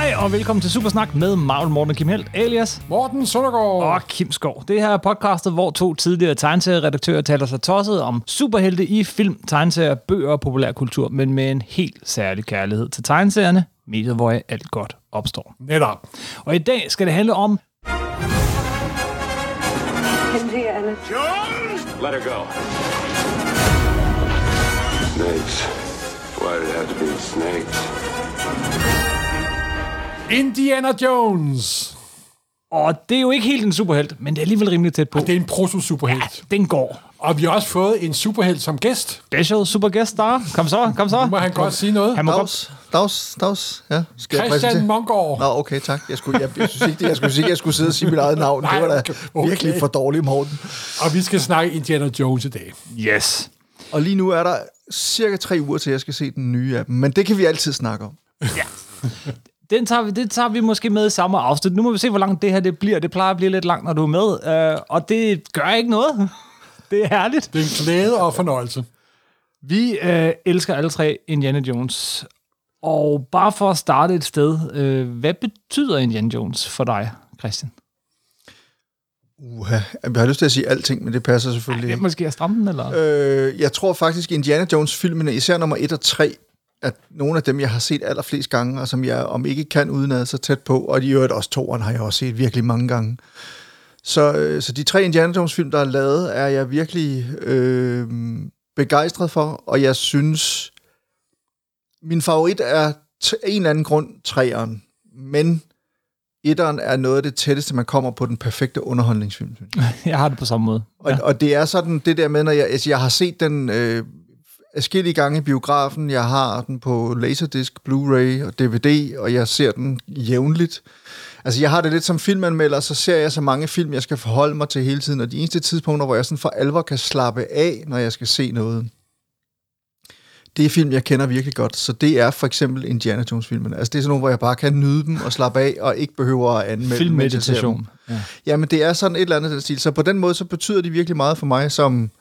Hej og velkommen til Supersnak med Marvel Morten og Kim Helt, alias Morten Søndergaard og Kim Skov. Det her er podcastet, hvor to tidligere tegneserieredaktører taler sig tosset om superhelte i film, tegneserier, bøger og populærkultur, men med en helt særlig kærlighed til tegneserierne, mediet hvor alt godt opstår. Netop. Og i dag skal det handle om... Indiana Jones! Let her go. Snakes. Why did it have to be snakes? Indiana Jones. Og det er jo ikke helt en superhelt, men det er alligevel rimelig tæt på. Og det er en proto-superhelt. Ja, den går. Og vi har også fået en superhelt som gæst. Special super guest star. Kom så. Nu må han godt sige noget. Han må Dags. Ja, Christian Mongård. Nå, okay, tak. Jeg synes ikke, jeg skulle sidde og sige mit eget navn. Nej, det var da okay. virkelig for dårligt, Morten. Og vi skal snakke Indiana Jones i dag. Yes. Og lige nu er der cirka 3 uger til, jeg skal se den nye af dem. Men det kan vi altid snakke om. Ja. Det tager vi måske med i samme afsnit. Nu må vi se, hvor langt det her det bliver. Det plejer at blive lidt langt, når du er med. Og det gør ikke noget. Det er herligt. Det er en glæde og fornøjelse. Vi elsker alle tre Indiana Jones. Og bare for at starte et sted. Hvad betyder Indiana Jones for dig, Christian? Jeg har lyst til at sige alting, men det passer selvfølgelig ikke. ikke. Måske er strammen, eller? Jeg tror faktisk, Indiana Jones-filmene, især nummer 1 og 3, at nogle af dem, jeg har set allerflest gange, og som jeg om ikke kan udenad så tæt på, og de øvrigt også 2'eren har jeg også set virkelig mange gange. Så de 3 Indiana Jones-film, der er lavet, er jeg virkelig begejstret for, og jeg synes, min favorit er en eller anden grund 3'eren, men 1'eren er noget af det tætteste, man kommer på den perfekte underholdningsfilm. Jeg har det på samme måde. Ja. Og det er sådan, det der med, når jeg har set den adskillige gange i biografen, jeg har den på Laserdisc, Blu-ray og DVD, og jeg ser den jævnligt. Altså, jeg har det lidt som filmanmelder, så ser jeg så mange film, jeg skal forholde mig til hele tiden, og de eneste tidspunkter, hvor jeg sådan for alvor kan slappe af, når jeg skal se noget, det er film, jeg kender virkelig godt, så det er for eksempel Indiana Jones-filmene. Altså, det er sådan nogle, hvor jeg bare kan nyde dem og slappe af, og ikke behøver at anmelde filmmeditation. Ja. Jamen, det er sådan et eller andet stil. Så på den måde, så betyder de virkelig meget for mig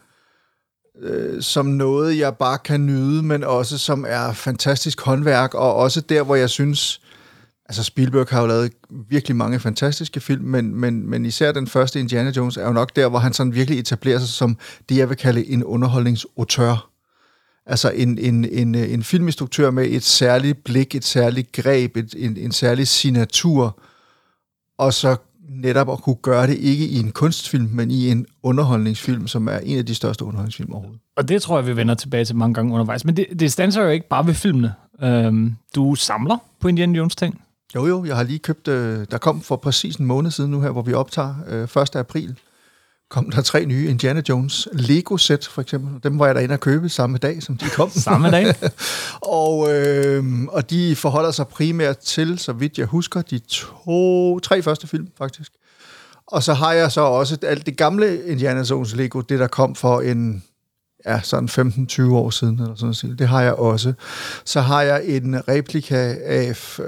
som noget, jeg bare kan nyde, men også som er fantastisk håndværk, og også der, hvor jeg synes, altså Spielberg har jo lavet virkelig mange fantastiske film, men især den første Indiana Jones er jo nok der, hvor han sådan virkelig etablerer sig som det, jeg vil kalde en underholdningsautør. Altså en filminstruktør med et særligt blik, et særligt greb, en særlig signatur, og så netop at kunne gøre det ikke i en kunstfilm, men i en underholdningsfilm, som er en af de største underholdningsfilm overhovedet. Og det tror jeg, vi vender tilbage til mange gange undervejs. Men det standser jo ikke bare ved filmene. Du samler på Indiana Jones ting? Jo, jeg har lige købt, der kom for præcis en måned siden nu her, hvor vi optager 1. april, kom der 3 nye Indiana Jones Lego-sæt, for eksempel. Dem var jeg derinde at købe samme dag, som de kom. Samme dag? og de forholder sig primært til, så vidt jeg husker, de 3 første film, faktisk. Og så har jeg så også alt det gamle Indiana Jones Lego, det der kom for sådan 15-20 år siden, eller sådan noget. Det har jeg også. Så har jeg en replika af...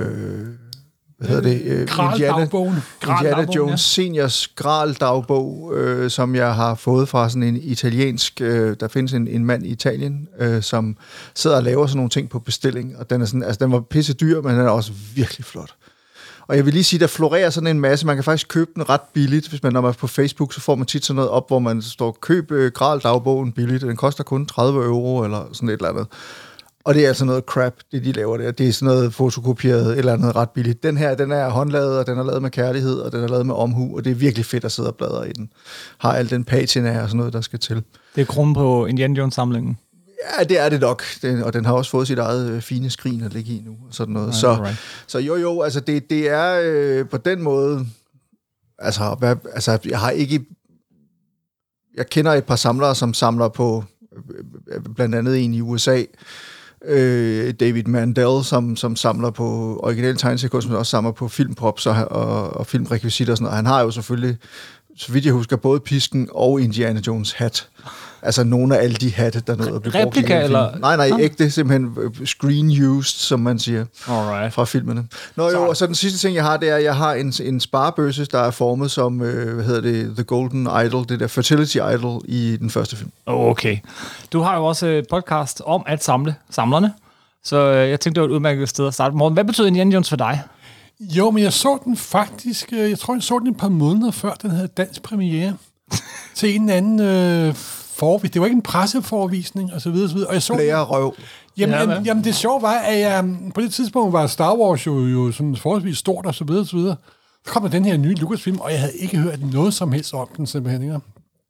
Indiana Jones Seniors Graal-dagbog, som jeg har fået fra sådan en italiensk, der findes en mand i Italien, som sidder og laver sådan nogle ting på bestilling, og den er sådan, altså den var pisse dyr, men den er også virkelig flot. Og jeg vil lige sige, der florerer sådan en masse, man kan faktisk købe den ret billigt, hvis når man er på Facebook, så får man tit sådan noget op, hvor man står, køb Graal-dagbogen billigt, den koster kun 30 euro, eller sådan et eller andet. Og det er altså noget crap, det de laver der. Det er sådan noget fotokopieret eller andet ret billigt. Den her, den er håndlavet, og den er lavet med kærlighed, og den er lavet med omhu, og det er virkelig fedt at sidde og bladre i den. Har al den patina og sådan noget, der skal til. Det er kronen på Indiana Jones-samlingen? Ja, det er det nok. Og den har også fået sit eget fine skrin at ligge i nu, og sådan noget. Så jo, altså det er på den måde... Altså, jeg har ikke... Jeg kender et par samlere, som samler på... Blandt andet en i USA... David Mandel, som samler på originale tegneseriekunst, men også samler på filmprops og filmrekvisitter og sådan noget. Han har jo selvfølgelig, så vidt jeg husker, både pisken og Indiana Jones hat. Altså nogle af alle de hatte, der nåede at blive brugt. Replika, eller? Nej, ægte, simpelthen screen used, som man siger, fra filmene. Og så den sidste ting, jeg har, det er, at jeg har en sparebøsse, der er formet som, The Golden Idol, det der Fertility Idol i den første film. Okay. Du har jo også et podcast om at samle samlerne, Så jeg tænkte, det var et udmærket sted at starte. Morten, hvad betyder Indiana Jones for dig? Jo, men jeg så den faktisk, jeg tror, jeg så den et par måneder før, den havde dansk premiere til en anden forvisning. Det var ikke en presseforvisning, og så videre, og så videre. Og jeg så Blærerøv. Jamen, det sjove var, at jeg, på det tidspunkt var Star Wars jo sådan forholdsvis stort, og så videre, og så videre. Så kom der den her nye Lucasfilm, og jeg havde ikke hørt noget som helst om den simpelthen, ikke?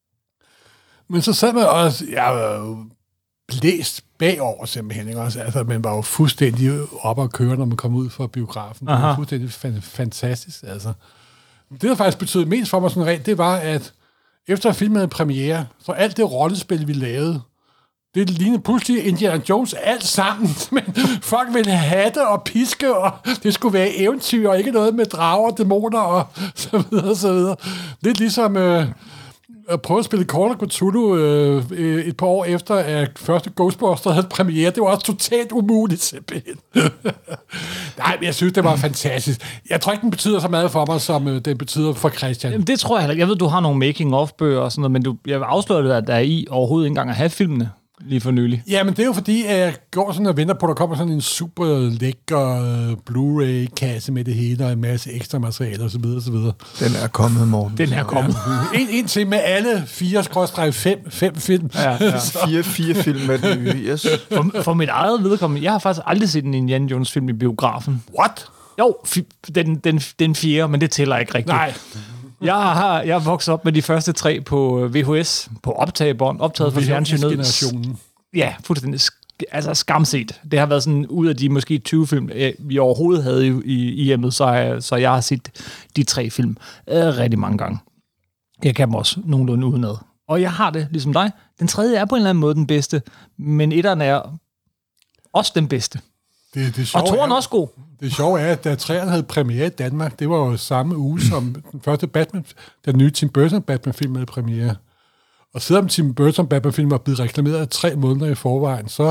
Men så sad man også, jeg var blæst bagover simpelthen, ikke? Altså, man var jo fuldstændig op at køre, når man kom ud fra biografen. Det var fuldstændig fantastisk, altså. Det, der faktisk betød mest for mig sådan rent, det var, at efter filmen havde premiere, så alt det rollespil, vi lavede, det lignede pludselig Indiana Jones alt sammen. Men folk ville have det og piske, og det skulle være eventyr, og ikke noget med drager, dæmoner og så videre, så videre. Lidt ligesom at prøve at spille Call of Cthulhu et par år efter, at første Ghostbusters havde premiere. Det var også totalt umuligt, simpelthen. Nej, men jeg synes, det var fantastisk. Jeg tror ikke, den betyder så meget for mig, som den betyder for Christian. Jamen, det tror jeg heller ikke. Jeg ved, du har nogle making-of-bøger og sådan noget, men jeg vil afsløre, at der er i overhovedet ikke engang at have filmene lige for nylig. Ja, men det er jo fordi, at jeg går sådan og venter på, at der kommer sådan en super lækker Blu-ray-kasse med det hele, og en masse ekstra materiale og så videre, og så videre. Den er kommet, Morten. Den er kommet. En til med alle 4/5 film. Ja. 4 film med den nye, yes. For mit eget vedkommende, jeg har faktisk aldrig set en Indiana Jones-film i biografen. What? Jo, den 4, men det tæller ikke rigtigt. Nej. Jeg er vokset op med de første 3 på VHS, på optaget fra fjernsynet. Ja, fuldstændig skamset. Det har været sådan, ud af de måske 20 film, vi overhovedet havde i hjemmet, så jeg har set de 3 film rigtig mange gange. Jeg kan dem også nogenlunde udenad. Og jeg har det, ligesom dig. Den tredje er på en eller anden måde den bedste, men etteren er også den bedste. Det og toeren er også god. Det sjove er, at da 3'eren havde premiere i Danmark, det var jo samme uge som den første Batman, den nye Tim Burton Batman-film havde premiere. Og selvom Tim Burton Batman-film var blevet reklameret 3 måneder i forvejen, så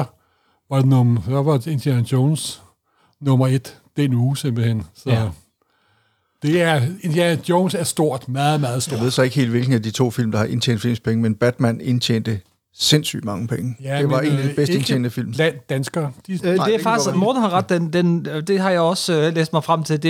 var Indiana Jones nummer 1 den uge simpelthen. Så Indiana Jones er stort, meget, meget stort. Jeg ved så ikke helt, hvilken af de 2 film, der har indtjent filmspenge, men Batman indtjente sindssygt mange penge. Ja, det var en af de bedst indtjente film. Blandt danskere. Det er faktisk, Morten har ret, det har jeg også læst mig frem til,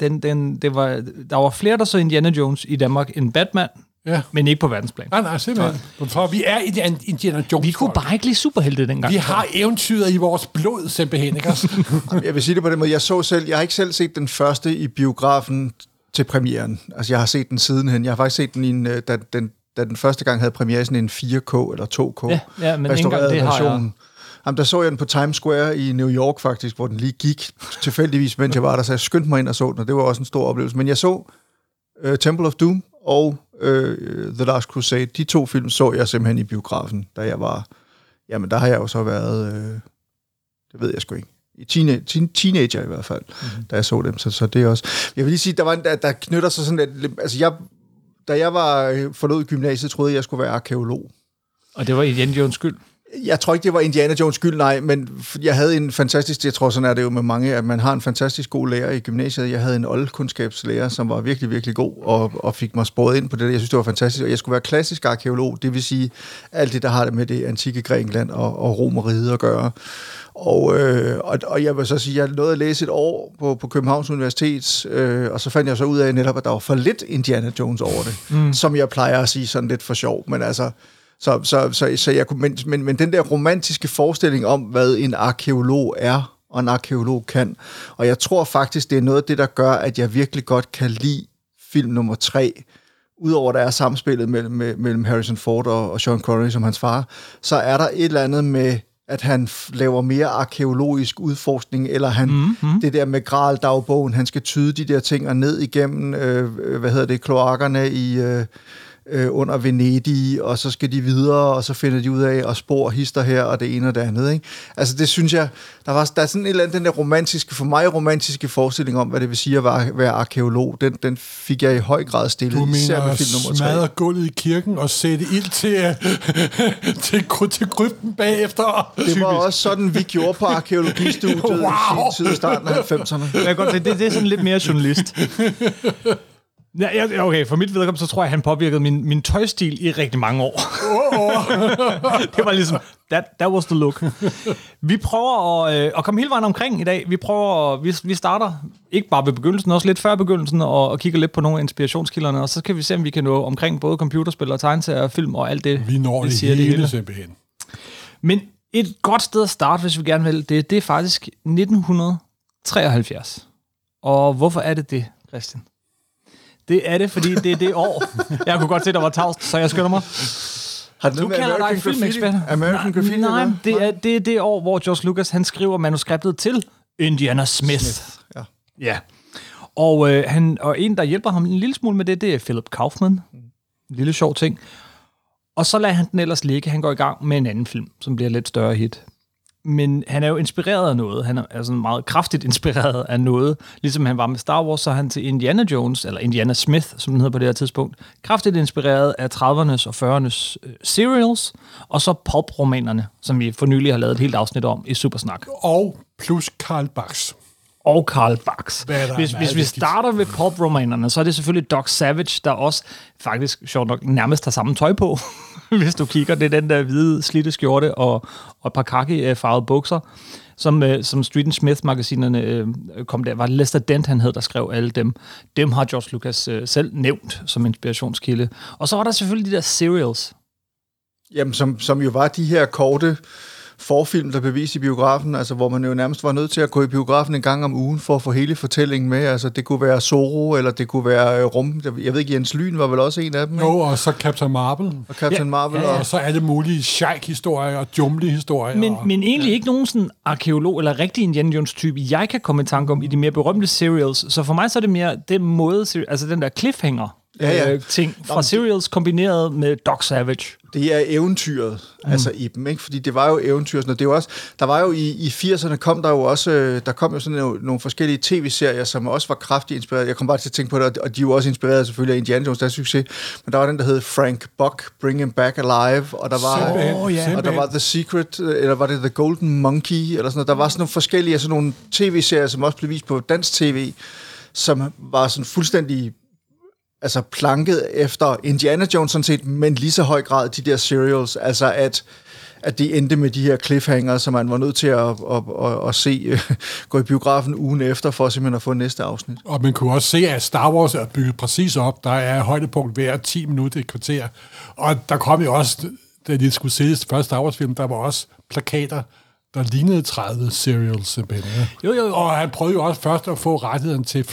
der var flere, der så Indiana Jones i Danmark end Batman, men ikke på verdensplan. Nej, simpelthen. For vi er Indiana Jones. Vi kunne bare ikke lide superhelte dengang. Vi har eventyret i vores blod, simpelthen, ikke? Jeg vil sige det på den måde, jeg har ikke selv set den første i biografen til premieren. Altså, jeg har set den sidenhen. Jeg har faktisk set den i da den første gang havde premiere i sådan en 4K eller 2K ja, men ikke engang det har jeg. Jamen, der så jeg den på Times Square i New York faktisk, hvor den lige gik tilfældigvis, mens jeg var der, så jeg skyndte mig ind og så den, og det var også en stor oplevelse. Men jeg så Temple of Doom og The Last Crusade. De 2 film så jeg simpelthen i biografen, da jeg var... Jamen, der har jeg jo så været... det ved jeg sgu ikke. Teenager i hvert fald, da jeg så dem. Så det er også... Jeg vil lige sige, der knytter sig sådan lidt... Altså, da jeg forlod gymnasiet, troede jeg skulle være arkæolog. Og det var Indiana Jones skyld? Jeg tror ikke, det var Indiana Jones skyld, nej, men jeg havde en fantastisk, jeg tror sådan er det jo med mange, at man har en fantastisk god lærer i gymnasiet. Jeg havde en oldkundskabslærer, som var virkelig, virkelig god, og fik mig sporet ind på det. Jeg synes, det var fantastisk, og jeg skulle være klassisk arkæolog, det vil sige alt det, der har det med det antikke Grækenland og Romeriet at gøre. Og jeg vil så sige, jeg nåede at læse et år på Københavns Universitet, og så fandt jeg så ud af netop, at der var for lidt Indiana Jones over det, som jeg plejer at sige sådan lidt for sjov, men altså... Så jeg kunne, men den der romantiske forestilling om, hvad en arkæolog er, og en arkæolog kan, og jeg tror faktisk, det er noget af det, der gør, at jeg virkelig godt kan lide film nummer 3, udover der er samspillet mellem Harrison Ford og Sean Connery som hans far, så er der et eller andet med, at han laver mere arkæologisk udforskning, eller det der med Graal-dagbogen, han skal tyde de der ting og ned igennem, kloakkerne i... under Venedig, og så skal de videre, og så finder de ud af at spor hister her, og det ene og det andet, ikke? Altså, det synes jeg, der er sådan et eller andet, den der romantiske forestilling om, hvad det vil sige at være arkæolog, den fik jeg i høj grad stillet, især med film nummer 3. Du mener gulvet i kirken og sætte ild til krypten bagefter? Det var også sådan, vi gjorde på arkæologistudiet i sin tid i starten af 90'erne. Jeg kan godt se, det er sådan lidt mere journalist. Ja, okay, for mit vedkommende, så tror jeg, han påvirkede min tøjstil i rigtig mange år. Det var ligesom, that was the look. Vi prøver at komme hele vejen omkring i dag. Vi starter ikke bare ved begyndelsen, også lidt før begyndelsen, og kigger lidt på nogle af inspirationskilderne, og så kan vi se, om vi kan nå omkring både computerspil og tegneserier, film og alt det. Vi når det hele simpelthen. Men et godt sted at starte, hvis vi gerne vil, det er faktisk 1973. Og hvorfor er det, Christian? Det er det, fordi det er det år. Jeg kunne godt se, der var tavst, så jeg skynder mig. Har du kalder dig filmekspert? American Graffiti? Nej, det er det år, hvor George Lucas han skriver manuskriptet til Indiana Smith. Ja. Og en, der hjælper ham en lille smule med det er Philip Kaufman. En lille sjov ting. Og så lader han den ellers ligge. Han går i gang med en anden film, som bliver lidt større hit. Men han er jo inspireret af noget. Han er sådan meget kraftigt inspireret af noget. Ligesom han var med Star Wars, så er han til Indiana Jones, eller Indiana Smith, som den hedder på det her tidspunkt. Kraftigt inspireret af 30'ernes og 40'ernes serials, og så pulp-romanerne, som vi for nylig har lavet et helt afsnit om i Supersnak. Og plus Karl Barks. Og Karl Barks. Hvis vi starter ved pulp-romanerne, så er det selvfølgelig Doc Savage, der også faktisk, sjovt nok, nærmest har samme tøj på. Hvis du kigger, det er den der hvide, slidte skjorte og et par khaki-farvede bukser, som Street & Smith-magasinerne kom der. Var det Lester Dent, han hed, der skrev alle dem. Dem har George Lucas selv nævnt som inspirationskilde. Og så var der selvfølgelig de der serials. Jamen, som jo var de her korte forfilm, der blev vist i biografen, altså hvor man jo nærmest var nødt til at gå i biografen en gang om ugen for at få hele fortællingen med. Altså det kunne være Zorro, eller det kunne være jeg ved ikke, Jens Lyn var vel også en af dem, ikke? Jo, og så Captain Marvel. Og Captain Marvel. Ja, og så alle mulige Sheik-historier og Jumli-historier. Men egentlig ikke nogen sådan arkeolog eller rigtig Indiana Jones-type, jeg kan komme i tanke om i de mere berømte serials. Så for mig så er det mere den måde, altså den der cliffhanger, ting fra serials kombineret med Doc Savage. Det er eventyret, altså i dem, ikke? Fordi det var jo eventyr, sådan, det var også, der var jo i 80'erne kom der jo også, der kom jo sådan nogle forskellige tv-serier, som også var kraftigt inspireret. Jeg kom bare til at tænke på det, og de var også inspireret selvfølgelig af Indiana Jones, der succes. Men der var den, der hed Frank Buck, Bring Him Back Alive, og der var, og der var The Secret, eller var det The Golden Monkey, eller sådan noget. Der var sådan nogle forskellige, sådan nogle tv-serier, som også blev vist på dansk tv, som var sådan fuldstændig altså planket efter Indiana Jones sådan set, men lige så høj grad de der serials, altså at de endte med de her cliffhanger, som man var nødt til at se, gå i biografen ugen efter, for simpelthen at få næste afsnit. Og man kunne også se, at Star Wars er bygget præcis op. Der er højdepunkt hver 10 minutter i et kvarter. Og der kom jo også, da de skulle se første Star Wars-film, der var også plakater, der lignede 30 serials simpelthen. Jo. Og han prøvede jo også først at få rettigheden til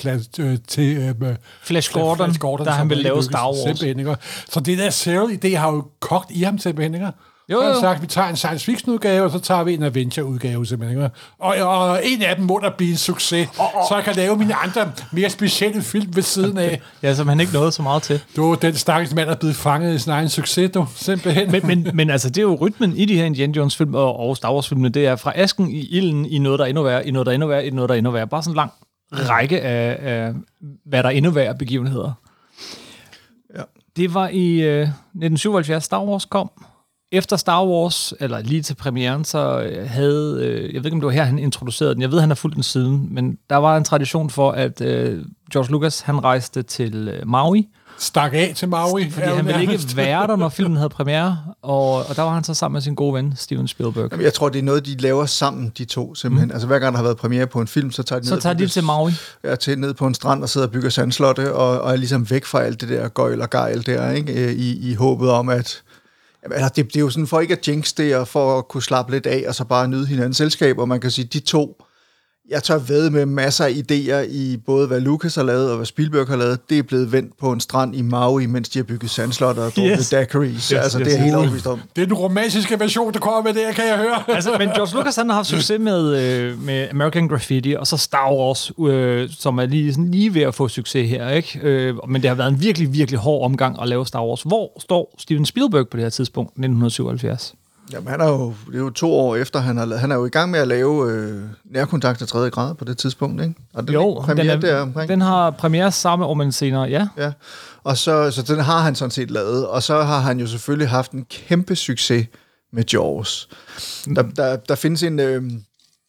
Flash Gordon, der han ville lave Star Wars. Så det der serial-idé har jo kogt i ham simpelthen. Jo. Han har sagt, vi tager en science fiction-udgave, og så tager vi en adventure-udgave simpelthen. Og en af dem må der blive en succes, så jeg kan lave mine andre mere specielle film ved siden af. Ja, som han ikke nåede så meget til. Du, den stakkels mand er blevet fanget i sin egen succes, du, simpelthen. Men altså, det er jo rytmen i de her Indiana Jones-film og Star Wars-filmene, det er fra asken i ilden i noget, der er endnu værre, i noget, der er endnu værre, i noget, der er endnu værre. Bare sådan en lang række af hvad der er endnu værre begivenheder. Ja. Det var i 1977, Star Wars kom. Efter Star Wars, eller lige til premieren, så havde, jeg ved ikke, om det var her, han introducerede den. Jeg ved, han har fulgt den siden, men der var en tradition for, at George Lucas, han rejste til Maui. Stak af til Maui. Fordi han ville ikke være der, når filmen havde premiere, og der var han så sammen med sin gode ven, Steven Spielberg. Jamen, jeg tror, det er noget, de laver sammen, de to, simpelthen. Altså, hver gang der har været premiere på en film, så tager de til Maui. Ja, ned på en strand og sidder og bygger sandslotte, og er ligesom væk fra alt det der gøjl og gejl der, ikke? I håbet om, at det er jo sådan for ikke at jinx det, og for at kunne slappe lidt af, og så bare nyde hinandens selskab, og man kan sige, de to, jeg tør vædde med masser af idéer i både, hvad Lucas har lavet, og hvad Spielberg har lavet, det er blevet vendt på en strand i Maui, mens de har bygget sandslotter og drukket daiquiris. Det er helt overbevist om. Det er den romantiske version, der kommer med det, kan jeg høre. Altså, men George Lucas, han har haft succes med American Graffiti, og så Star Wars, som er lige ved at få succes her, ikke? Men det har været en virkelig, virkelig hård omgang at lave Star Wars. Hvor står Steven Spielberg på det her tidspunkt, 1977? Jamen, det er jo 2 år efter, han er jo i gang med at lave Nærkontakt til 3. grad på det tidspunkt, ikke? Og den har premiere samme år, men senere, ja. Ja, og så den har han sådan set lavet, og så har han jo selvfølgelig haft en kæmpe succes med Jaws. Der findes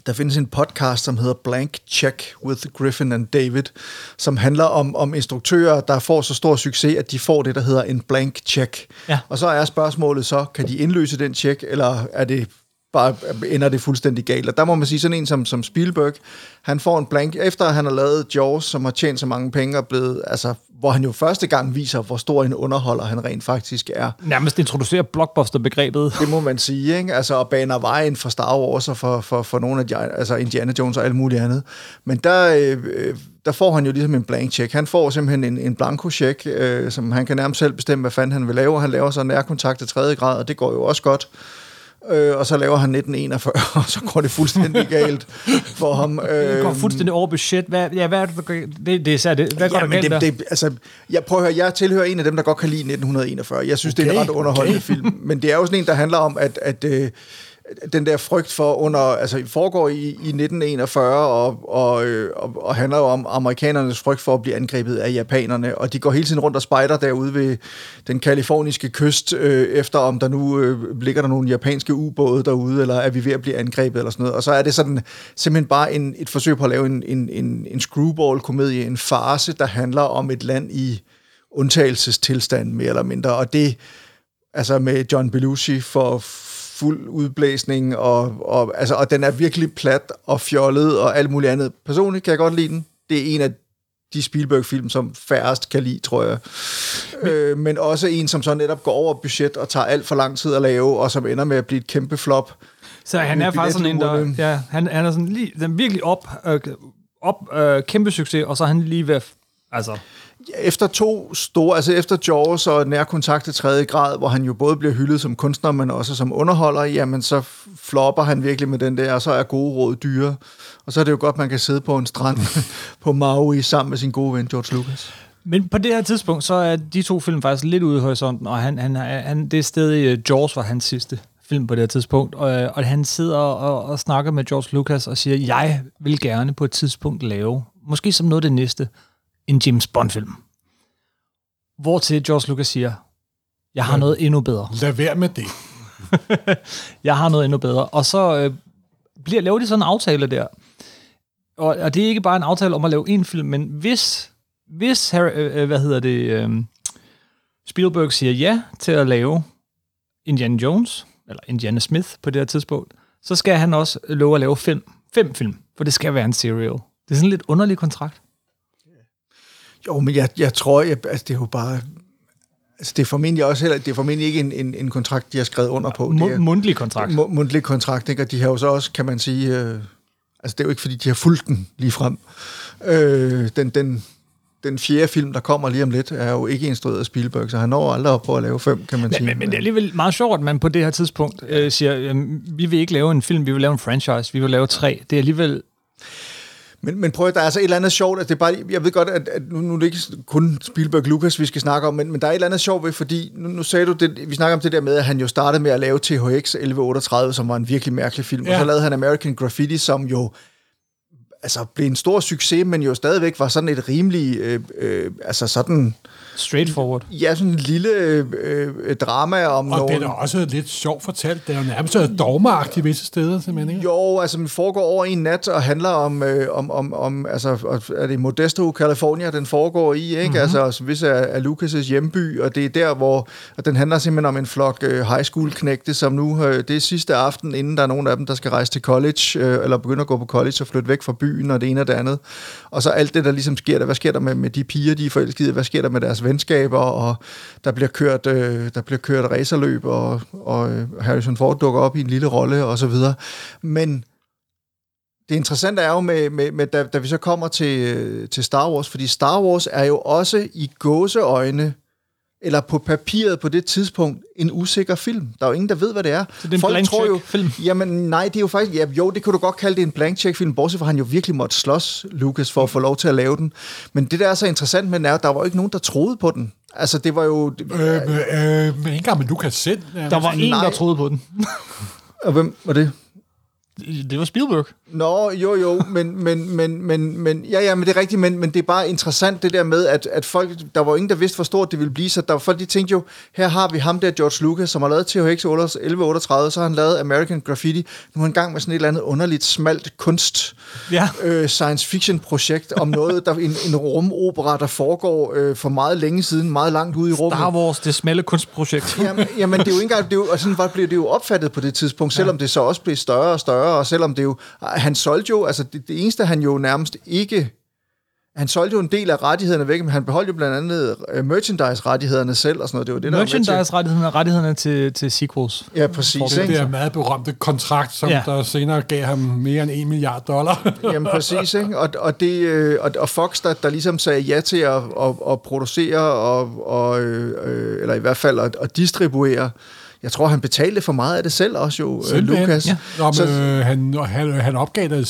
Der findes en podcast, som hedder Blank Check with Griffin and David, som handler om instruktører, der får så stor succes, at de får det, der hedder en blank check. Ja. Og så er spørgsmålet så, kan de indløse den check, eller er det bare ender det fuldstændig galt? Og der må man sige, sådan en som Spielberg, han får en blank, efter han har lavet Jaws, som har tjent så mange penge, og blevet, altså, hvor han jo første gang viser, hvor stor en underholder han rent faktisk er. Nærmest introducerer blockbuster-begrebet. Det må man sige, ikke? Altså, og baner vejen for Star Wars og for nogle af de, altså Indiana Jones og alt muligt andet. Men der får han jo ligesom en blank check. Han får simpelthen en blanko check, som han kan nærmest selv bestemme, hvad fanden han vil lave. Han laver så nærkontakt til 3. grad, og det går jo også godt. Og så laver han 1941, og så går det fuldstændig galt for ham. Det går fuldstændig over budget. Hvad er det, det er særligt. Hvad går der galt der? Altså, jeg tilhører en af dem, der godt kan lide 1941. Jeg synes, det er en ret underholdende film. Men det er jo sådan en, der handler om, at den der frygt for foregår i 1941 og handler jo om amerikanernes frygt for at blive angrebet af japanerne, og de går hele tiden rundt og spejder derude ved den kaliforniske kyst efter om der nu ligger der nogle japanske ubåde derude, eller er vi ved at blive angrebet eller sådan noget. Og så er det sådan simpelthen bare et forsøg på at lave en screwball-komedie, en farce, der handler om et land i undtagelsestilstand mere eller mindre, og det altså med John Belushi for fuld udblæsning, og den er virkelig plat og fjollet og alt muligt andet. Personligt kan jeg godt lide den. Det er en af de Spielberg-film, som færrest kan lide, tror jeg. Men også en, som så netop går over budget og tager alt for lang tid at lave, og som ender med at blive et kæmpe flop. Så han er faktisk sådan en, der... Ja, han er sådan lige, den virkelig kæmpe succes, og så er han lige ved... Altså... Efter efter Jaws og nærkontakt til 3. grad, hvor han jo både bliver hyldet som kunstner, men også som underholder, jamen så flopper han virkelig med den der, og så er gode råd dyre. Og så er det jo godt, man kan sidde på en strand på Maui sammen med sin gode ven George Lucas. Men på det her tidspunkt, så er de to film faktisk lidt ude i horisonten, og han det er stadig Jaws var hans sidste film på det her tidspunkt, og han sidder og snakker med George Lucas og siger, jeg vil gerne på et tidspunkt lave, måske som noget af det næste, en James Bond-film. Hvortil George Lucas siger, jeg har noget endnu bedre. Lad være med det. Jeg har noget endnu bedre. Og så laver de sådan en aftale der. Og det er ikke bare en aftale om at lave en film, men hvis Spielberg siger ja til at lave Indiana Jones, eller Indiana Smith på det her tidspunkt, så skal han også love at lave 5 film, for det skal være en serial. Det er sådan en lidt underlig kontrakt. Jo, men jeg tror, det er jo bare... Altså, det er formentlig ikke en kontrakt, de har skrevet under på. Mundtlig kontrakt. Mundtlig kontrakt, ikke? Og de har jo så også, kan man sige... altså, det er jo ikke, fordi de har fulgt den lige frem. Den 4. film, der kommer lige om lidt, er jo ikke instrueret af Spielberg, så han når aldrig op på at lave 5, kan man sige. Men det er alligevel meget sjovt, at man på det her tidspunkt siger, vi vil ikke lave en film, vi vil lave en franchise, vi vil lave 3. Det er alligevel... Men prøv at der er altså et eller andet sjovt, at det er bare, jeg ved godt, at nu er det ikke kun Spielberg Lucas, vi skal snakke om, men der er et eller andet sjovt ved, fordi nu sagde du, vi snakker om det der med, at han jo startede med at lave THX 1138, som var en virkelig mærkelig film, og så lavede han American Graffiti, som jo altså blev en stor succes, men jo stadigvæk var sådan et rimelig, altså sådan... Straightforward. Ja, sådan en lille drama om og nogle... det er også lidt sjovt fortalt. Det er jo nærmest dogmeagtigt visse steder, simpelthen, ikke? Jo, altså den foregår over en nat og handler om altså, er det Modesto, California, den foregår i, ikke? Mm-hmm. Altså, hvis er Lucas' hjemby, og det er der, hvor og den handler simpelthen om en flok high school-knægte, som nu, det er sidste aften, inden der er nogen af dem, der skal rejse til college, eller begynde at gå på college og flytte væk fra byen, og det ene og det andet. Og så alt det, der ligesom sker der. Hvad sker der med de piger, de er forelskede? Hvad sker der med deres venskaber, og der bliver kørt racerløb, og Harrison Ford dukker op i en lille rolle, og så videre. Men det interessante er jo med da vi så kommer til Star Wars, fordi Star Wars er jo også i gåseøjne, eller på papiret på det tidspunkt, en usikker film. Der er jo ingen, der ved, hvad det er. Så det er en blank check film? Jamen nej, det er jo faktisk... Jo, det kunne du godt kalde det en blank check film, bortset fra han jo virkelig måtte slås, Lucas, for at få lov til at lave den. Men det, der er så interessant med den, er, at der var jo ikke nogen, der troede på den. Altså, det var jo... Men ikke engang med Lucas selv. Der var en, der troede på den. Og hvem var det? Det var Spielberg. Nå, jo, men ja, men det er rigtigt, men det er bare interessant det der med, at folk, der var ingen, der vidste, hvor stort det ville blive, så der var folk, de tænkte jo, her har vi ham der, George Lucas, som har lavet THX 1138, så har han lavet American Graffiti, nu er han i gang med sådan et eller andet underligt, smalt kunst, science fiction projekt, om noget, der en rumopera, der foregår for meget længe siden, meget langt ude i rummet. Star Wars, det smalle kunstprojekt. Jamen, det er jo ikke engang, og sådan blev det jo opfattet på det tidspunkt, selvom det så også blev større og større, og selvom det jo, han solgte jo, altså det eneste, han jo nærmest ikke, han solgte jo en del af rettighederne væk, men han beholdt jo blandt andet merchandise-rettighederne selv, og sådan noget. Det var det, Merchandise-rettighederne til sequels. Ja, præcis. Det er meget berømte kontrakt, som der senere gav ham mere end $1 milliard. Jamen, præcis, ikke? Og Fox, der ligesom sagde ja til at producere, eller i hvert fald at distribuere. Jeg tror, han betalte for meget af det selv også jo, Lucas. Ja. Han opgav da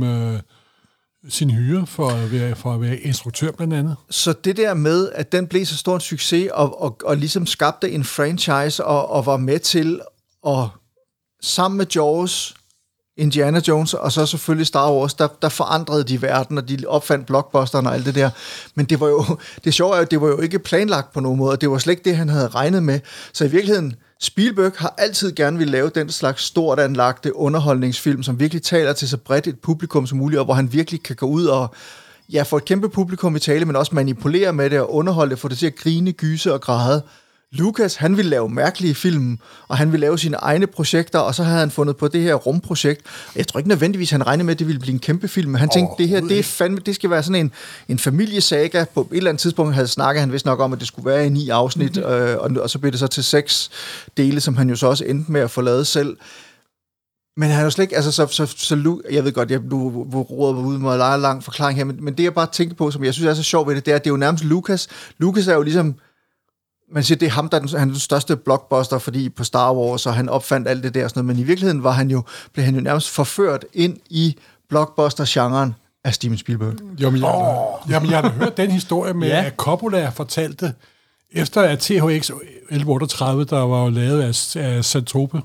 sin hyre for at være instruktør blandt andet. Så det der med, at den blev så stor en succes, og ligesom skabte en franchise, og var med til at, sammen med Jaws, Indiana Jones, og så selvfølgelig Star Wars, der forandrede de verden, og de opfandt blockbusteren og alt det der. Men det var jo, det sjove er jo, det var jo ikke planlagt på nogen måde, det var slet ikke det, han havde regnet med. Så i virkeligheden, Spielberg har altid gerne ville lave den slags stort anlagte underholdningsfilm, som virkelig taler til så bredt et publikum som muligt, og hvor han virkelig kan gå ud og få et kæmpe publikum i tale, men også manipulere med det og underholde det, få det til at grine, gyse og græde. Lucas, han ville lave mærkelige film, og han ville lave sine egne projekter, og så havde han fundet på det her rumprojekt. Jeg tror ikke nødvendigvis, han regnede med, at det ville blive en kæmpe film, men han tænkte, det her, det er fandme, det skal være sådan en familiesaga. På et eller andet tidspunkt havde snakket han vist nok om, at det skulle være i 9 afsnit, og så blev det så til 6 dele, som han jo så også endte med at få lavet selv. Men han er jo slet ikke, altså, så jeg ved godt, du råder mig ud med en lang forklaring her, men det jeg bare tænker på, som jeg synes er så sjovt ved det, det er, at det er jo nærmest Lucas. Lucas er jo ligesom, man siger, det er ham, der er den største blockbuster, fordi på Star Wars, og han opfandt alt det der og sådan noget, men i virkeligheden blev han jo nærmest forført ind i blockbuster-genren af Steven Spielberg. Jamen, jeg har hørt den historie med, at Coppola fortalte, efter at THX 1138, der var jo lavet af Zoetrope,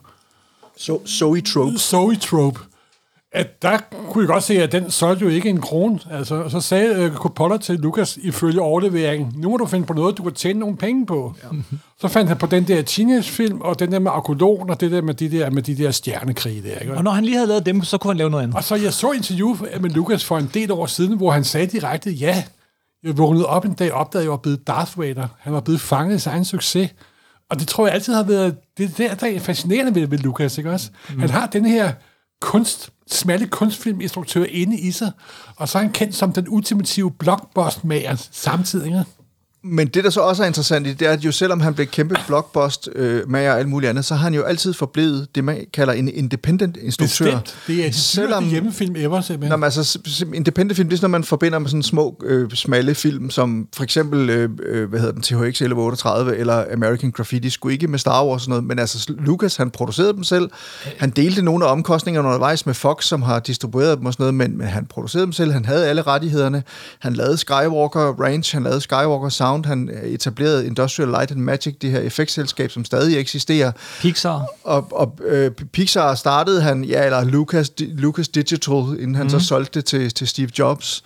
Zoetrope, at der kunne jeg godt se, at den solgte jo ikke en krone. Altså, så sagde Coppola til Lucas ifølge overleveringen, nu må du finde på noget, du kan tjene nogle penge på. Ja. Så fandt han på den der teenagefilm, og den der med Arkolon, og det der med de der stjernekrige der. Ikke? Og når han lige havde lavet dem, så kunne han lave noget andet. Og så jeg så interview med Lucas for en del år siden, hvor han sagde direkte, jeg vågnede op en dag, opdagede, at jeg var blevet Darth Vader. Han var blevet fanget i sin egen succes. Og det tror jeg altid har været, det der er fascinerende ved Lucas, ikke også? Han har den her smalle kunstfilminstruktør inde i sig, og så er han kendt som den ultimative blockbuster-mager samtidig, ikke? Men det, der så også er interessant i det, er, at jo selvom han blev kæmpe blockbuster-mager og alt muligt andet, så har han jo altid forblevet det, man kalder en independent instruktør. Bestemt. Det er en hjemmefilm ever, simpelthen. Nå, altså, independent film, det er sådan noget, man forbinder med sådan små, smalle film, som for eksempel, THX 1138 eller American Graffiti, skulle ikke med Star Wars og sådan noget, men altså, Lucas, han producerede dem selv. Han delte nogle af omkostningerne undervejs med Fox, som har distribueret dem og sådan noget, men han producerede dem selv. Han havde alle rettighederne. Han lavede Skywalker Ranch, han lavede Skywalker Sound, han etablerede Industrial Light and Magic, det her effektselskab, som stadig eksisterer. Pixar. Og Pixar startede han, eller Lucas Digital, inden han så solgte det til Steve Jobs.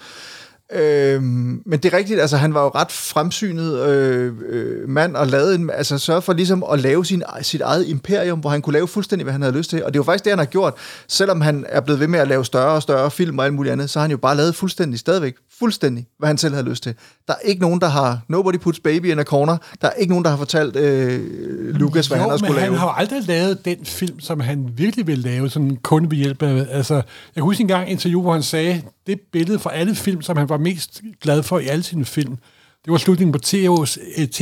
Men det er rigtigt, altså han var jo ret fremsynet mand, og sørgede for ligesom at lave sit eget imperium, hvor han kunne lave fuldstændig, hvad han havde lyst til. Og det er jo faktisk det, han har gjort. Selvom han er blevet ved med at lave større og større film og alt muligt andet, så har han jo bare lavet fuldstændig, hvad han selv havde lyst til. Der er ikke nogen, der har nobody puts baby in a corner. Der er ikke nogen, der har fortalt Lucas, hvad han har skulle lave. Han har jo aldrig lavet den film, som han virkelig ville lave, sådan kun ved hjælp af. Altså, jeg kan huske en gang interview, hvor han sagde, det billede fra alle film, som han var mest glad for i alle sine film, det var slutningen på THX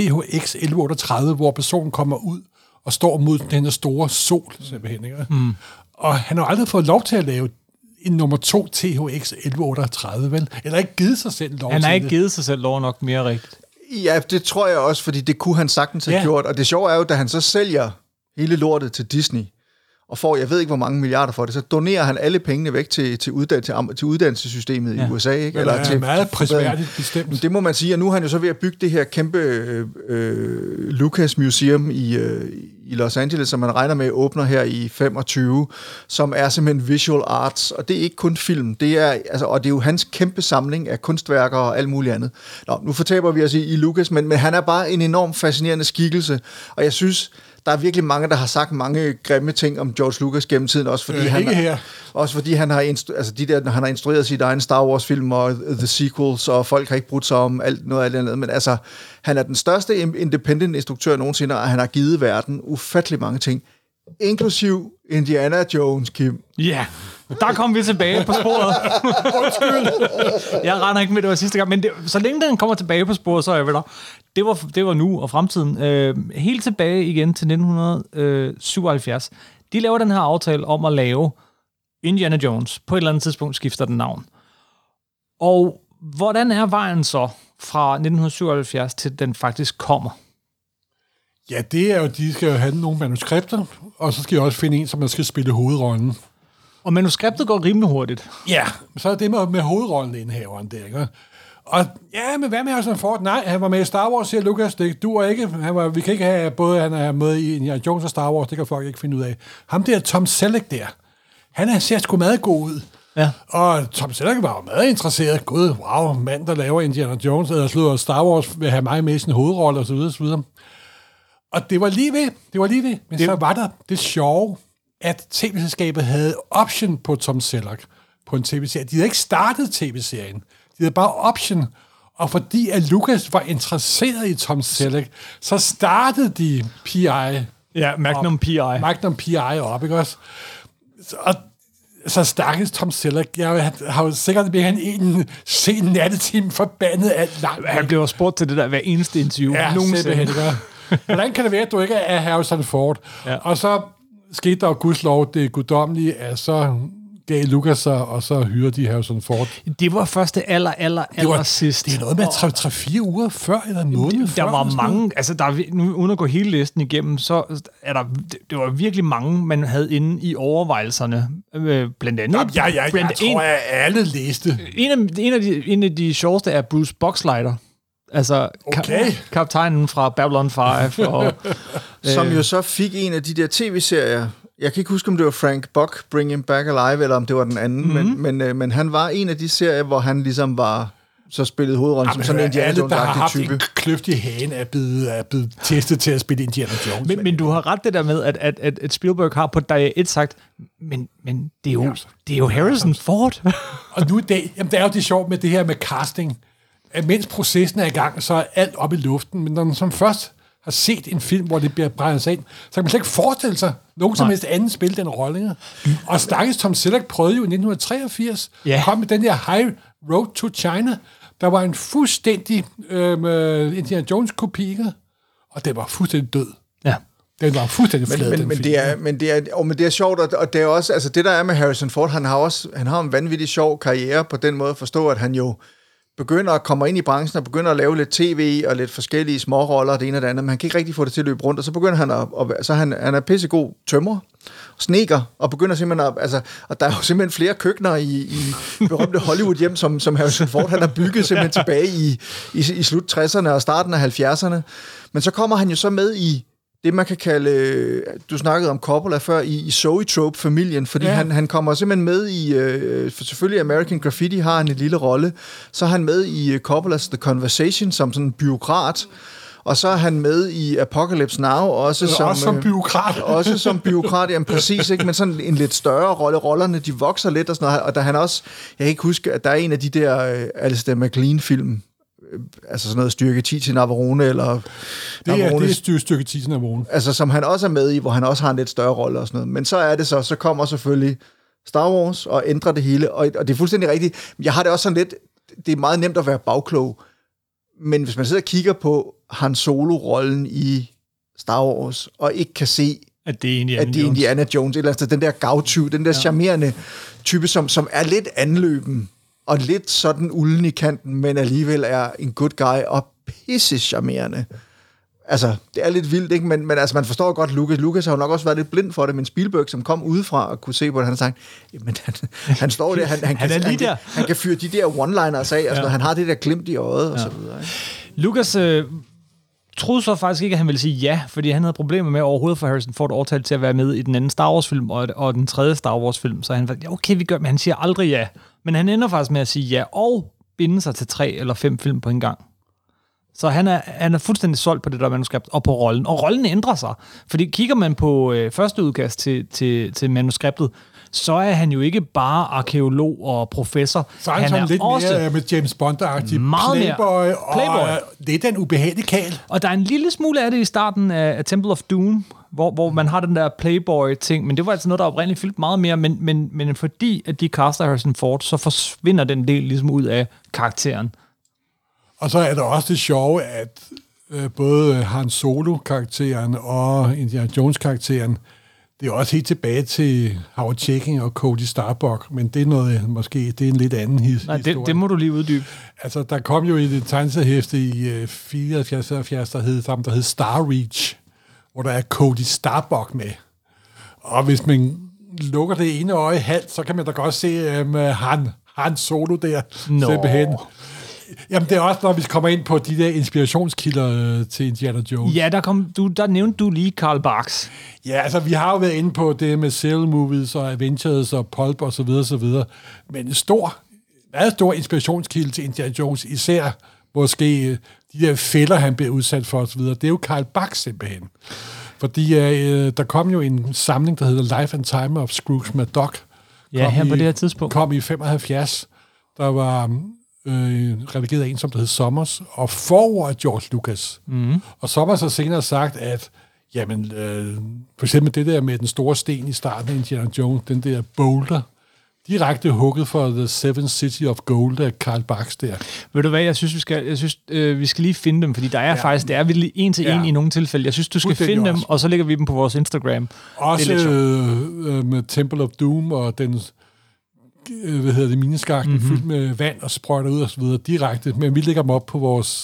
1138, hvor personen kommer ud og står mod den her store sol, simpelthen. Ikke? Og han har aldrig fået lov til at lave en nummer 2 THX 1138, vel? Eller ikke givet sig selv lov til det. Han har ikke givet sig selv lov nok mere rigtigt. Ja, det tror jeg også, fordi det kunne han sagtens have gjort. Og det sjove er jo, da han så sælger hele lortet til Disney, og får, jeg ved ikke, hvor mange milliarder for det, så donerer han alle pengene væk til uddannelsessystemet i USA. Ikke? Eller det er meget prisværdigt bestemt. Det må man sige, og nu er han jo så ved at bygge det her kæmpe Lucas Museum i Los Angeles, som man regner med åbner her i 25, som er simpelthen visual arts, og det er ikke kun film, det er, altså, og det er jo hans kæmpe samling af kunstværker og alt muligt andet. Nå, nu fortaber vi os i Lucas, men han er bare en enormt fascinerende skikkelse, og jeg synes, der er virkelig mange, der har sagt mange grimme ting om George Lucas gennem tiden, også fordi han har han har instrueret sit egen Star Wars film og The Sequels, og folk har ikke brudt sig om noget af det andet, men altså, han er den største independent instruktør nogensinde, og han har givet verden ufattelig mange ting, inklusiv Indiana Jones, Kim. Ja, der kom vi tilbage på sporet. Jeg regner ikke med, det var sidste gang, men så længe den kommer tilbage på sporet, så er jeg ved der. Det var nu og fremtiden. Helt tilbage igen til 1977. De laver den her aftale om at lave Indiana Jones. På et eller andet tidspunkt skifter den navn. Og hvordan er vejen så fra 1977 til den faktisk kommer? Ja, det er jo, de skal jo have nogle manuskripter, og så skal jeg også finde en, som man skal spille hovedrollen. Og manuskriptet går rimelig hurtigt. Ja, så er det med hovedrollen indhaveren der, ikke? Og ja, men hvad med Harrison Ford? Nej, han var med i Star Wars, siger Lucas. Det duer ikke. Vi kan ikke have både, han er med i Indiana Jones og Star Wars, det kan folk ikke finde ud af. Ham der, Tom Selleck der, han ser sgu meget god ud. Ja. Og Tom Selleck var jo meget interesseret. Gud, wow, mand, der laver Indiana Jones, eller slutter Star Wars, vil have mig med i sin hovedrolle, og så videre, så videre. Og det var lige ved. Men så var der det sjove, at tv-selskabet havde option på Tom Selleck på en tv-serie. De havde ikke startet tv-serien. De havde bare option. Og fordi at Lucas var interesseret i Tom Selleck, så startede de PI. Ja, Magnum PI. Magnum PI op, ikke også? Og så stakkels Tom Selleck. Jeg har jo sikkert med han en sen nattetime forbandet alt langt. Han blev spurgt til det der hver eneste interview. Ja, simpelthen. Hvordan kan det være, at du ikke er Harrison Ford? Ja. Og så skete der jo gudslov det guddommelige, at så gav Lucas sig, og så hyrede de Harrison Ford. Det var først det aller sidst. Det er noget med 3-4 uger før, eller en måned før. Der var mange, altså nu, uden at gå hele listen igennem, så er der, det var virkelig mange, man havde inde i overvejelserne. Blandt andet. Jeg tror, at alle læste. En af de sjoveste er Bruce Boxleiter. Altså, kaptajnen fra Babylon 5. Og, som jo så fik en af de der tv-serier. Jeg kan ikke huske, om det var Frank Buck, Bring Him Back Alive, eller om det var den anden. Men han var en af de serier, hvor han ligesom var så spillet hovedrollen som sådan en Indiana Jones-agtig type. Alle, der har haft en kløft i hagen, er blevet testet til at spille Indiana Jones. Men du har ret det der med, at Spielberg har på dag 1 sagt, men det er jo Harrison Ford. Og nu det er jo det sjovt med det her med casting. Mens processen er i gang, så er alt op i luften. Men når man som først har set en film, hvor det bliver brændt sig ind, så kan man slet ikke forestille sig, nogen som helst anden spille den rolle. Og stakkels Tom Selleck prøvede jo i 1983, kom med den der High Road to China, der var en fuldstændig Indiana Jones-kopi, og det var fuldstændig død. Ja. Den var fuldstændig flad, men det er sjovt, og det er også, altså det der er med Harrison Ford, han har en vanvittig sjov karriere på den måde at forstå, at han jo begynder at komme ind i branchen og begynder at lave lidt tv og lidt forskellige småroller og det ene og det andet, men han kan ikke rigtig få det til at løbe rundt, og så begynder han han er pissegod tømrer, sneker, og begynder simpelthen og der er jo simpelthen flere køkkener i berømte Hollywood hjem, som Harrison Ford, han har bygget simpelthen tilbage i slut 60'erne og starten af 70'erne, men så kommer han jo så med i det, man kan kalde, du snakkede om Coppola før, i Zoetrope-familien, fordi han kommer simpelthen med i, selvfølgelig American Graffiti har han en lille rolle, så er han med i Coppolas The Conversation som sådan en bureaukrat, og så er han med i Apocalypse Now, også som bureaukrat. Også som bureaukrat, jamen præcis, ikke? Men sådan en lidt større rolle. Rollerne, de vokser lidt og sådan noget, og der han også, jeg kan ikke huske, at der er en af de der Alistair MacLean-film, altså sådan noget Styrke 10 til Navarone, eller det er Styrke 10 til Navarone. Altså, som han også er med i, hvor han også har en lidt større rolle og sådan noget. Men så er det så kommer selvfølgelig Star Wars og ændrer det hele, og det er fuldstændig rigtigt. Jeg har det også sådan lidt, det er meget nemt at være bagklog, men hvis man sidder og kigger på Han Solo-rollen i Star Wars, og ikke kan se, at det er Indiana Jones, eller altså den der gavtyv, den der charmerende type, som er lidt anløben, og lidt sådan ulden i kanten, men alligevel er en good guy og pisse charmerende. Altså, det er lidt vildt, ikke? Men altså, man forstår godt Lucas. Lucas har jo nok også været lidt blind for det, men Spielberg, som kom udefra og kunne se på det, han har sagt, men han står der, han kan fyre de der one-liners af, altså, han har det der glimt i øjet, og så videre. Ikke? Lucas troede så faktisk ikke, at han ville sige ja, fordi han havde problemer med overhovedet for Harrison Ford overtalt til at være med i den anden Star Wars-film og den tredje Star Wars-film, så han var, okay, vi gør, men han siger aldrig ja. Men han ender faktisk med at sige ja, og binde sig til 3 eller 5 film på en gang. Så han er fuldstændig solgt på det der manuskript og på rollen. Og rollen ændrer sig. Fordi kigger man på første udkast til manuskriptet, så er han jo ikke bare arkeolog og professor. Så er han lidt mere med James Bond-agtig playboy, og lidt en ubehagelig kal. Og der er en lille smule af det i starten af Temple of Doom, hvor man har den der playboy-ting, men det var altså noget, der oprindeligt fyldt meget mere, men fordi at de caster Harrison Ford, så forsvinder den del ligesom ud af karakteren. Og så er der også det sjove, at både Han Solo-karakteren og Indiana Jones-karakteren, det er også helt tilbage til Howard Chaykin og Cody Starbuck, men det er noget, måske, det er en lidt anden historie. Nej, det må du lige uddybe. Altså, der kom jo i det tegneseriehæfte i 74-75, der hed Star Reach, hvor der er Cody Starbuck med. Og hvis man lukker det ene øje halvt, så kan man da godt se Han Solo der. Simpelthen. Jamen, det er også, når vi kommer ind på de der inspirationskilder til Indiana Jones. Ja, der nævnte du lige Carl Barks. Ja, altså, vi har jo været inde på det med serial movies og Avengers og Pulp og så videre, så videre. Men en meget stor inspirationskilde til Indiana Jones, især måske de der fælder, han bliver udsat for og så videre, det er jo Carl Barks simpelthen. Fordi der kom jo en samling, der hedder Life and Time of Scrooge McDuck. Ja, her på det her tidspunkt. Kom i 75. Der var redigeret af en, som der hed Sommers, og forord af George Lucas. Mm. Og Sommers har senere sagt, at jamen, for eksempel det der med den store sten i starten af Indiana Jones, den der boulder, direkte hugget for The Seven City of Gold af Carl Barks der. Ved du hvad, jeg synes, vi skal lige finde dem, fordi der er faktisk, det er virkelig en til en i nogle tilfælde. Jeg synes, du skal finde dem, og så lægger vi dem på vores Instagram. Også med Temple of Doom og den mineskakten fyldt med vand og sprøjter ud og så videre direkte, men vi lægger dem op på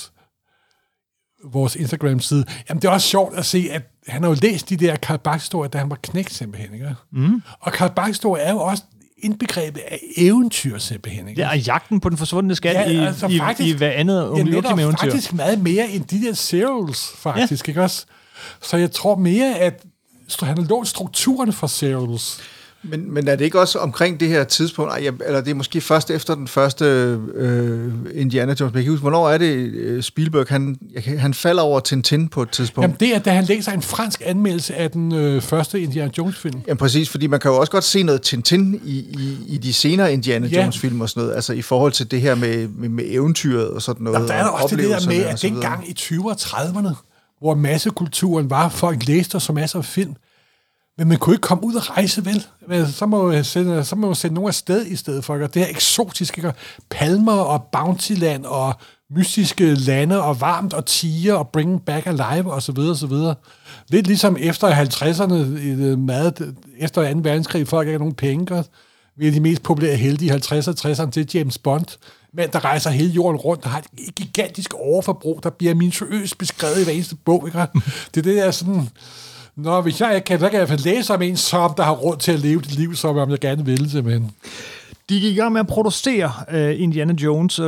vores Instagram-side. Jamen, det er også sjovt at se, at han har jo læst de der Carl Barks-historier, da han var knægt simpelthen, ikke? Mm. Og Carl Barks-historier er jo også indbegrebet af eventyr simpelthen, ikke? Ja, og jagten på den forsvundne skat i hver andet eventyr. Faktisk meget mere end de der serials, faktisk, ikke også? Så jeg tror mere, at han har lånt strukturen for serials. Men er det ikke også omkring det her tidspunkt, eller det er måske først efter den første Indiana Jones, men hvornår er det Spielberg, han falder over Tintin på et tidspunkt? Jamen det er, da han læser en fransk anmeldelse af den første Indiana Jones-film. Jamen præcis, fordi man kan jo også godt se noget Tintin i de senere Indiana Jones-film og sådan noget, altså i forhold til det her med eventyret og sådan noget. Jamen, der er også det der med, at dengang i 20'erne og 30'erne, hvor massekulturen var, folk læste så masser af film, men man kunne ikke komme ud og rejse, vel? Så må man sende nogen afsted i stedet for. Det her eksotiske palmer og Bountyland og mystiske lande og varmt og tiger og Bring Back Alive og så videre, så videre. Lidt ligesom efter 50'erne, efter 2. verdenskrig, folk ikke har nogen penge. Vi er de mest populære helte i 50'erne og 60'erne til James Bond. Men der rejser hele jorden rundt og har et gigantisk overforbrug, der bliver minutiøst beskrevet i hver eneste bog. Ikke? Det er det der sådan... Nå, hvis jeg kan, så kan jeg læse om en, som der har råd til at leve det liv, som jeg gerne vil, simpelthen. De gik i gang med at producere Indiana Jones,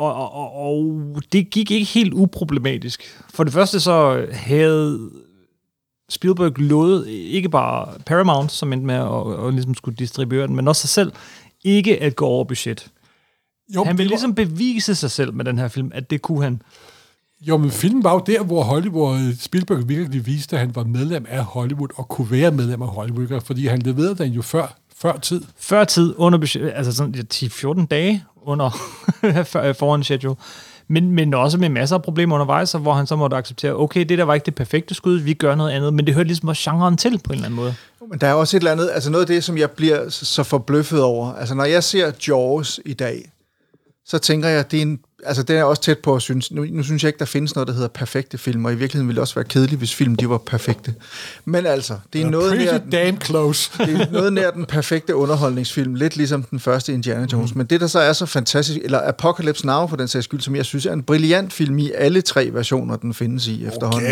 og det gik ikke helt uproblematisk. For det første så havde Spielberg lovet ikke bare Paramount, som endte med at ligesom skulle distribuere den, men også sig selv, ikke at gå over budget. Jo, han ville ligesom bevise sig selv med den her film, at det kunne han. Jo, men filmen var jo der, hvor Spielberg virkelig viste, at han var medlem af Hollywood, og kunne være medlem af Hollywood, fordi han leverede den jo før tid. Før tid, under budget, altså sådan 10-14 dage under foran schedule. Men også med masser af problemer undervejs, hvor han så måtte acceptere, okay, det der var ikke det perfekte skud, vi gør noget andet, men det hørte ligesom også genren til på en eller anden måde. Men der er også et eller andet, altså noget af det, som jeg bliver så forbløffet over. Altså når jeg ser Jaws i dag, så tænker jeg, at det er altså det er også tæt på at synes, nu synes jeg ikke, der findes noget, der hedder perfekte film, og i virkeligheden ville det også være kedeligt, hvis film de var perfekte. Men altså, det er noget nær damn close. det er noget nær den perfekte underholdningsfilm, lidt ligesom den første Indiana Jones. Men det, der så er så fantastisk, eller Apocalypse Now for den sags skyld, som jeg synes er en brilliant film i alle 3 versioner, den findes i efterhånden.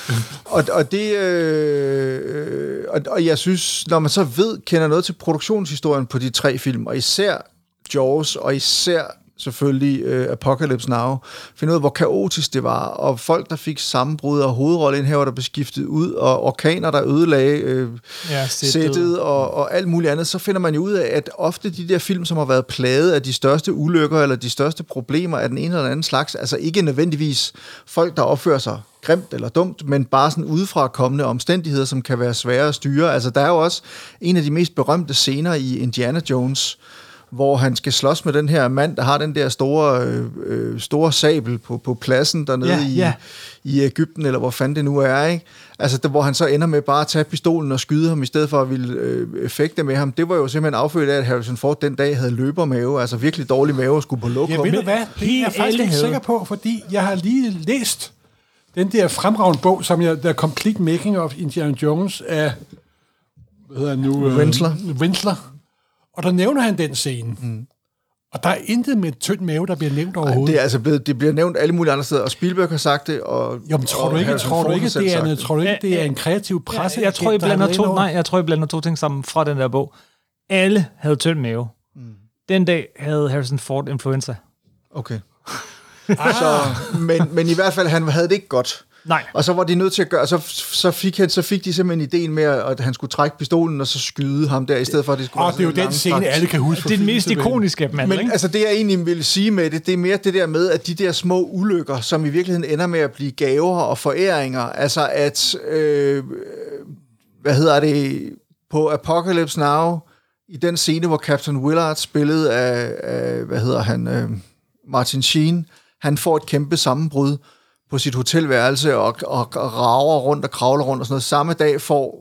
Og jeg synes, når man så kender noget til produktionshistorien på de 3 film, og især Jaws, og især selvfølgelig Apocalypse Now, finde ud af, hvor kaotisk det var, og folk, der fik sammenbrud, og hovedrolleindhaver, der blev skiftet ud, og orkaner, der ødelagde sættet, og alt muligt andet, så finder man jo ud af, at ofte de der film, som har været plaget af de største ulykker, eller de største problemer af den ene eller anden slags, altså ikke nødvendigvis folk, der opfører sig grimt eller dumt, men bare sådan udefra kommende omstændigheder, som kan være svære at styre. Altså, der er jo også en af de mest berømte scener i Indiana Jones, hvor han skal slås med den her mand, der har den der store sabel på pladsen dernede i Egypten, eller hvor fanden det nu er, ikke? Altså, hvor han så ender med bare at tage pistolen og skyde ham, i stedet for at ville fægte med ham. Det var jo simpelthen affødt af, at Harrison Ford den dag havde løbermave, altså virkelig dårlig mave og skulle på lokum. Jeg ved hvad, det er jeg faktisk ikke sikker på, fordi jeg har lige læst den der fremragende bog, som der Complete Making of Indiana Jones af, hvad hedder han nu? Winsler. Og der nævner han den scene. Og der er intet med tynd mave, der bliver nævnt overhovedet. Det er altså det bliver nævnt alle mulige andre steder, og Spielberg har sagt det, og... Jo, men tror du ikke, det er en kreativ presse? Jeg tror, I blander to ting sammen fra den der bog. Alle havde tynd mave. Den dag havde Harrison Ford influenza. Okay. Men i hvert fald, han havde det ikke godt. Nej. Og så var de nødt til at gøre, så fik de simpelthen ideen med, at han skulle trække pistolen og så skyde ham der, i stedet for at det skulle... det er jo den scene, alle kan huske. Det er den mest ikoniske mand, men altså det, jeg egentlig vil sige med det er mere det der med, at de der små ulykker, som i virkeligheden ender med at blive gaver og foræringer, altså at, på Apocalypse Now, i den scene, hvor Captain Willard spillet af Martin Sheen, han får et kæmpe sammenbrud på sit hotelværelse og rager rundt og kravler rundt og sådan noget. Samme dag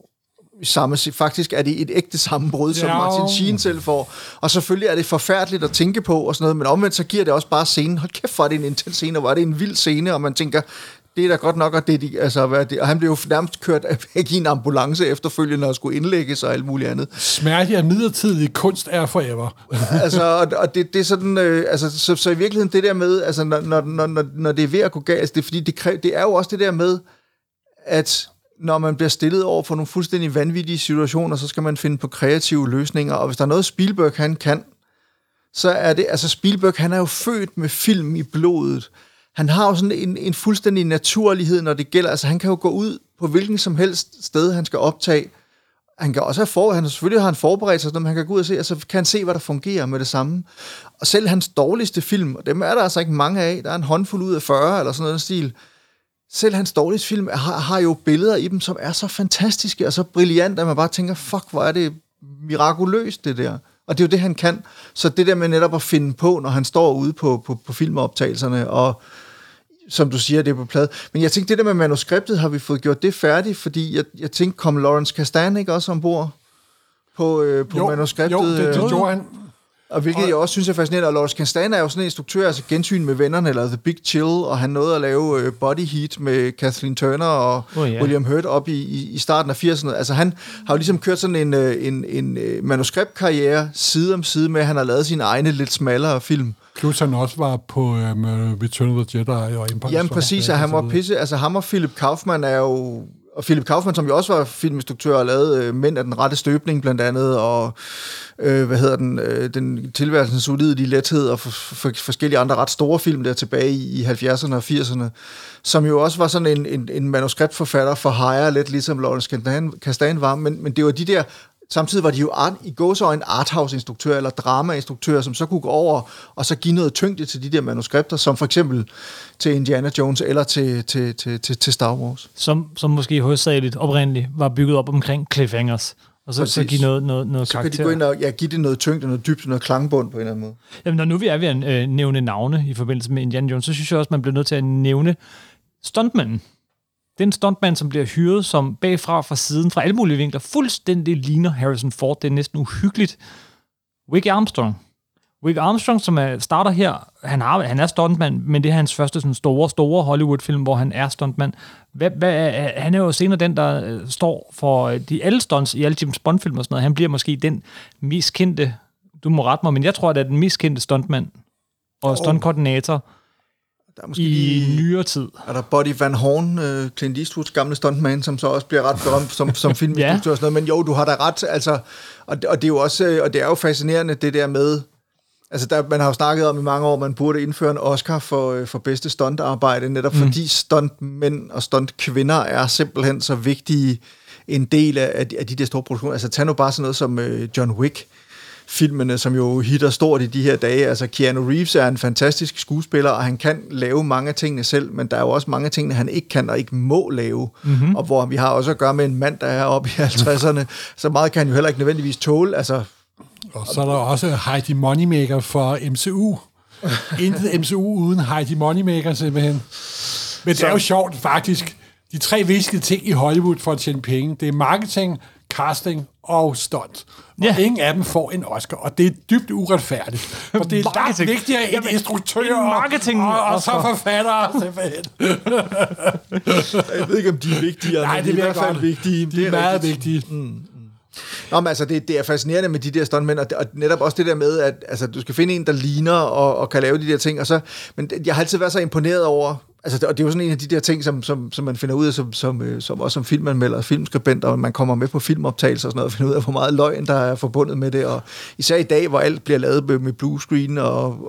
faktisk er det et ægte sammenbrud, som Martin Sheen selv får. Og selvfølgelig er det forfærdeligt at tænke på og sådan noget, men omvendt så giver det også bare scenen. Hold kæft, hvor er det en intens scene, og hvor er det en vild scene, og man tænker, det er da godt nok, at og han blev jo nærmest kørt væk i en ambulance efterfølgende og skulle indlægges og alt muligt andet. Smerte af midlertidig kunst er forever. Altså, og det er sådan, så i virkeligheden det der med, altså, når det er ved at gå galt, det er fordi, det er jo også det der med, at når man bliver stillet over for nogle fuldstændig vanvittige situationer, så skal man finde på kreative løsninger, og hvis der er noget Spielberg, han kan, så er det, altså Spielberg, han er jo født med film i blodet. Han har jo sådan en fuldstændig naturlighed, når det gælder. Altså, han kan jo gå ud på hvilken som helst sted, han skal optage. Han kan også selvfølgelig har han forberedt sig, når han kan gå ud og se, og så kan han se, hvad der fungerer med det samme. Og selv hans dårligste film, og dem er der altså ikke mange af, der er en håndfuld ud af 40, eller sådan noget stil. Selv hans dårligste film har jo billeder i dem, som er så fantastiske og så brillante, at man bare tænker, fuck, hvor er det mirakuløst, det der. Og det er jo det, han kan. Så det der med netop at finde på, når han står ude på filmoptagelserne, og som du siger, det er på plade. Men jeg tænkte, det der med manuskriptet, har vi fået gjort det færdigt, fordi jeg tænkte, kom Lawrence Kasdan ikke også ombord på manuskriptet? Jo, det gjorde han. Og hvilket jeg også synes er fascinerende, og Lawrence Kasdan er jo sådan en instruktør, altså Gensyn med vennerne, eller The Big Chill, og han nåede at lave Body Heat med Kathleen Turner og William Hurt op i starten af 80'erne. Altså han har jo ligesom kørt sådan en manuskriptkarriere side om side med, at han har lavet sine egne lidt smallere film. Plus han også var på Return of the Jedi og Empire. Jamen præcis, og han var pisse. Altså ham og Philip Kaufman er jo... Og Philip Kaufman, som jo også var filminstruktør og lavede Mænd af den rette støbning blandt andet, og den tilværelsens ulidelige lethed, og forskellige andre ret store film der tilbage i 70'erne og 80'erne, som jo også var sådan en manuskriptforfatter for hire, lidt ligesom Lawrence Kasdan var, men det var de der... Samtidig var de jo i gåseøjne arthouse-instruktører eller drama-instruktører, som så kunne gå over og så give noget tyngde til de der manuskripter, som for eksempel til Indiana Jones eller til Star Wars. Som måske hovedsageligt oprindeligt var bygget op omkring cliffhangers, og så give noget så karakter. Så kan de gå ind og give det noget tyngde, noget dybt, noget klangbund på en eller anden måde. Jamen, når nu vi er ved at nævne navne i forbindelse med Indiana Jones, så synes jeg også, man bliver nødt til at nævne stuntmanden. Den stuntman, som bliver hyret, som bagfra fra siden, fra alle mulige vinkler, fuldstændig ligner Harrison Ford. Det er næsten uhyggeligt. Wicke Armstrong. Rick Armstrong, som starter her, han er stuntmand, men det er hans første sådan store Hollywood-film, hvor han er stuntmand. Han er jo senere den, der står for de alle stunts i alle James Bond-film og sådan noget. Han bliver måske den mest kendte, du må rette mig, men jeg tror, det er den mest kendte stuntmand og stuntkoordinator i nyere tid. Er der Buddy Van Horn, Clint Eastwoods gamle stuntman, som så også bliver ret berømt som filminstruktør og sådan noget. Men jo, du har da ret, altså, og det er jo også, og det er jo fascinerende, det der med, altså man har jo snakket om i mange år, man burde indføre en Oscar for bedste stuntarbejde, netop fordi stuntmænd og stuntkvinder er simpelthen så vigtige en del af de der store produktioner. Altså tag nu bare sådan noget som John Wick, filmene, som jo hitter stort i de her dage. Altså, Keanu Reeves er en fantastisk skuespiller, og han kan lave mange af tingene selv, men der er jo også mange af tingene, han ikke kan og ikke må lave. Og hvor vi har også at gøre med en mand, der er oppe i 50'erne, så meget kan han jo heller ikke nødvendigvis tåle. Altså. Og så er der også Heidi Moneymaker for MCU. Intet MCU uden Heidi Moneymaker, simpelthen. Men det er jo sjovt, faktisk. De 3 vigtige ting i Hollywood for at tjene penge, det er marketing, casting og stunt. Og ingen af dem får en Oscar, og det er dybt uretfærdigt. For det er langt vigtigere end instruktører og så forfattere, simpelthen. Jeg ved ikke, om de er vigtige. Nej, det er i hvert fald vigtige. De er meget vigtige. Nå, men altså, det er fascinerende med de der stuntmænd, og netop også det der med, at altså, du skal finde en, der ligner og kan lave de der ting, og så, men jeg har altid været så imponeret over, altså, og det er jo sådan en af de der ting, som man finder ud af, som også som filmanmelder, filmskribent, og man kommer med på filmoptagelser og sådan noget, og finder ud af, hvor meget løgn, der er forbundet med det, og især i dag, hvor alt bliver lavet med blue screen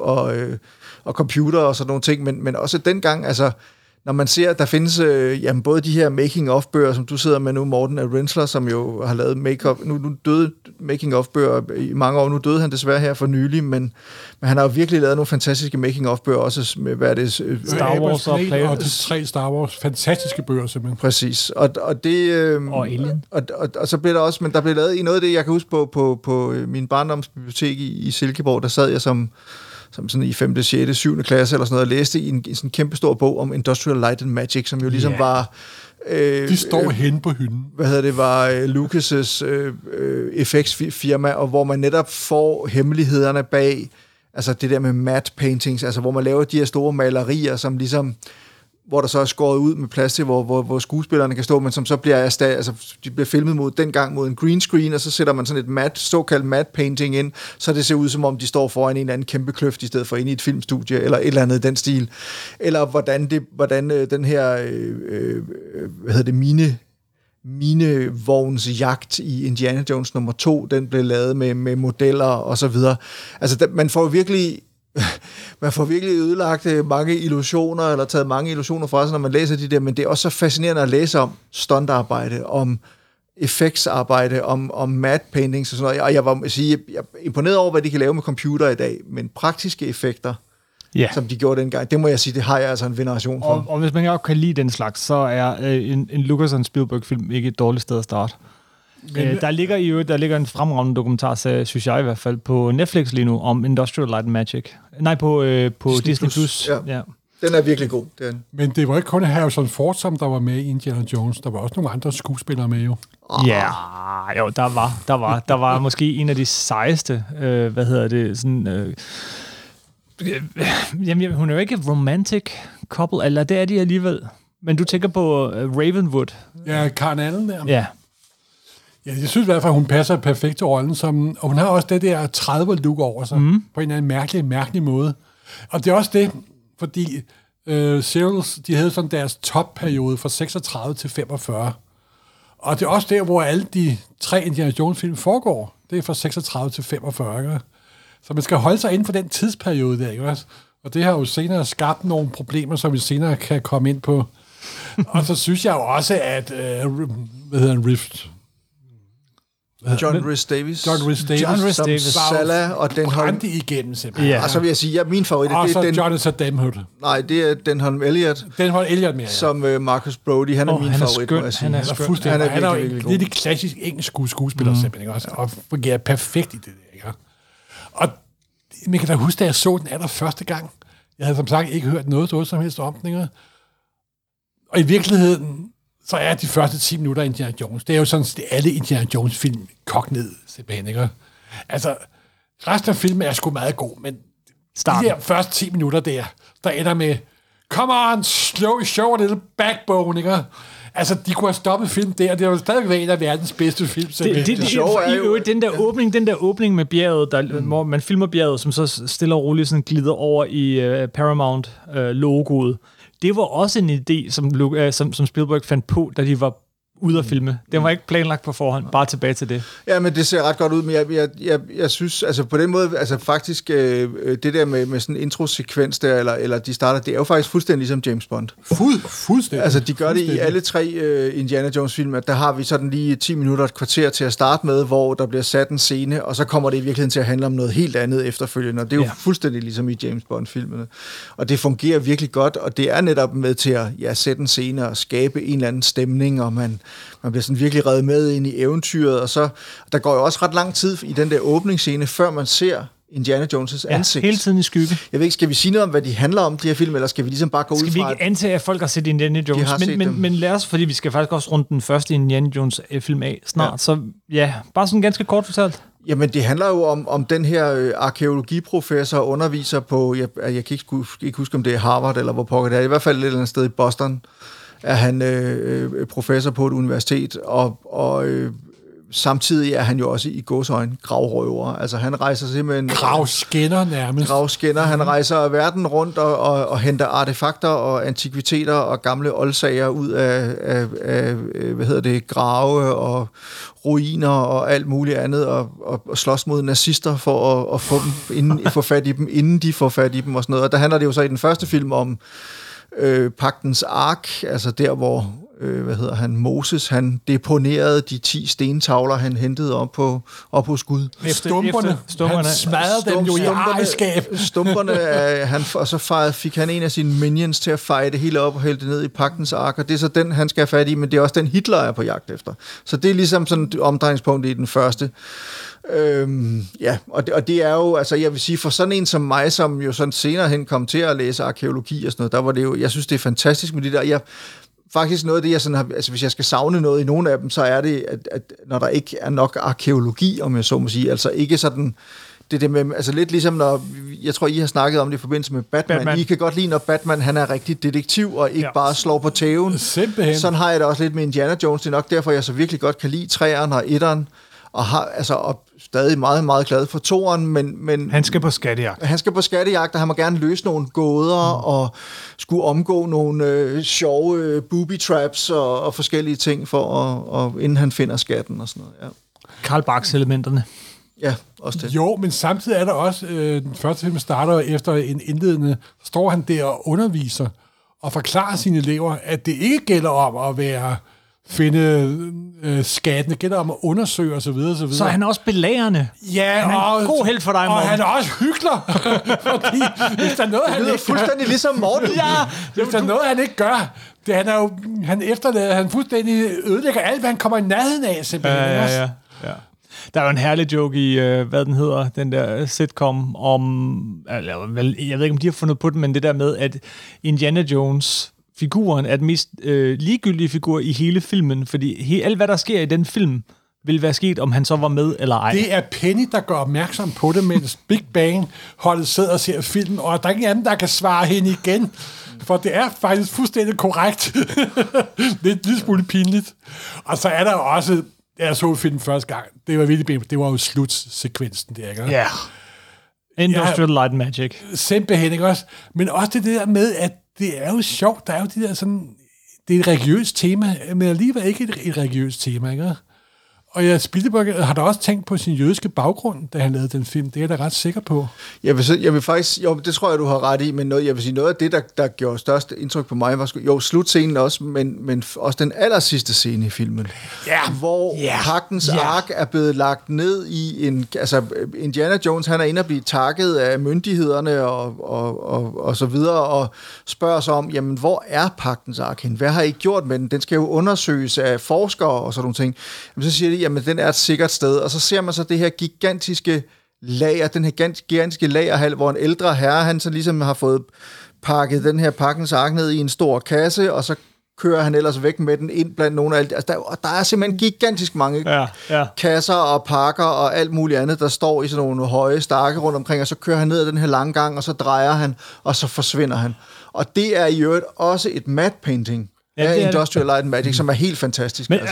og computer og sådan nogle ting, men også dengang, altså, når man ser, at der findes både de her making-of-bøger, som du sidder med nu, Morten Rensler, som jo har lavet make-up. Nu døde making-of-bøger i mange år. Nu døde han desværre her for nylig, men han har jo virkelig lavet nogle fantastiske making-of-bøger, også med, hvad er det? Star Wars og de 3 Star Wars. Fantastiske bøger, simpelthen. Præcis. Og det... og Alien. Og så blev der også... Men der blev lavet i noget af det, jeg kan huske på min barndomsbibliotek i Silkeborg, der sad jeg som sådan i 5., 6., 7. klasse eller sådan noget, og læste i en sådan kæmpe stor bog om Industrial Light and Magic, som jo ligesom var... de står hen på hylden. Var Lucas' effektsfirma, og hvor man netop får hemmelighederne bag, altså det der med matte paintings, altså hvor man laver de her store malerier, som ligesom... hvor der så er skåret ud med plads til, hvor skuespillerne kan stå, men som så bliver altså de bliver filmet dengang mod en green screen, og så sætter man sådan et såkaldt matte painting ind, så det ser ud som om, de står foran en eller anden kæmpe kløft, i stedet for inde i et filmstudie, eller et eller andet i den stil. Eller hvordan den her, minevognsjagt i Indiana Jones nummer 2, den blev lavet med modeller og så videre. Altså, man får virkelig ødelagt mange illusioner, eller taget mange illusioner fra sig, når man læser de der, men det er også så fascinerende at læse om stuntarbejde, om effektsarbejde, om matte paintings og sådan noget. Og jeg er imponeret over, hvad de kan lave med computer i dag, men praktiske effekter, som de gjorde dengang, det må jeg sige, det har jeg altså en veneration for. Og hvis man godt kan lide den slags, så er en Lucas og Spielberg-film ikke et dårligt sted at starte. Der ligger en fremragende dokumentar, synes jeg i hvert fald, på Netflix lige nu, om Industrial Light and Magic. Nej, på Disney Plus. Ja. Den er virkelig god. Men det var ikke kun Harrison Ford, som der var med i Indiana Jones. Der var også nogle andre skuespillere med, jo. Ja, jo, der var måske en af de sejeste, jamen, hun er jo ikke romantic couple, eller det er de alligevel. Men du tænker på Ravenwood. Ja, Karen Allen der. Ja. Ja, jeg synes i hvert fald, hun passer perfekt til rollen, og hun har også det der 30'er-look over sig, på en eller anden mærkelig måde. Og det er også det, fordi Serials, de havde sådan deres topperiode fra 36 til 45. Og det er også der, hvor alle de 3 Indiana Jones-film foregår. Det er fra 36 til 45. Ikke? Så man skal holde sig inden for den tidsperiode der, ikke? Og det har jo senere skabt nogle problemer, som vi senere kan komme ind på. Og så synes jeg jo også, at Rift... John Rhys Davies. Som Salah og Denholm igennem, simpelthen. Ja. Og så vil jeg sige, min favorit og det så er Jonathan Demme. Nej, det er Denholm Elliott. Mere, som Marcus Brody. Han er min favorit, må jeg sige. Han er fuldstændig. Han er virkelig lidt klassisk engelsk skuespiller, simpelthen. Også, og fungerer perfekt i det der. Ikke? Og man kan da huske, da jeg så den allerførste gang. Jeg havde som sagt ikke hørt noget som helst om den. Ikke? Og i virkeligheden så er de første 10 minutter af Indiana Jones. Det er jo sådan, at alle Indiana Jones-film kogt ned, simpelthen, ikke? Altså, Resten af filmen er sgu meget god, men Starten. de der første 10 minutter der ender med, come on, show a little backbone, ikke? Altså, de kunne have stoppet film der, og det var stadig været en af verdens bedste film. Det sjove er jo... Den der åbning med bjerget, hvor man filmer bjerget, som så stille og roligt sådan glider over i Paramount-logoet, det var også en idé, som Spielberg fandt på, da de var ude at filme. Den var ikke planlagt på forhånd. Bare tilbage til det. Ja, men det ser ret godt ud, men jeg synes, altså på den måde, altså faktisk det der med sådan en introsekvens der, eller de starter, det er jo faktisk fuldstændig ligesom James Bond. Fuldstændig. Altså de gør det i alle 3 Indiana Jones-film, at der har vi sådan lige 10 minutter, et kvarter til at starte med, hvor der bliver sat en scene, og så kommer det i virkeligheden til at handle om noget helt andet efterfølgende, og det er jo fuldstændig ligesom i James Bond-filmene. Og det fungerer virkelig godt, og det er netop med til at sætte en scene og skabe en eller anden stemning, og man bliver sådan virkelig revet med ind i eventyret, og så der går jo også ret lang tid i den der åbningsscene, før man ser Indiana Jones' ansigt. Hele tiden i skygge. Jeg ved ikke, skal vi sige noget om, hvad de handler om, de her film, eller skal vi ligesom bare gå ud fra... Skal vi ikke antage, at folk har set Indiana Jones? Men lad os, fordi vi skal faktisk også runde den første Indiana Jones-film af snart, så ja, bare sådan ganske kort fortalt. Jamen, det handler jo om den her arkæologiprofessor og underviser på, jeg kan ikke huske, om det er Harvard, eller hvor pokker det er, i hvert fald et eller andet sted i Boston, er han professor på et universitet, og samtidig er han jo også i gåseøjne gravrøver. Altså han rejser simpelthen... Gravskinner nærmest. Gravskinner. Han rejser verden rundt og henter artefakter og antikviteter og gamle oldsager ud af grave og ruiner og alt muligt andet og slås mod nazister for at få dem, få fat i dem, inden de får fat i dem og sådan noget. Og der handler det jo så i den første film om Pagtens Ark, altså der, hvor Moses, han deponerede de 10 stentavler, han hentede op hos Gud. Stumperne. Han smadrede dem jo i ejerskab. Stumperne, og så fik han en af sine minions til at feje det hele op og hælde det ned i Pagtens Ark, og det er så den, han skal have fat i, men det er også den, Hitler er på jagt efter. Så det er ligesom sådan et omdrejningspunkt i den første. Og det er jo, altså jeg vil sige, for sådan en som mig, som jo sådan senere hen kom til at læse arkæologi og sådan noget, der var det jo, jeg synes, det er fantastisk med det der. Faktisk noget af det, jeg sådan har, altså hvis jeg skal savne noget i nogle af dem, så er det, at når der ikke er nok arkæologi, om jeg så må sige, altså ikke sådan, det med, altså lidt ligesom når, jeg tror, I har snakket om det i forbindelse med Batman. I kan godt lide, når Batman, han er rigtig detektiv, og ikke bare slår på tæven. Simpelthen. Sådan har jeg det også lidt med Indiana Jones, det er nok derfor, jeg så virkelig godt kan lide 3'eren og 1'eren, og stadig meget, meget glad for 2'eren, men... Han skal på skattejagt. Han skal på skattejagt, og han må gerne løse nogle gåder, og skulle omgå nogle sjove booby traps og forskellige ting, inden han finder skatten og sådan noget, ja. Karl Barks-elementerne. Ja, også det. Jo, men samtidig er der også, den første film starter efter en indledende, står han der og underviser, og forklarer sine elever, at det ikke gælder om at finde skatten, det gælder om at undersøge og så videre. Så han er også belærende. Ja, han er en god held for dig, Morten. Og han er også hyggelig, fordi hvis der er noget, han ikke fuldstændig ligesom Morten. Ja, hvis der er noget, han ikke gør, han efterlader, han fuldstændig ødelægger alt, hvad han kommer i nærheden af, simpelthen. Ja. Der er jo en herlig joke i, hvad den hedder, den der sitcom om, jeg ved ikke, om de har fundet på den, men det der med, at Indiana Jones... figuren er den mest ligegyldige figur i hele filmen, fordi alt, hvad der sker i den film, vil være sket, om han så var med eller ej. Det er Penny, der gør opmærksom på det, mens Big Bang holdet sidder og ser filmen, og der er ingen anden, der kan svare hende igen, for det er faktisk fuldstændig korrekt. Det er en lille smule pinligt. Og så er der også, jeg så filmen første gang, det var virkelig, det var jo slutsekvensen der, ikke? Ja. Yeah. Industrial Light Magic. Simpelthen, ikke også? Men også det der med, at det er jo sjovt, der er jo de der sådan, det er et religiøst tema, men alligevel ikke et religiøst tema, ikke? Og Spielberg har da også tænkt på sin jødiske baggrund, da han lavede den film. Det er jeg da ret sikker på. Jeg vil faktisk, jo, det tror jeg, du har ret i, men jeg vil sige, noget af det, der gjorde størst indtryk på mig, var jo slutscenen også, men også den allersidste scene i filmen. Hvor Pagtens Ark er blevet lagt ned i Indiana Jones, han er inde og blive takket af myndighederne og så videre, og spørger sig om, jamen, hvor er Pagtens Ark hen? Hvad har I gjort med den? Den skal jo undersøges af forskere og sådan nogle ting. Jamen, så siger de, jamen den er et sikkert sted, og så ser man så det her gigantiske lager, den her gigantiske lagerhal, hvor en ældre herre, han så ligesom har fået pakket den her Pagtens Ark ned i en stor kasse, og så kører han ellers væk med den ind blandt nogle af alle. Altså, der er simpelthen gigantisk mange kasser og pakker og alt muligt andet, der står i sådan nogle høje stakke rundt omkring, og så kører han ned ad den her lange gang, og så drejer han, og så forsvinder han. Og det er i øvrigt også et matte painting af Industrial Light and Magic, som er helt fantastisk. Men,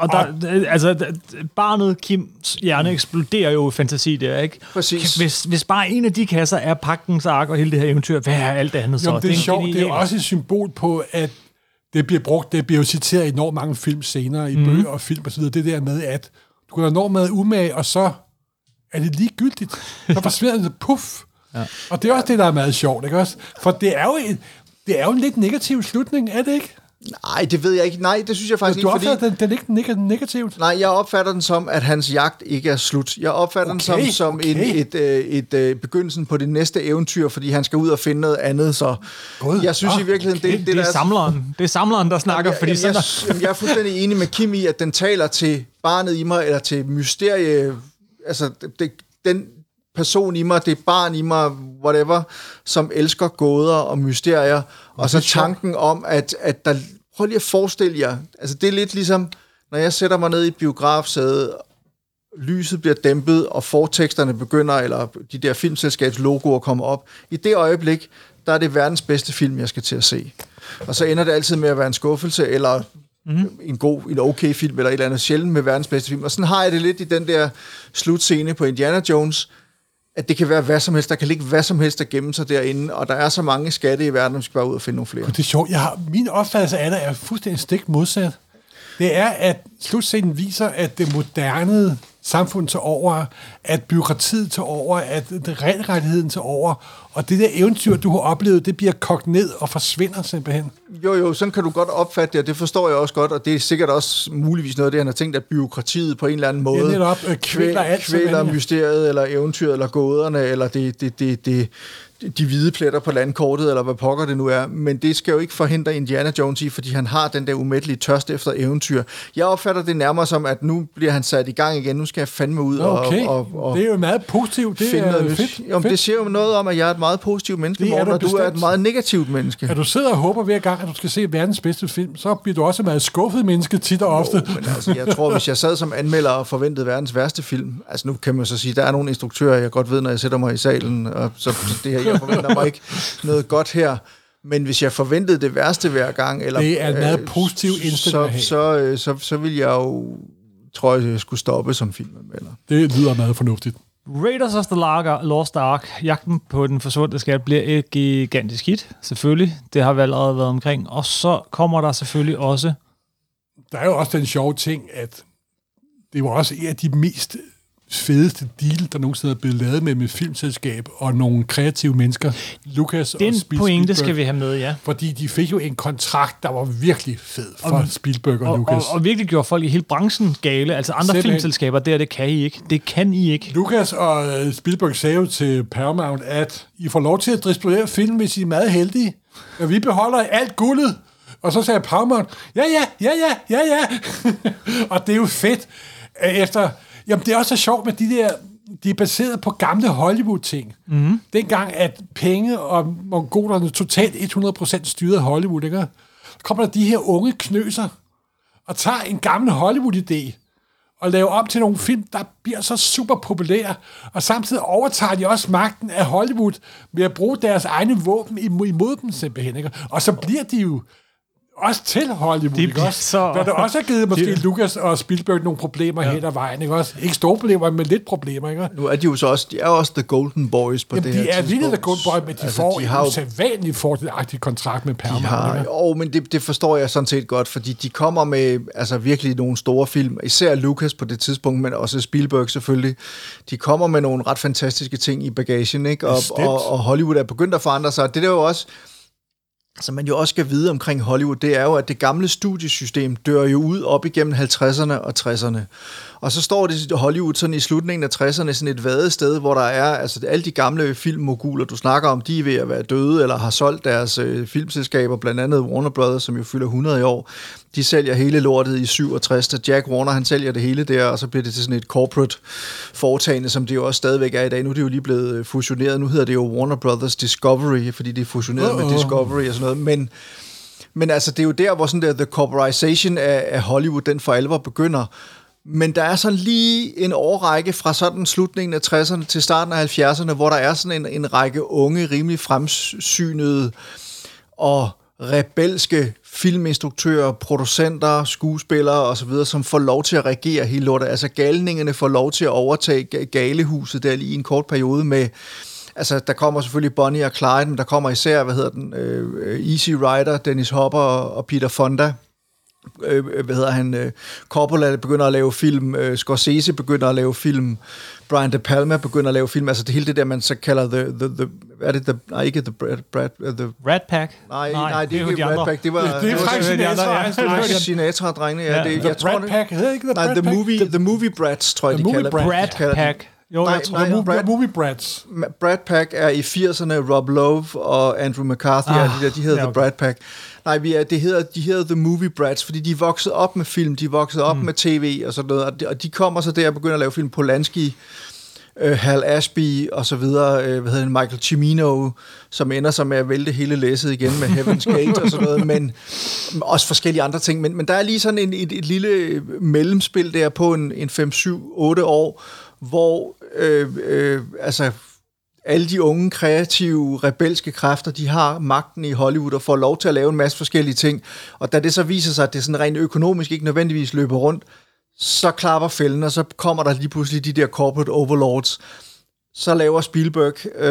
barnet Kims hjerne eksploderer jo i fantasi der, ikke? Præcis. Hvis bare en af de kasser er Pagtens Ark og hele det her eventyr, hvad er alt andet så? Jo, det er sjovt. Det er også et symbol på, at det bliver brugt, det bliver jo citeret i enormt mange film senere, i bøger og film og så videre. Det der med, at du kan have enormt meget umage, og så er det ligegyldigt. Så forsvinder det, puff. Ja. Og det er også det, der er meget sjovt, ikke også? For det er jo en lidt negativ slutning, er det ikke? Nej, det ved jeg ikke. Nej, det synes jeg faktisk ikke, fordi... Du opfatter den ikke negativt? Nej, jeg opfatter den som, at hans jagt ikke er slut. Jeg opfatter den som et begyndelsen på det næste eventyr, fordi han skal ud og finde noget andet, så... God. Jeg synes i virkeligheden... Det er samleren. Det er samleren, der snakker, fordi sådan... Jeg er fuldstændig enig med Kim i, at den taler til barnet i mig, eller til mysterie... Altså, den person i mig, det barn i mig, whatever, som elsker gåder og mysterier, og så tanken om, at der... Prøv lige at forestille jer, altså det er lidt ligesom, når jeg sætter mig ned i et biografsæde, lyset bliver dæmpet, og forteksterne begynder, eller de der filmselskabs logoer kommer op. I det øjeblik, der er det verdens bedste film, jeg skal til at se. Og så ender det altid med at være en skuffelse, eller en okay film, eller et eller andet sjældent med verdens bedste film. Og sådan har jeg det lidt i den der slutscene på Indiana Jones, at det kan være hvad som helst, der kan ligge hvad som helst, der gemmer sig derinde, og der er så mange skatte i verden, at vi skal bare ud og finde nogle flere. Det er sjovt. Min opfattelse af det er fuldstændig stik modsat. Det er, at slutscenen viser, at det moderne samfund tager over, at byråkratiet tager over, at regelrettigheden tager over, og det der eventyr, du har oplevet, det bliver kogt ned og forsvinder simpelthen. Jo, sådan kan du godt opfatte det, og det forstår jeg også godt, og det er sikkert også muligvis noget af det, han har tænkt, at byråkratiet på en eller anden måde kvæler mysteriet, eller eventyret, eller gåderne, eller de hvide pletter på landkortet, eller hvad pokker det nu er, men det skal jo ikke forhindre Indiana Jones i, fordi han har den der umættelige tørst efter eventyr. Jeg opfatter det nærmere som, at nu bliver han sat i gang igen, nu skal jeg fandme ud og det er jo meget positivt, det er fedt. Jo, det siger jo noget om, at jeg er et meget positivt menneske, Morten, og du er et meget negativt menneske. At du sidder og håber hver gang, at du skal se verdens bedste film, så bliver du også meget skuffet menneske tit og ofte. Men altså, jeg tror, hvis jeg sad som anmelder og forventede verdens værste film, altså nu kan man så sige, der er nogle instruktører, jeg godt ved, når jeg sætter mig i salen, og så det her, jeg forventer mig ikke noget godt her. Men hvis jeg forventede det værste hver gang, eller det er en meget positiv indstilling, så vil jeg jo, tror jeg skulle stoppe som filmanmelder. Det lyder meget fornuftigt. Raiders of the Lost Ark, jagten på den forsvundne skat, bliver et gigantisk hit, selvfølgelig. Det har vi allerede været omkring. Og så kommer der selvfølgelig også... Der er jo også den sjove ting, at det var også en af de mest fedeste deal, der nogensinde er blevet lavet med et filmselskab og nogle kreative mennesker, Lucas og Spielberg. Den pointe skal vi have med, ja. Fordi de fik jo en kontrakt, der var virkelig fed for Spielberg og Lucas. Og virkelig gjorde folk i hele branchen gale. Altså andre filmselskaber, det kan I ikke. Det kan I ikke. Lucas og Spielberg sagde jo til Paramount, at I får lov til at distribuere film, hvis I er meget heldige. Og vi beholder alt guldet. Og så sagde Paramount, ja. Og det er jo fedt. Jamen, det er også så sjovt med de er baseret på gamle Hollywood-ting. Mm-hmm. Dengang, at penge og mongolerne totalt 100% styrede Hollywood, ikke? Så kommer der de her unge knøser og tager en gammel Hollywood-idé og laver om til nogle film, der bliver så super populære, og samtidig overtager de også magten af Hollywood ved at bruge deres egne våben imod dem simpelthen, ikke? Og så bliver de jo også til Hollywood, ikke også? Der også har givet måske Lucas og Spielberg nogle problemer hen ad vejen, ikke også? Ikke store problemer, men lidt problemer, ikke? Nu er de jo så også, de er også The Golden Boys på det her tidspunkt. De er virkelig The Golden Boys, men de får en usædvanlig fordelagtig kontrakt med Paramount. Men det forstår jeg sådan set godt, fordi de kommer med altså virkelig nogle store film, især Lucas på det tidspunkt, men også Spielberg selvfølgelig. De kommer med nogle ret fantastiske ting i bagagen, ikke? Og Hollywood er begyndt at forandre sig. Det er jo også... som man jo også skal vide omkring Hollywood, det er jo, at det gamle studiesystem dør jo ud op igennem 50'erne og 60'erne. Og så står det Hollywood sådan i slutningen af 60'erne sådan et vadested, hvor der er, altså alle de gamle filmmoguler, du snakker om, de er ved at være døde, eller har solgt deres filmselskaber, blandt andet Warner Brothers, som jo fylder 100 i år. De sælger hele lortet i 67, og Jack Warner, han sælger det hele der, og så bliver det til sådan et corporate foretagende, som det jo også stadigvæk er i dag. Nu er det jo lige blevet fusioneret. Nu hedder det jo Warner Brothers Discovery, fordi det er fusioneret med Discovery og sådan noget. Men altså, det er jo der, hvor sådan der the corporatization af Hollywood, den for alvor begynder. Men der er sådan lige en årrække fra sådan slutningen af 60'erne til starten af 70'erne, hvor der er sådan en række unge, rimelig fremsynede og rebelske filminstruktører, producenter, skuespillere osv., som får lov til at regere hele lortet. Altså galningerne får lov til at overtage galehuset der lige i en kort periode med... Altså, der kommer selvfølgelig Bonnie og Clyde, men der kommer især, Easy Rider, Dennis Hopper og Peter Fonda. Coppola begynder at lave film, Scorsese begynder at lave film, Brian De Palma begynder at lave film, altså det hele det der, man så kalder the Rat Pack? Nej, det er ikke Rat Pack, det var Frank Sinatra-drengene, ja. The Brat Pack, hedder ikke The Brat Pack? The Movie Brats, tror jeg, de kalder det. Brat Pack. Jo, jeg tror, Movie Brats. Brat Pack er i 80'erne, Rob Lowe og Andrew McCarthy, de hedder The Brat Pack. Nej, de hedder The Movie Brats, fordi de er vokset op med film, de er vokset op med tv og sådan noget, og de kommer så der og begynder at lave film. Polanski, Hal Ashby og så videre, Michael Cimino, som ender så med at vælte hele læsset igen med Heaven's Gate og sådan noget, men også forskellige andre ting. Men der er lige sådan et lille mellemspil der på en 5, 7, 8 år, hvor altså alle de unge, kreative, rebelske kræfter, de har magten i Hollywood og får lov til at lave en masse forskellige ting. Og da det så viser sig, at det sådan rent økonomisk ikke nødvendigvis løber rundt, så klapper fælden, og så kommer der lige pludselig de der corporate overlords. Så laver Spielberg,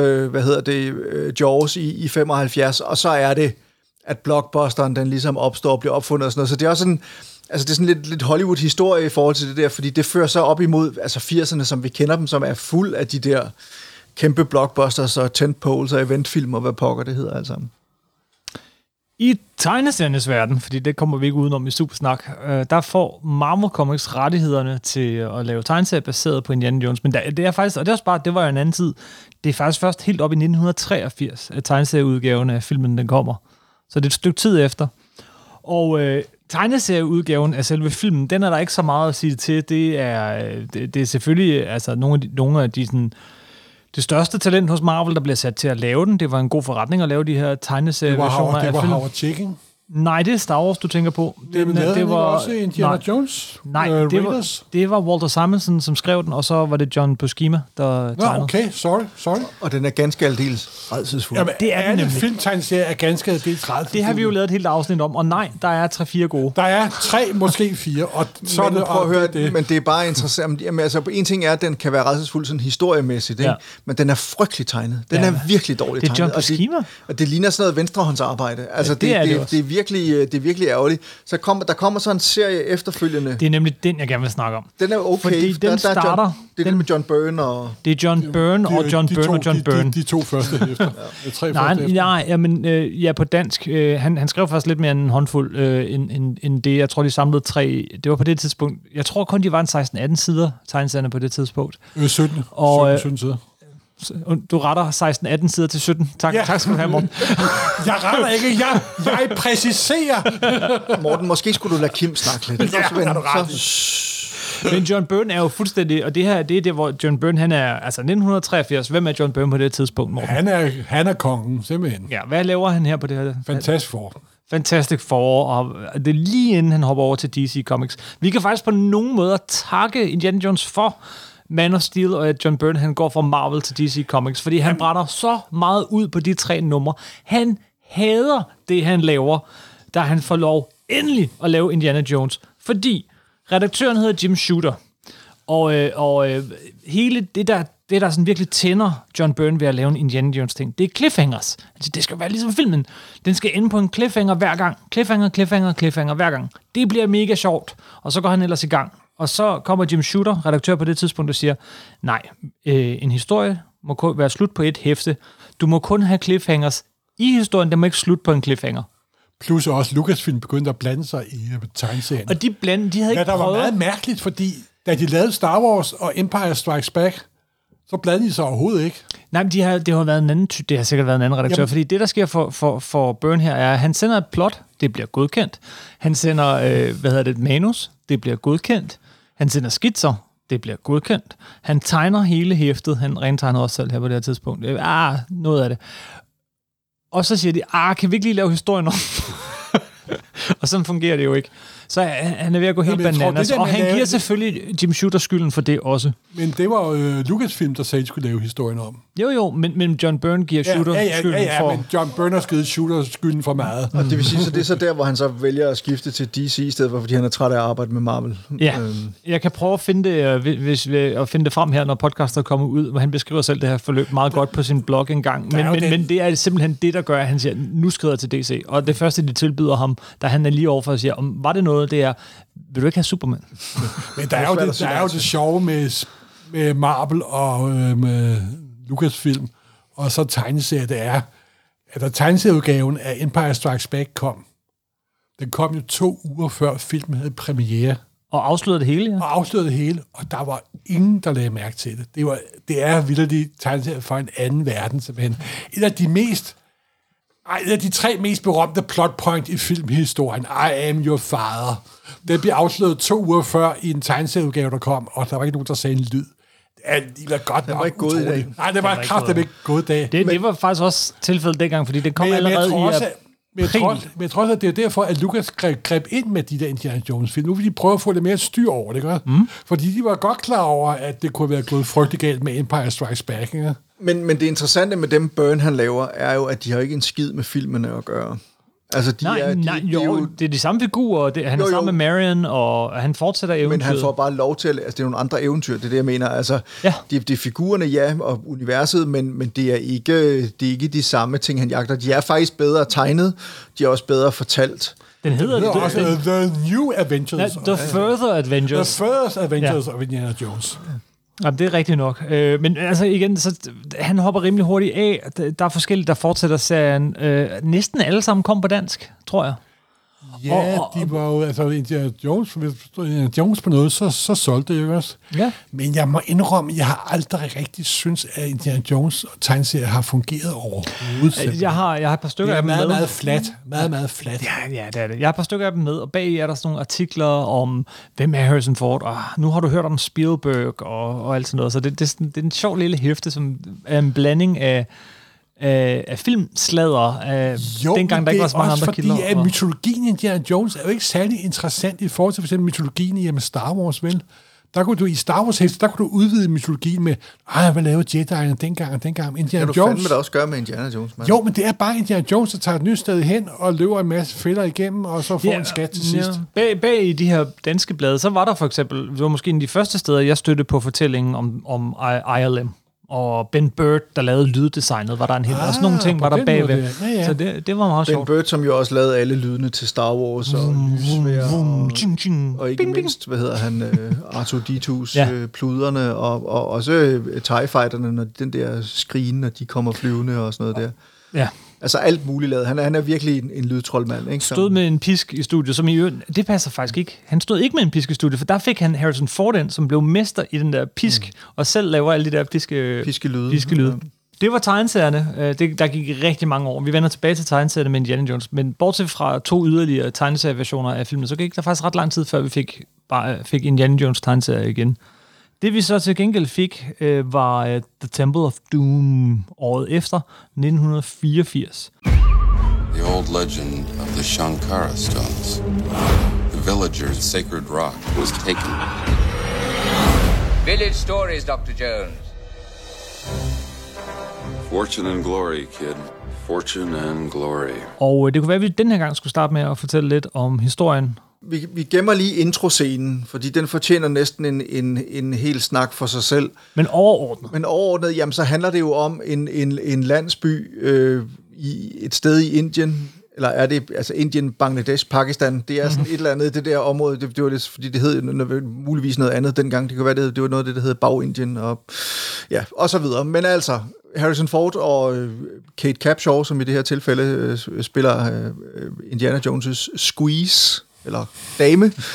Jaws i 75, og så er det, at blockbusteren den ligesom opstår og bliver opfundet og sådan noget. Så det er også sådan, altså det er sådan lidt Hollywood-historie i forhold til det der, fordi det fører så op imod altså 80'erne, som vi kender dem, som er fuld af de der kæmpe blockbusters og tentpoles og eventfilm og hvad pokker det hedder alt sammen. I tegneseriernes verden, fordi det kommer vi ikke udenom i Supersnak, der får Marvel Comics rettighederne til at lave tegneserier baseret på Indiana Jones. Men det er faktisk, og det er også bare, det var jo en anden tid, det er faktisk først helt op i 1983, at tegneserieudgaven af filmen den kommer. Så det er et stykke tid efter. Og tegneserieudgaven af selve filmen, den er der ikke så meget at sige til. Det er selvfølgelig altså nogle af de sådan, det største talent hos Marvel, der bliver sat til at lave den. Det var en god forretning at lave de her tegneserieversioner af film. Det var Howard Chaykin. Nej, det er Star Wars, du tænker på. Det var også Indiana Jones? Nej, det var Walter Simonson, som skrev den, og så var det John Buscema, der tegnede. Okay, sorry. Og den er ganske aldeles rædselsfuld. Jamen, det er alle filmtegneserier er ganske aldeles rædselsfuld. Det har vi jo lavet et helt afsnit om, og nej, der er 3-4 gode. Der er 3, måske 4, og så er det... Prøv at høre, det. Men det er bare interessant. Jamen, altså, en ting er, at den kan være rædselsfuld sådan historiemæssigt, ikke? Men den er frygtelig tegnet. Den er virkelig dårligt tegnet. Det er John Buscema. Og det ligner sådan noget venstrehåndsarbejde. Altså, det er virkelig ærgerligt. Så der kommer så en serie efterfølgende. Det er nemlig den, jeg gerne vil snakke om. Den er okay. Fordi den starter... Det er det med John Byrne og... Det er John Byrne og John Byrne og John Byrne. De to første efter. Nej, på dansk. Han skrev faktisk lidt mere end en håndfuld end det. Jeg tror, de samlede 3. Det var på det tidspunkt. Jeg tror kun, de var en 16-18 sider, tegneserierne på det tidspunkt. 17 sider. Du retter 16-18 sider til 17. Tak skal du have, Morten. Jeg retter ikke, jeg præciserer. Morten, måske skulle du lade Kim snakke lidt. Men John Byrne er jo fuldstændig, og det her, det er det, hvor John Byrne, han er, altså 1983, hvem er John Byrne på det tidspunkt, Morten? Han er kongen, simpelthen. Ja, hvad laver han her på det her? Fantastic Four, og det er lige inden han hopper over til DC Comics. Vi kan faktisk på nogen måder takke Indiana Jones for Man of Steel, og at John Byrne, han går fra Marvel til DC Comics, fordi han brænder så meget ud på de 3 numre. Han hader det, han laver, da han får lov endelig at lave Indiana Jones, fordi redaktøren hedder Jim Shooter, og hele det der sådan virkelig tænder John Byrne ved at lave en Indiana Jones ting, det er cliffhangers. Altså, det skal være ligesom filmen. Den skal ende på en cliffhanger hver gang. Cliffhanger hver gang. Det bliver mega sjovt, og så går han ellers i gang. Og så kommer Jim Shooter, redaktør på det tidspunkt, og siger, nej, en historie må være slut på et hæfte. Du må kun have cliffhangers i historien, der må ikke slut på en cliffhanger. Plus også Lucasfilm begyndte at blande sig i tegneserien. Og de havde ikke prøvet... der var meget mærkeligt, fordi da de lavede Star Wars og Empire Strikes Back, så blandede de sig overhovedet ikke. Nej, men det har været en anden det har sikkert været en anden redaktør, fordi det, der sker for Byrne her, er, at han sender et plot, det bliver godkendt. Han sender, et manus, det bliver godkendt. Han sender skitser, det bliver godkendt. Han tegner hele hæftet, han rentegner også selv her på det her tidspunkt. Noget af det. Og så siger de, kan vi ikke lige lave historien om? Og sådan fungerer det jo ikke. Så han er ved at gå helt bananas, og han giver selvfølgelig Jim Shooter skylden for det også. Men det var jo Lucasfilm, der sagde, at skulle lave historien om. Jo, men John Byrne giver Shooter skylden for... Ja, men John Byrne har givet Shooter skylden for meget. Og det vil sige, så det er så der, hvor han så vælger at skifte til DC i stedet for, fordi han er træt af at arbejde med Marvel. Ja, jeg kan prøve at finde det frem her, når podcastet kommer ud, hvor han beskriver selv det her forløb meget godt på sin blog engang. Men det er simpelthen det, der gør, at han siger, nu skrider jeg til DC. Og det første, de tilbyder ham, da han er lige overfor og siger, var det noget, det er, vil du ikke have Superman? Men der er jo det sjove med Marvel og med Lucasfilm, og så tegneserier, det er, at da tegneserieudgaven af Empire Strikes Back kom, den kom jo 2 uger før filmen havde premiere. Og afslørede det hele, ja. Og afslørede det hele, og der var ingen, der lagde mærke til det. Det er vitterligt tegneserier fra en anden verden, simpelthen. Et af de 3 mest berømte plotpoint i filmhistorien, I Am Your Father. Det blev afsløret 2 uger før i en tegneserieudgave, der kom, og der var ikke nogen, der sagde en lyd. Det var godt nok ikke i dag. Nej, det var kraftigt ikke gået i dag. Det var faktisk også tilfældet dengang, fordi det kom allerede Men jeg tror også, at det er derfor, at Lucas greb ind med de der Indiana Jones-film. Nu vil de prøve at få lidt mere styr over det, ikke? Fordi de var godt klar over, at det kunne være gået frygtelig galt med Empire Strikes Back, ikke? Men det interessante med dem Byrne, han laver, er jo, at de har ikke en skid med filmene at gøre. Altså, det er de samme figurer. Han er sammen med Marion, og han fortsætter eventyret. Men han får bare lov til, det er nogle andre eventyr, det er det, jeg mener. Altså, det er figurerne, ja, og universet, men det er ikke de samme ting, han jagter. De er faktisk bedre tegnet, de er også bedre fortalt. Den hedder også The New Adventures. The Further Adventures. The Further Adventures of Indiana Jones. Ja, det er rigtigt nok. Men altså igen, så han hopper rimelig hurtigt af. Der er forskellige, der fortsætter serien. Næsten alle sammen kom på dansk, tror jeg. Ja, de var jo, altså Indiana Jones på noget, så solgte det jo også. Ja. Men jeg må indrømme, jeg har aldrig rigtig synes, at Indiana Jones tegneserier har fungeret overhovedet. Jeg har et par stykker af dem med. Det er meget flat. Ja, det er det. Jeg har et par stykker af dem med, og bag er der sådan nogle artikler om, hvem er Harrison Ford, og nu har du hørt om Spielberg og alt sådan noget. Så det er en sjov lille hæfte, som er en blanding af filmsladder dengang der ikke var så mange andre kilder. Fordi mytologien i Indiana Jones er jo ikke særlig interessant i forhold til for eksempel mytologien i Star Wars, vel? Der kunne du i Star Wars der kunne du udvide mytologien med, hvad lavede Jedi'erne dengang. Indiana Jones. Fandme da også gøre med Indiana Jones, man. Jo, men det er bare Indiana Jones, der tager et nyt sted hen og løber en masse fælder igennem, og så får en skat til sidst. Bag i de her danske blade, så var der for eksempel, det var måske en af de første steder, jeg stødte på fortællingen om ILM. Og Ben Burtt, der lavede lyddesignet, var der en hel og sådan nogle ting, var der bagved. Ja. Så det var meget sjovt. Ben Burtt, som jo også lavede alle lydene til Star Wars og lysvær og ikke mindst, hvad hedder han, R2-D2's pluderne og også TIE Fighterne, når den der skrigen, når de kommer flyvende og sådan noget der. Ja. Altså alt muligt lavet. Han er virkelig en lydtroldmand. Ikke? Stod med en pisk i studiet, som i øvrigt, det passer faktisk ikke. Han stod ikke med en pisk i studiet, for der fik han Harrison Ford ind, som blev mester i den der pisk, og selv laver alle de der piskelyde. Ja. Det var tegneserierne. Der gik rigtig mange år. Vi vender tilbage til tegneserierne med Indiana Jones, men bortset fra 2 yderligere tegneserieversioner af filmen, så gik der faktisk ret lang tid, før vi fik Indiana Jones tegneserier igen. Det vi så til gengæld fik, var The Temple of Doom året efter, 1984. The old legend of the Shankara stones. The villager's sacred rock was taken. Village stories, Dr. Jones. Fortune and glory, kid. Fortune and glory. Og det kunne være, at vi den her gang skulle starte med at fortælle lidt om historien. Vi gemmer lige introscenen, fordi den fortjener næsten en hel snak for sig selv. Men overordnet, jamen så handler det jo om en landsby i et sted i Indien, eller er det altså Indien, Bangladesh, Pakistan, det er sådan et eller andet, det der område, det var det, fordi det hed muligvis noget andet dengang, det kunne være, det var noget af det, der hed Bag-Indien, og så videre. Men altså, Harrison Ford og Kate Capshaw, som i det her tilfælde spiller Indiana Jones' Squeeze, eller dame,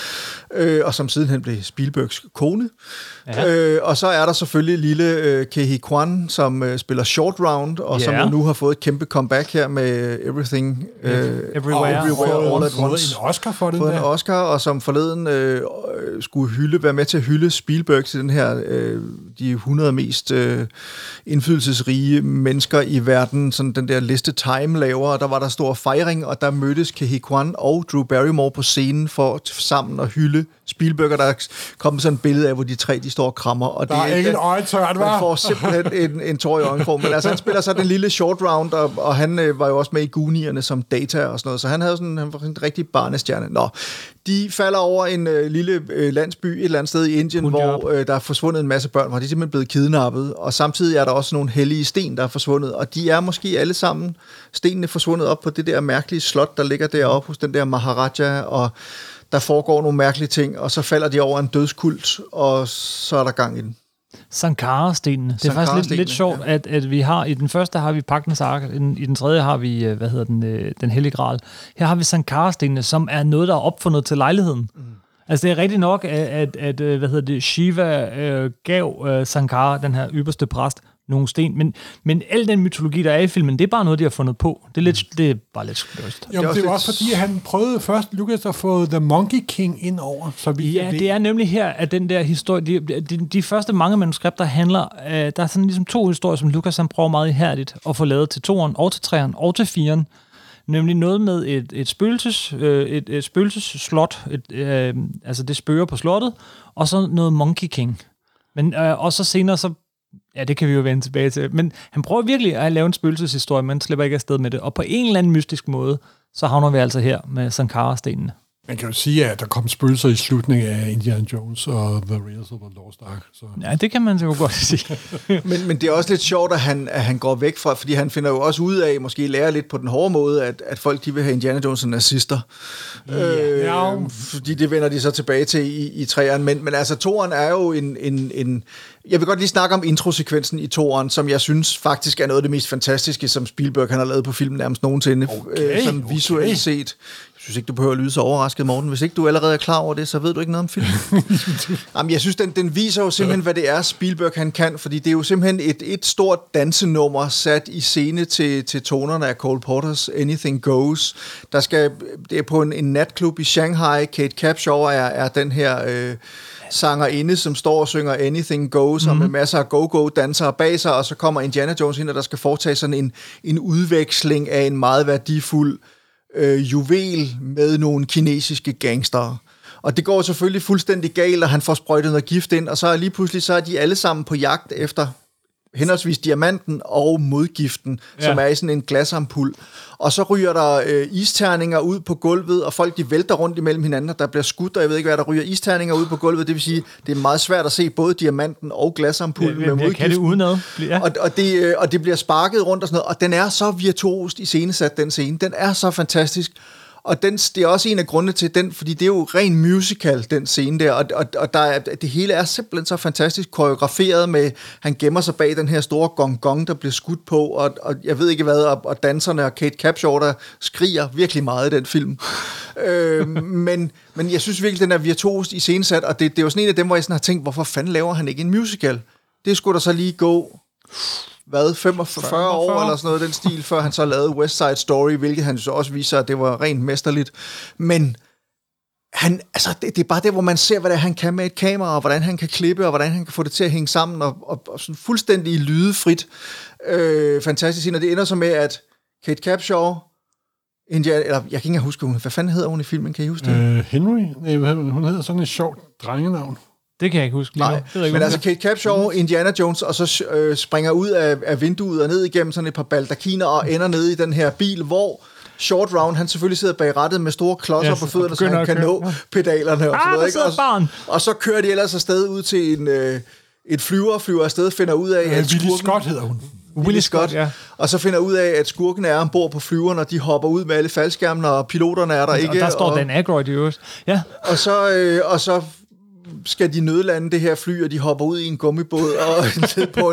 og som sidenhen blev Spielbergs kone. Og så er der selvfølgelig lille Ke Kwan, som spiller Short Round, og som nu har fået et kæmpe comeback her med Everything Everywhere All at Once. En Oscar for den der. En Oscar, og som forleden skulle være med til at hylde Spielberg til den her, de 100 mest indflydelsesrige mennesker i verden, sådan den der liste Time laver, og der var der stor fejring, og der mødtes Ke Kwan og Drew Barrymore på scenen for sammen at hylde Spielberg, og der kom sådan et billede af, hvor de tre, de står og krammer. Og der er ikke en øjetørt, hva'? Man får simpelthen en tår i øjenkrogen. Men altså, han spiller så den lille Short Round, og han var jo også med i Goonierne som Data og sådan noget, så han var sådan en rigtig barnestjerne. Nå, de falder over en lille landsby et eller andet sted i Indien, hvor der er forsvundet en masse børn, hvor de er simpelthen blevet kidnappet, og samtidig er der også nogle hellige sten, der er forsvundet, og de er måske alle sammen stenene forsvundet op på det der mærkelige slot, der ligger deroppe hos den der Maharaja, og der foregår nogle mærkelige ting, og så falder de over en dødskult, og så er der gang i den. Sankara-stenene. Det er faktisk lidt sjovt, at vi har, i den første har vi Pagtens Ark, i den tredje har vi, den hellige gral. Her har vi Sankara-stenene, som er noget, der er opfundet til lejligheden. Altså det er rigtigt nok, at Shiva gav Sankara, den her ypperste præst, nogle sten, men al den mytologi, der er i filmen, det er bare noget, de har fundet på. Det er bare lidt skørt. Jo, det er også fordi, han prøvede først, Lucas, at få The Monkey King ind over. Så det er nemlig her, at den der historie, de første mange manuskripter handler, der er sådan ligesom to historier, som Lucas han prøver meget ihærdigt at få lavet til 2'eren, og til 3'eren, og til 4'eren. Nemlig noget med et spøgelsesslot, altså det spøger på slottet, og så noget Monkey King. Men, og så senere, så ja, det kan vi jo vende tilbage til. Men han prøver virkelig at lave en spøgelseshistorie, men slipper ikke afsted med det. Og på en eller anden mystisk måde, så havner vi altså her med Sankara-stenene. Man kan jo sige, at der kom spøgelser i slutningen af Indiana Jones og The Raiders of the Lost Ark. Så. Ja, det kan man jo godt sige. men det er også lidt sjovt, at han går væk fra, fordi han finder jo også ud af, måske lærer lidt på den hårde måde, at folk de vil have Indiana Jones som nazister. Fordi det vender de så tilbage til i 3'eren. Men altså, 2'eren er jo en jeg vil godt lige snakke om introsekvensen i 2'eren, som jeg synes faktisk er noget af det mest fantastiske, som Spielberg han har lavet på filmen nærmest nogensinde. Sådan visuelt set. Jeg synes ikke, du behøver at lyde så overrasket, Morten. Hvis ikke du allerede er klar over det, så ved du ikke noget om filmen. Jamen, jeg synes, den viser jo simpelthen, hvad det er, Spielberg han kan, fordi det er jo simpelthen et stort dansenummer sat i scene til tonerne af Cole Porters Anything Goes. Det er på en natklub i Shanghai. Kate Capshaw er den her sangerinde, som står og synger Anything Goes, og med masser af go-go-dansere bag sig, og så kommer Indiana Jones ind, og der skal foretage sådan en udveksling af en meget værdifuld juvel med nogle kinesiske gangstere. Og det går selvfølgelig fuldstændig galt, og han får sprøjtet noget gift ind, og så lige pludselig så er de alle sammen på jagt efter henholdsvis diamanten og modgiften, som er i sådan en glasampul. Og så ryger der isterninger ud på gulvet, og folk de vælter rundt imellem hinanden, og der bliver skudt, og jeg ved ikke hvad, der ryger isterninger ud på gulvet. Det vil sige, det er meget svært at se både diamanten og glasampullen med modgiften. Kan det udenad? Ja. Og det bliver sparket rundt og sådan noget, og den er så virtuost iscenesat, den scene. Den er så fantastisk. Og det er også en af grundene til den, fordi det er jo ren musical, den scene der, og der er, det hele er simpelthen så fantastisk koreograferet med, han gemmer sig bag den her store gong, der bliver skudt på, og jeg ved ikke hvad, og danserne og Kate Capshaw, der skriger virkelig meget i den film. Men jeg synes virkelig, den er virtuost iscenesat, og det er jo sådan en af dem, hvor jeg sådan har tænkt, hvorfor fanden laver han ikke en musical? Det skulle der så lige gå 45 år eller sådan noget den stil, før han så lavede West Side Story, hvilket han så også viser, at det var rent mesterligt. Men det er bare det, hvor man ser, hvad det er, han kan med et kamera, og hvordan han kan klippe, og hvordan han kan få det til at hænge sammen, og sådan fuldstændig lydefrit. Fantastisk scene, og det ender så med, at Kate Capshaw, eller jeg kan ikke engang huske, hvad fanden hedder hun i filmen, kan I huske det? Henry? Nej, hun hedder sådan et sjovt drengenavn. Det kan jeg ikke huske. Nej, men altså Kate Capshaw, Indiana Jones, og så springer ud af vinduet og ned igennem sådan et par baldakiner og ender nede i den her bil, hvor Short Round, han selvfølgelig sidder bag rattet med store klodser på fødderne, så han kan nå pedalerne og sådan noget. Ikke? Og så kører de ellers afsted ud til et flyver afsted, finder ud af, at Willie Scott hedder hun. Willie Scott, ja. Og så finder ud af, at skurken er ombord på flyveren, og de hopper ud med alle faldskærmene, og piloterne er der ikke. Og der står Dan Aykroyd i øvrigt. Ja. Og så skal de nødlande det her fly, og de hopper ud i en gummibåd og ned på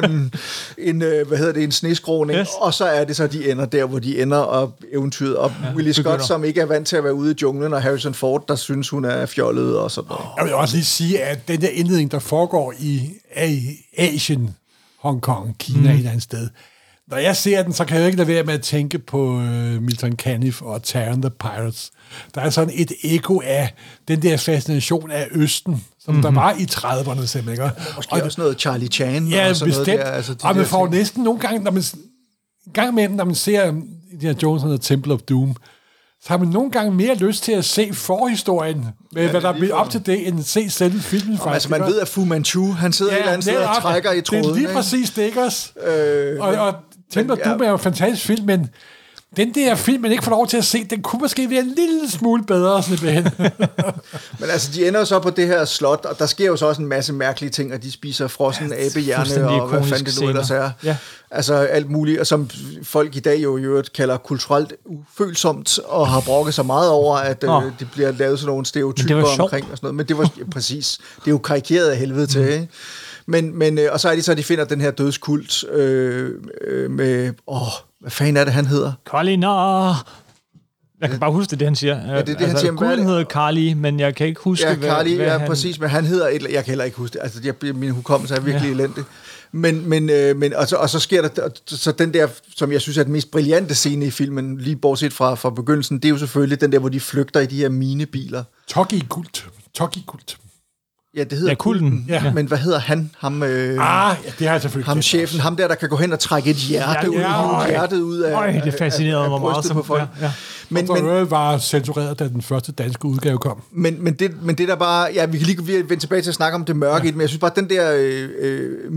en sneskråning, yes. Og så er det så, de ender der, hvor de ender, og eventyret, og Willie Scott, som ikke er vant til at være ude i junglen, og Harrison Ford, der synes, hun er fjollet og sådan noget. Jeg vil også lige sige, at den der indledning, der foregår i Asien, Hongkong, Kina, et eller andet sted, når jeg ser den, så kan jeg ikke lade være med at tænke på Milton Caniff og Taron the Pirates. Der er sådan et eko af den der fascination af Østen, som der var i 30'erne simpelthen. Måske og også noget Charlie Chan. Ja, og sådan bestemt. noget der, altså og man får næsten nogle gange, når man ser de her Jones og Temple of Doom, så har man nogle gange mere lyst til at se forhistorien, med hvad der bliver op til det, end at se selve filmen. Faktisk. Altså, man ved, at Fu Manchu, han sidder et eller andet sted og trækker i tråden. Det er lige præcis det, ikke også? Og Temple of Doom er jo en fantastisk film, men den der film, man ikke får lov til at se, den kunne måske være en lille smule bedre. Men altså, de ender jo så på det her slot, og der sker jo så også en masse mærkelige ting, og de spiser frossen abehjerne, og hvad fanden det nu ellers er. Ja. Altså alt muligt, og som folk i dag jo i øvrigt kalder kulturelt ufølsomt, og har brokket sig meget over, at det bliver lavet sådan nogle stereotyper omkring og sådan noget. Men det var præcis, det er jo karikeret af helvede til, ikke? Men og så er de finder den her dødskult med hvad fanden er det, han hedder? Kalina. Jeg kan bare huske det, han siger. Ja, det er det, han siger. Guden hedder Kali, men jeg kan ikke huske, hvad han... præcis, men han hedder... Jeg kan heller ikke huske det. Altså, min hukommelse er virkelig elendig. Men og så sker der... Så den der, som jeg synes er den mest brillante scene i filmen, lige bortset fra begyndelsen, det er jo selvfølgelig den der, hvor de flygter i de her minebiler. Togikult. Ja, det hedder Kulten. Ja. Men hvad hedder han? Ham, det har jeg selvfølgelig. Ham chefen, ham der kan gå hen og trække et hjerte ud af det fascinerede mig meget på folk. Ja. Men var censureret, da den første danske udgave kom. Men det der bare... Ja, vi kan lige vende tilbage til at snakke om det mørke, men jeg synes bare, at den der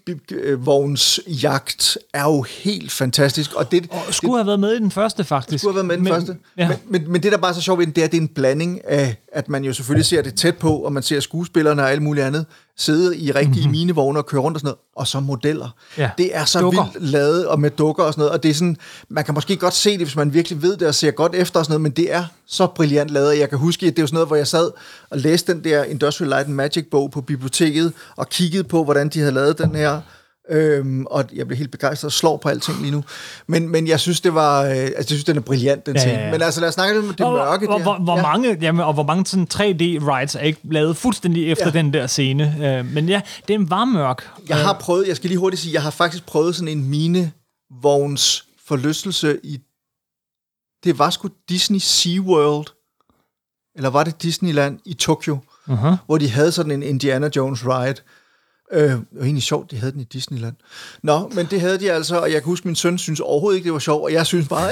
minevognsjagt er jo helt fantastisk. Og skulle have været med i den første, faktisk. Skulle have været med i den første. Ja. Men det der bare er så sjovt ved den, det er, at det er en blanding af, at man jo selvfølgelig ser det tæt på, og man ser skuespillerne og alt muligt andet sidde i rigtige minevogne og køre rundt og sådan noget, og så modeller. Ja. Det er så vildt lavet, og med dukker og sådan noget, og det er sådan, man kan måske godt se det, hvis man virkelig ved det og ser godt efter og sådan noget, men det er så brilliant lavet. Jeg kan huske, at det er jo sådan noget, hvor jeg sad og læste den der Industrial Light and Magic bog på biblioteket, og kiggede på, hvordan de havde lavet den her, og jeg blev helt begejstret og slår på alting lige nu. Men jeg synes, det var... jeg synes, den er brilliant, den ting. Men altså, lad os snakke lidt om det mørke. Hvor mange sådan 3D-rides er ikke lavet fuldstændig efter den der scene. Men ja, den var mørk. Jeg skal lige hurtigt sige, jeg har faktisk prøvet sådan en minevogns forlystelse i... Det var sgu Disney SeaWorld, eller var det Disneyland i Tokyo, hvor de havde sådan en Indiana Jones ride. Det var egentlig sjovt, de havde den i Disneyland. Nå, men det havde de altså, og jeg kan huske, min søn synes overhovedet ikke, det var sjovt, og jeg synes bare,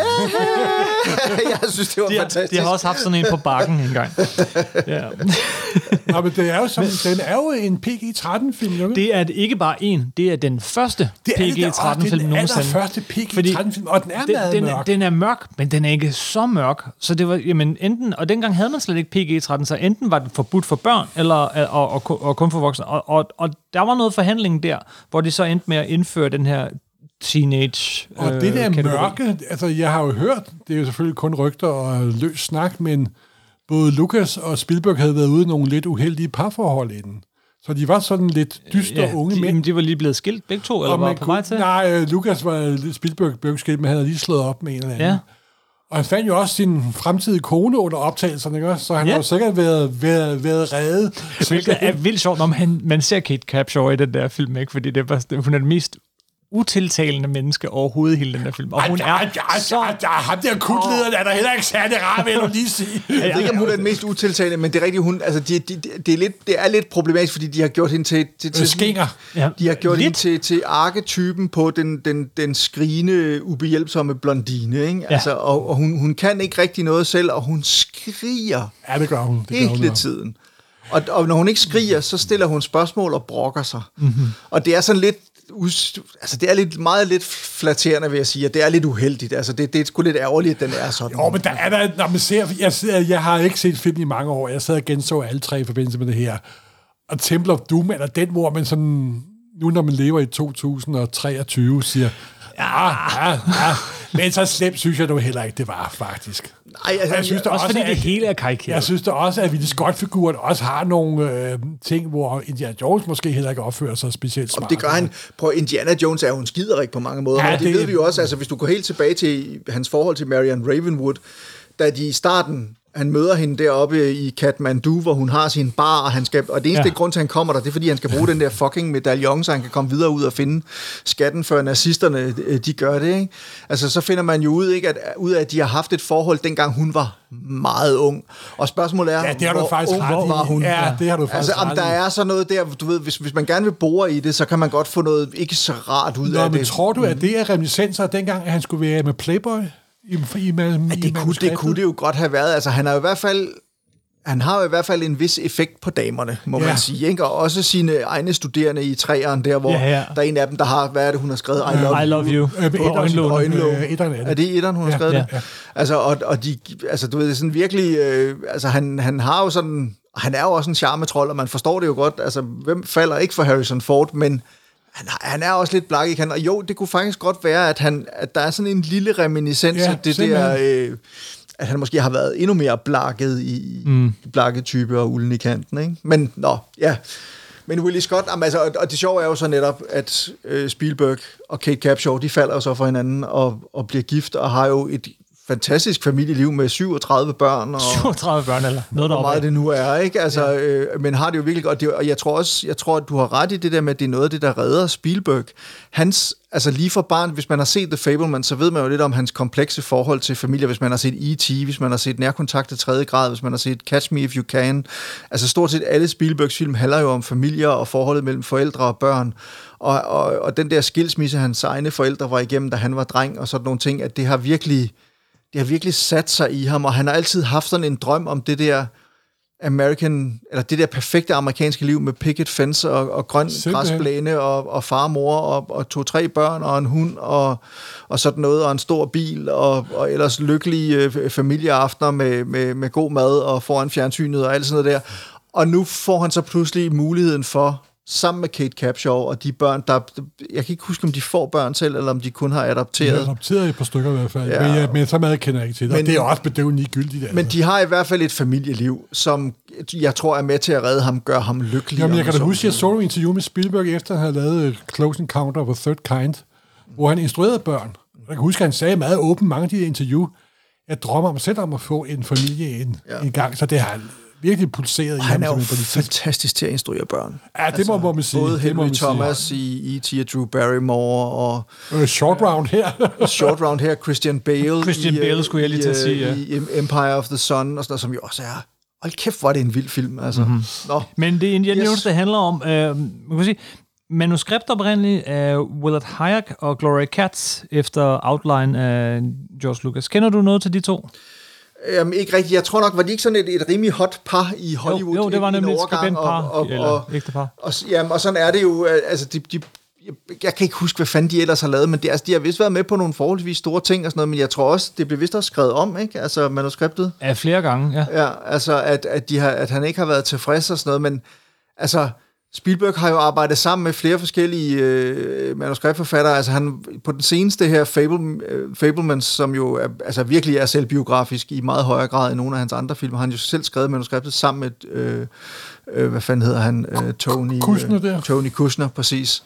jeg synes, det var fantastisk. De har også haft sådan en på bakken engang. Ja. Nå, men det er jo sådan, den er jo en PG-13-film, jo. Det er ikke bare en, det er den første PG-13-film nogensinde. Det er den første PG-13-film, og den er meget mørk. Den er mørk, men den er ikke så mørk. Så det var, jamen, enten, og dengang havde man slet ikke PG-13, så enten var den forbudt for børn, eller og kun for voksne, og der var noget forhandling der, hvor de så endte med at indføre den her teenage og det der kategori. Mørke, altså jeg har jo hørt, det er jo selvfølgelig kun rygter og løs snak, men både Lucas og Spielberg havde været ude i nogle lidt uheldige parforhold i den. Så de var sådan lidt dystre unge mænd. De var lige blevet skilt begge to, eller var på vej til? Nej, Lucas var Spielberg skilt, men han havde lige slået op med en eller anden. Ja. Og han fandt jo også sin fremtidige kone under optagelserne, ikke også? Så han har jo sikkert været reddet. Hvilket er vildt sjovt, når man ser Kate Capshaw i den der film, ikke? Fordi hun er den mest utiltalende menneske overhovedet i hele den der film. Og hun ham der kultlederen er der heller ikke særlig rar, vil jeg lige sige. Jeg ved ikke, om hun er den mest utiltalende, men det er rigtigt, hun, altså, det er lidt problematisk, fordi de har gjort hende til skinger. De har gjort hende til arketypen på den skrigende, ubehjælpsomme blondine, ikke? Ja. Altså, og hun kan ikke rigtig noget selv, og hun skriger. Ja, det gør hun. Hele tiden. Og når hun ikke skriger, så stiller hun spørgsmål og brokker sig. Mm-hmm. Og det er sådan lidt, altså det er meget lidt flatterende, vil jeg sige, og det er lidt uheldigt. Altså det er sgu lidt ærgerligt, at den er sådan. Jo, men der er der, når man ser, jeg har ikke set film i mange år. Jeg sad og genså alle tre i forbindelse med det her. Og Temple of Doom, eller den, hvor man sådan, nu når man lever i 2023, siger, Men så slemt synes jeg nu heller ikke, det var, faktisk. Nej, altså, jeg synes også fordi det hele er karikeret. Jeg synes da også, at Ridley Scott-figuren også har nogle ting, hvor Indiana Jones måske heller ikke opfører sig specielt smart. Det gør han. På Indiana Jones er hun skiderik på mange måder, men det ved vi jo også. Altså, hvis du går helt tilbage til hans forhold til Marion Ravenwood, da de i starten, han møder hende deroppe i Kathmandu, hvor hun har sin bar, og det eneste grund til, at han kommer der, det er, fordi han skal bruge den der fucking medaljon, så han kan komme videre ud og finde skatten, før nazisterne, de gør det, ikke? Altså, så finder man jo ud, ikke, ud af, at de har haft et forhold, dengang hun var meget ung. Og spørgsmålet er, hvor var hun? Ja, det har du faktisk om der er så noget der, du ved, hvis man gerne vil bore i det, så kan man godt få noget ikke så rart ud af det. Men tror du, at det er reminiscenser dengang, at han skulle være med Playboy? Det kunne det jo godt have været. Altså, han har jo i hvert fald en vis effekt på damerne, må man sige, ikke? Og også sine egne studerende i træerne der, hvor der er en af dem, der har, hvad er det, hun har skrevet? I love you. Er det etteren, hun har skrevet det? Ja. Altså, og de, altså, du ved, sådan virkelig, altså, han har jo sådan, han er jo også en charmetrol, og man forstår det jo godt, altså, hvem falder ikke for Harrison Ford, men han er også lidt blak, ikke? Og jo, det kunne faktisk godt være, at der er sådan en lille reminiscens af det der, at han måske har været endnu mere blakket i blakke type og ulden i kanten, ikke? Men, Men Ridley Scott, altså, og det sjove er jo så netop, at Spielberg og Kate Capshaw, de falder jo så for hinanden og bliver gift, og har jo et fantastisk familieliv med 37 børn. Og 37 børn, eller noget, der hvor meget det nu er, ikke? Altså, men har det jo virkelig godt. Og jeg tror, at du har ret i det der med, at det er noget af det, der redder Spielberg. Hans, altså lige fra barn, hvis man har set The Fabelmans, så ved man jo lidt om hans komplekse forhold til familier. Hvis man har set E.T., hvis man har set Nærkontakt til 3. grad, hvis man har set Catch Me If You Can. Altså stort set alle Spielbergs film handler jo om familier og forholdet mellem forældre og børn. Og den der skilsmisse, hans egne forældre var igennem, da han var dreng, og sådan nogle ting, at det har virkelig sat sig i ham, og han har altid haft sådan en drøm om det der det der perfekte amerikanske liv med picket fence og grøn græsplæne og far og mor og 2-3 børn og en hund og sådan noget, og en stor bil og ellers lykkelige familieaftener med god mad og foran fjernsynet og alt sådan noget der. Og nu får han så pludselig muligheden for, sammen med Kate Capshaw og de børn, jeg kan ikke huske, om de får børn selv, eller om de kun har adopteret. De har adopteret et par stykker i hvert fald, men så meget kender jeg ikke til det, og det er også bedøvende ligegyldigt. Altså. Men de har i hvert fald et familieliv, som jeg tror er med til at redde ham, gøre ham lykkelig. Jamen, jeg kan da huske, at jeg så et interview med Spielberg, efter han havde lavet Close Encounter of a Third Kind, hvor han instruerede børn. Jeg kan huske, at han sagde meget åbent mange af de interview, jeg drømmer om selv om at få en familie en gang, så det har virkelig pulseret. Han er jo fantastisk til at instruere børn. Ja, det altså, må man sige. Både Henry Thomas i E.T. og Drew Barrymore og Short Round her, Christian Bale skulle jeg lige til at sige, i Empire of the Sun, og sådan noget, som jo også er, hold kæft, hvor er det en vild film, altså. Men det Indiana Jones, det handler om, man kan sige, manuskript oprindeligt af Willard Hayek og Gloria Katz efter outline af George Lucas. Kender du noget til de to? Ikke rigtigt. Jeg tror nok, var de ikke sådan et rimelig hot par i Hollywood? Jo, det var nemlig et skribentpar, eller ægtepar. Og sådan er det jo, altså jeg kan ikke huske, hvad fanden de ellers har lavet, men de har vist været med på nogle forholdsvis store ting og sådan noget, men jeg tror også, det blev vist også skrevet om, ikke? Altså manuskriptet. Ja, flere gange, ja. Ja, altså at han ikke har været tilfreds og sådan noget, men altså Spielberg har jo arbejdet sammen med flere forskellige manuskriptforfattere. Altså han på den seneste her Fabelmans, som jo er, altså virkelig er selvbiografisk i meget højere grad end nogle af hans andre film, har han jo selv skrevet manuskriptet sammen med hvad fanden hedder han? Tony Kushner, præcis.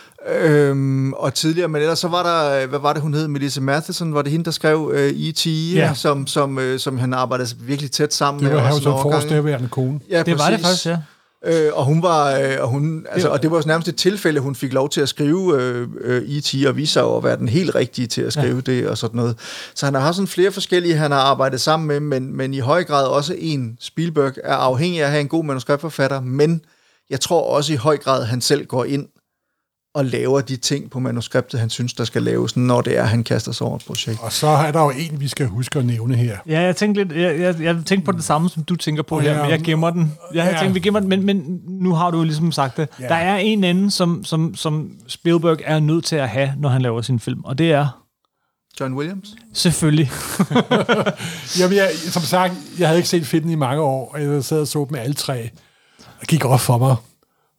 Og tidligere, men ellers så var der, hvad var det hun hed, Melissa Matheson, var det hende, der skrev E.T., som han arbejdede virkelig tæt sammen med. Det var jo så forstærværende kone. Ja, det var det faktisk, ja. Og det var nærmest et tilfælde, hun fik lov til at skrive E.T. og vise sig at være den helt rigtige til at skrive det og sådan noget. Så han har haft sådan flere forskellige, han har arbejdet sammen med, men i høj grad også en. Spielberg er afhængig af at have en god manuskriptforfatter, men jeg tror også i høj grad, han selv går ind og laver de ting på manuskriptet, han synes, der skal laves, når det er, han kaster sig over et projekt. Og så er der jo en, vi skal huske at nævne her. Ja, jeg tænkte på det samme, som du tænker på her, men jeg gemmer den. Jeg tænkte, vi gemmer den, men nu har du jo ligesom sagt det. Ja. Der er en anden, som Spielberg er nødt til at have, når han laver sin film, og det er John Williams? Selvfølgelig. Jamen, som sagt, jeg havde ikke set filmen i mange år, og jeg sad og så dem alle tre. Og gik op for mig,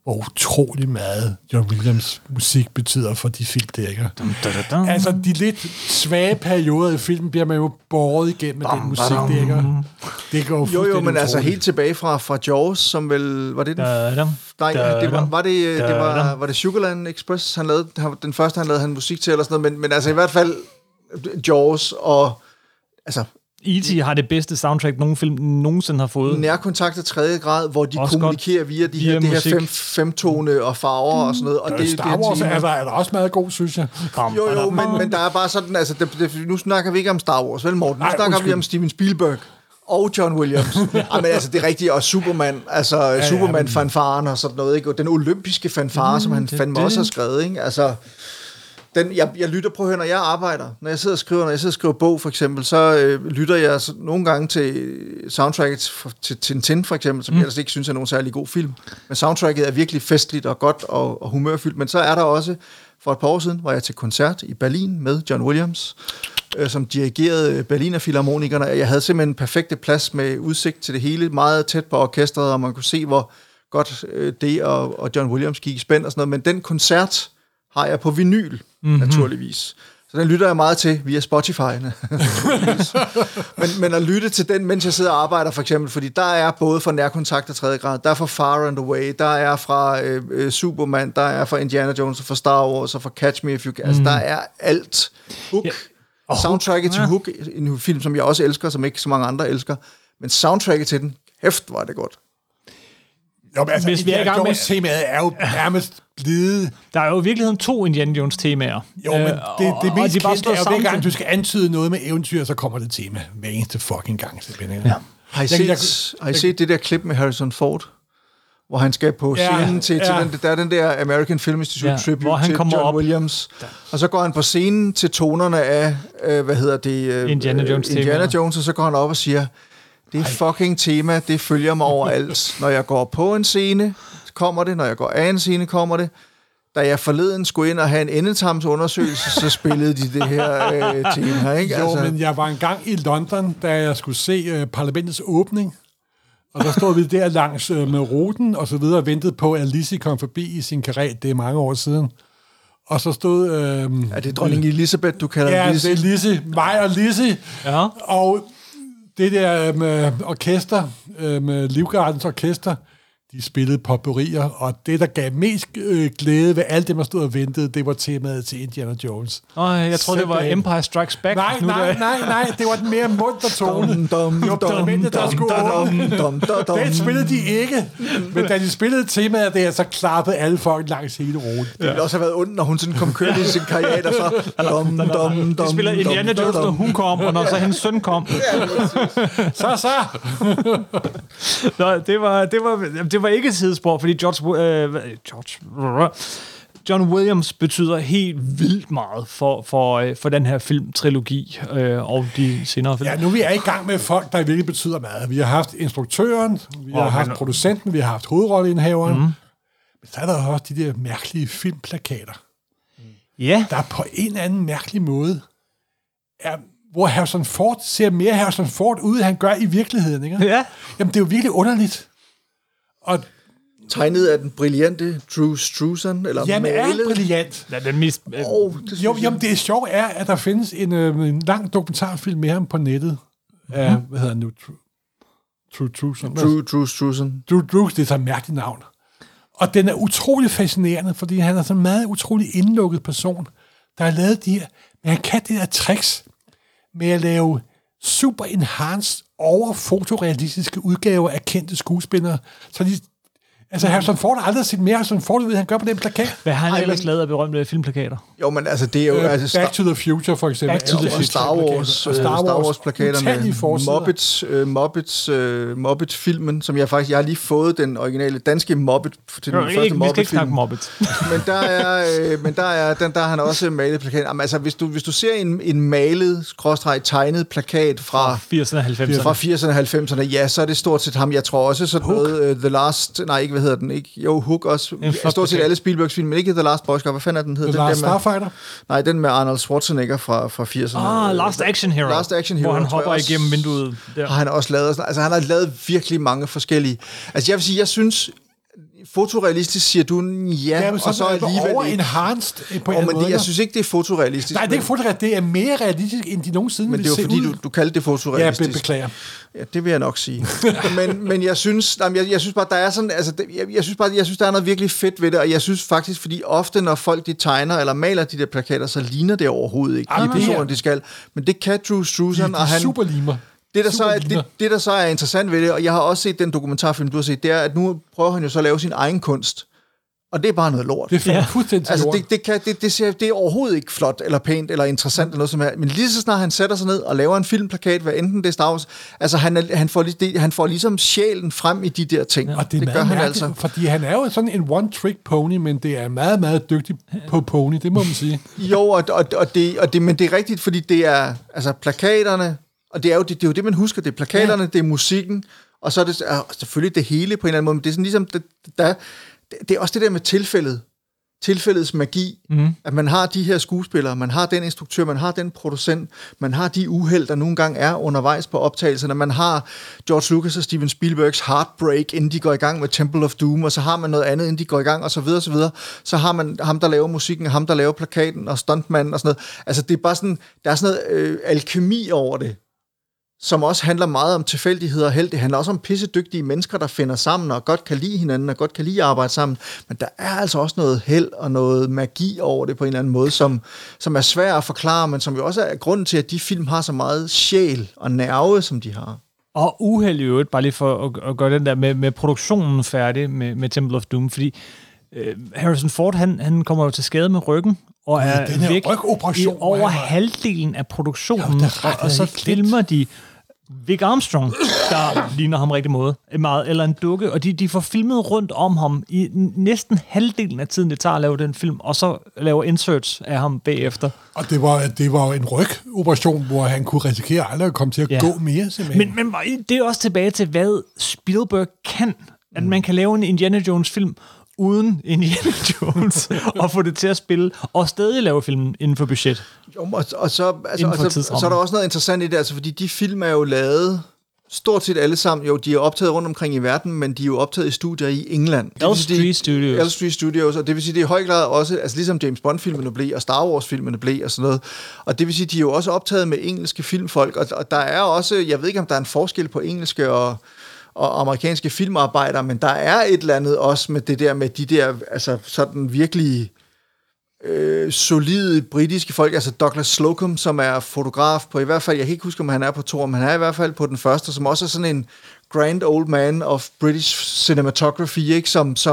hvor utrolig meget John Williams musik betyder for de film, der ikke? Altså, de lidt svage perioder i filmen bliver man jo båret igennem med den musik, der ikke? Det går jo, men altså helt tilbage fra Jaws, som vel... Var det den... Nej, var det Sugarland Express, han lavede? Den første, han lavede han musik til, eller sådan noget, men altså i hvert fald Jaws og... Altså, E.T. har det bedste soundtrack, nogen film nogensinde har fået. Nærkontakt af 3. grad, hvor de kommunikerer via det her femtone og farver og sådan noget. Og Star Wars er der også meget god, synes jeg. Jo, men der er bare sådan, altså, nu snakker vi ikke om Star Wars, vel Morten? Nu snakker vi om Steven Spielberg og John Williams. Men altså, det er rigtigt, og Superman, altså Superman-fanfaren og sådan noget, ikke? Og den olympiske fanfare, som han fandme også har skrevet, ikke? Altså... Jeg lytter på når jeg arbejder. Når jeg sidder og skriver bog, for eksempel, så lytter jeg nogle gange til soundtracket til Tintin, for eksempel, som jeg ellers ikke synes er nogen særlig god film. Men soundtracket er virkelig festligt og godt og humørfyldt. Men så er der også, for et par år siden, var jeg til koncert i Berlin med John Williams, som dirigerede Berliner Filharmonikerne. Jeg havde simpelthen en perfekte plads med udsigt til det hele, meget tæt på orkestret, og man kunne se, hvor godt det og John Williams gik i spænd og sådan noget. Men den koncert har jeg på vinyl, naturligvis. Så den lytter jeg meget til via Spotify. men at lytte til den, mens jeg sidder og arbejder, for eksempel, fordi der er både fra Nærkontakt af 3. grad, der er fra Far and Away, der er fra Superman, der er fra Indiana Jones, og fra Star Wars, og fra Catch Me If You Can. Altså, der er alt. Hook. Soundtracket til Hook, en film, som jeg også elsker, som ikke så mange andre elsker. Men soundtracket til den, hæft, var det godt. Jo, men altså, hvis vi er i gang med... temaet er jo nærmest blevet... Der er jo i virkeligheden 2 Indiana Jones temaer. Jo, men det mest kendte er jo, hver gang du skal antyde noget med eventyr, så kommer det tema hver eneste fucking gang. Ja. Har I set det der klip med Harrison Ford? Hvor han skal på scenen til den der American Film Institute tribute til John Williams. Og så går han på scenen til tonerne af, Indiana Jones, og så går han op og siger... Det fucking tema, det følger mig overalt. Når jeg går på en scene, kommer det. Når jeg går af en scene, kommer det. Da jeg forleden skulle ind og have en endetarmsundersøgelse, så spillede de det her tema, ikke? Jo, men jeg var engang i London, da jeg skulle se parlamentets åbning. Og der stod vi der langs med ruten og så videre og ventede på, at Lizzie kom forbi i sin karet. Det er mange år siden. Og så stod... er det dronning Elisabeth, du kalder Lizzie? Ja, det er Lizzie. Mig og Lizzie. Ja. Og... Det der med orkester, med Livgardens orkester, de spillede potpourrier, og det, der gav mest glæde ved alt det, man stod og ventede, det var temaet til Indiana Jones. Jeg tror det var Empire Strikes Back. Nej, det var den mere munter tone. Det var parlamentet, der skulle åbne. Det spillede de ikke, men da de spillede temaet der, så klappede alle folk langs hele ruten. Det ville også have været ondt, når hun sådan kom kørende i sin karriere, og så... De spiller Indiana Jones, når hun kom, og når så hendes søn kom. Så. Nå, det var ikke et sidespor, fordi John Williams betyder helt vildt meget for den her filmtrilogi og de senere film. Ja, nu vi er i gang med folk, der virkelig betyder meget. Vi har haft instruktøren, vi har haft producenten, vi har haft hovedrolleindhaveren. Men så er der også de der mærkelige filmplakater. Ja. Der på en eller anden mærkelig måde hvor Harrison Ford ser mere Harrison Ford ud, end han gør i virkeligheden, ikke? Ja. Jamen, det er jo virkelig underligt. Og tegnet af den brillante Drew Struzan, eller jamen, malet. Er brilliant. Ja, den mest... Jamen, det sjove er, at der findes en lang dokumentarfilm med ham på nettet. Af, hvad hedder han nu? Drew Struzan. Drew, det er så et mærkeligt navn. Og den er utrolig fascinerende, fordi han er så en meget utrolig indlukket person, der har lavet de her... Men han kan det der tricks med at lave super enhanced overfotorealistiske udgaver af kendte skuespillere. Så de... Altså, Harrison Ford har aldrig set mere Harrison Ford ud, han gør på den plakat. Hvad har han ellers lavet af berømte filmplakater? Jo, men altså, det er jo... Back to the Future, for eksempel. Back to the Future. Star Wars-plakater med Muppets-filmen, som jeg har lige fået den originale danske Muppet til den første Muppet-film. Men der er han også malet plakat. Jamen, altså, hvis du ser en malet, tegnet plakat fra 80'erne og 90'erne. Fra 80'erne og 90'erne, ja, så er det stort set ham. Jeg tror også sådan noget The Last... Nej, ikke hvad hedder den, ikke? Jo, Hook også. Stort set alle Spielbergs film, men ikke The Last Boy Scout. Hvad fanden er den hedder? The Last Starfighter? Nej, den med Arnold Schwarzenegger fra 80'erne. Last Action Hero. Last Action Hero. Hvor han hopper igennem vinduet. Har han også lavet. Altså, han har lavet virkelig mange forskellige... Altså, jeg vil sige, fotorealistisk, siger du, ja, og så alligevel over-enhanced på en måde. Jeg synes ikke, det er fotorealistisk. Nej, det er ikke fotorealistisk. Det er mere realistisk, end de nogensinde vil se ud. Men det er jo fordi, du kaldte det fotorealistisk. Ja, beklager. Ja, det vil jeg nok sige. men jeg synes bare, der er sådan, altså, jeg synes, der er noget virkelig fedt ved det, og jeg synes faktisk, fordi ofte, når folk de tegner eller maler de der plakater, så ligner det overhovedet ikke de personer, de skal. Men det kan Drew Struzan, og han... Superlimer. Det der så er interessant ved det, og jeg har også set den dokumentarfilm, du har set, det er, at nu prøver han jo så at lave sin egen kunst. Og det er bare noget lort. Det er fuldstændig altså, det er overhovedet ikke flot, eller pænt, eller interessant, eller noget som helst. Men lige så snart han sætter sig ned og laver en filmplakat, hvad enten det er Star Wars, altså han får ligesom sjælen frem i de der ting. Ja, og det gør han altså. Fordi han er jo sådan en one-trick pony, men det er meget, meget dygtig på pony, det må man sige. Jo, men det er rigtigt, fordi det er altså plakaterne, og det er jo det, man husker, det er plakaterne, det er musikken, og så er det selvfølgelig det hele på en eller anden måde, men det er sådan ligesom, det er også det der med tilfældets magi, at man har de her skuespillere, man har den instruktør, man har den producent, man har de uheld, der nogle gange er undervejs på optagelserne, man har George Lucas og Steven Spielbergs Heartbreak, inden de går i gang med Temple of Doom, og så har man noget andet, inden de går i gang, og så videre, så videre. Så har man ham, der laver musikken, ham, der laver plakaten, og stuntmanden og sådan noget. Altså, det er bare sådan, der er sådan noget alkemi over det, som også handler meget om tilfældighed og held. Det handler også om pissedygtige mennesker, der finder sammen og godt kan lide hinanden og godt kan lide at arbejde sammen. Men der er altså også noget held og noget magi over det på en eller anden måde, som er svært at forklare, men som jo også er grunden til, at de film har så meget sjæl og nerve, som de har. Og uheld i øvrigt, bare lige for at gøre den der med produktionen færdig med Temple of Doom, fordi Harrison Ford, han kommer jo til skade med ryggen, og er væk i over halvdelen af produktionen, og så filmer de Vic Armstrong, der ligner ham rigtig meget, eller en dukke, og de får filmet rundt om ham i næsten halvdelen af tiden, det tager at lave den film, og så laver inserts af ham bagefter. Og det var en rygoperation, hvor han kunne risikere aldrig at komme til at gå mere, simpelthen. Men det er også tilbage til, hvad Spielberg kan, at man kan lave en Indiana Jones-film, uden Indiana Jones, og få det til at spille, og stadig lave filmen inden for budget. Jo, og så er der også noget interessant i det, altså, fordi de film er jo lavet, stort set alle sammen, jo, de er optaget rundt omkring i verden, men de er jo optaget i studier i England. Elstree Studios, og det vil sige, det er i høj grad også, altså ligesom James Bond-filmene blev, og Star Wars-filmene blev, og sådan noget, og det vil sige, de er jo også optaget med engelske filmfolk, og der er også, jeg ved ikke, om der er en forskel på engelske og amerikanske filmarbejdere, men der er et eller andet også med det der, med de der, altså sådan virkelig solide britiske folk, altså Douglas Slocum, som er fotograf på, i hvert fald, jeg kan ikke huske, om han er på 2, men han er i hvert fald på den første, som også er sådan en grand old man of British cinematography, ikke?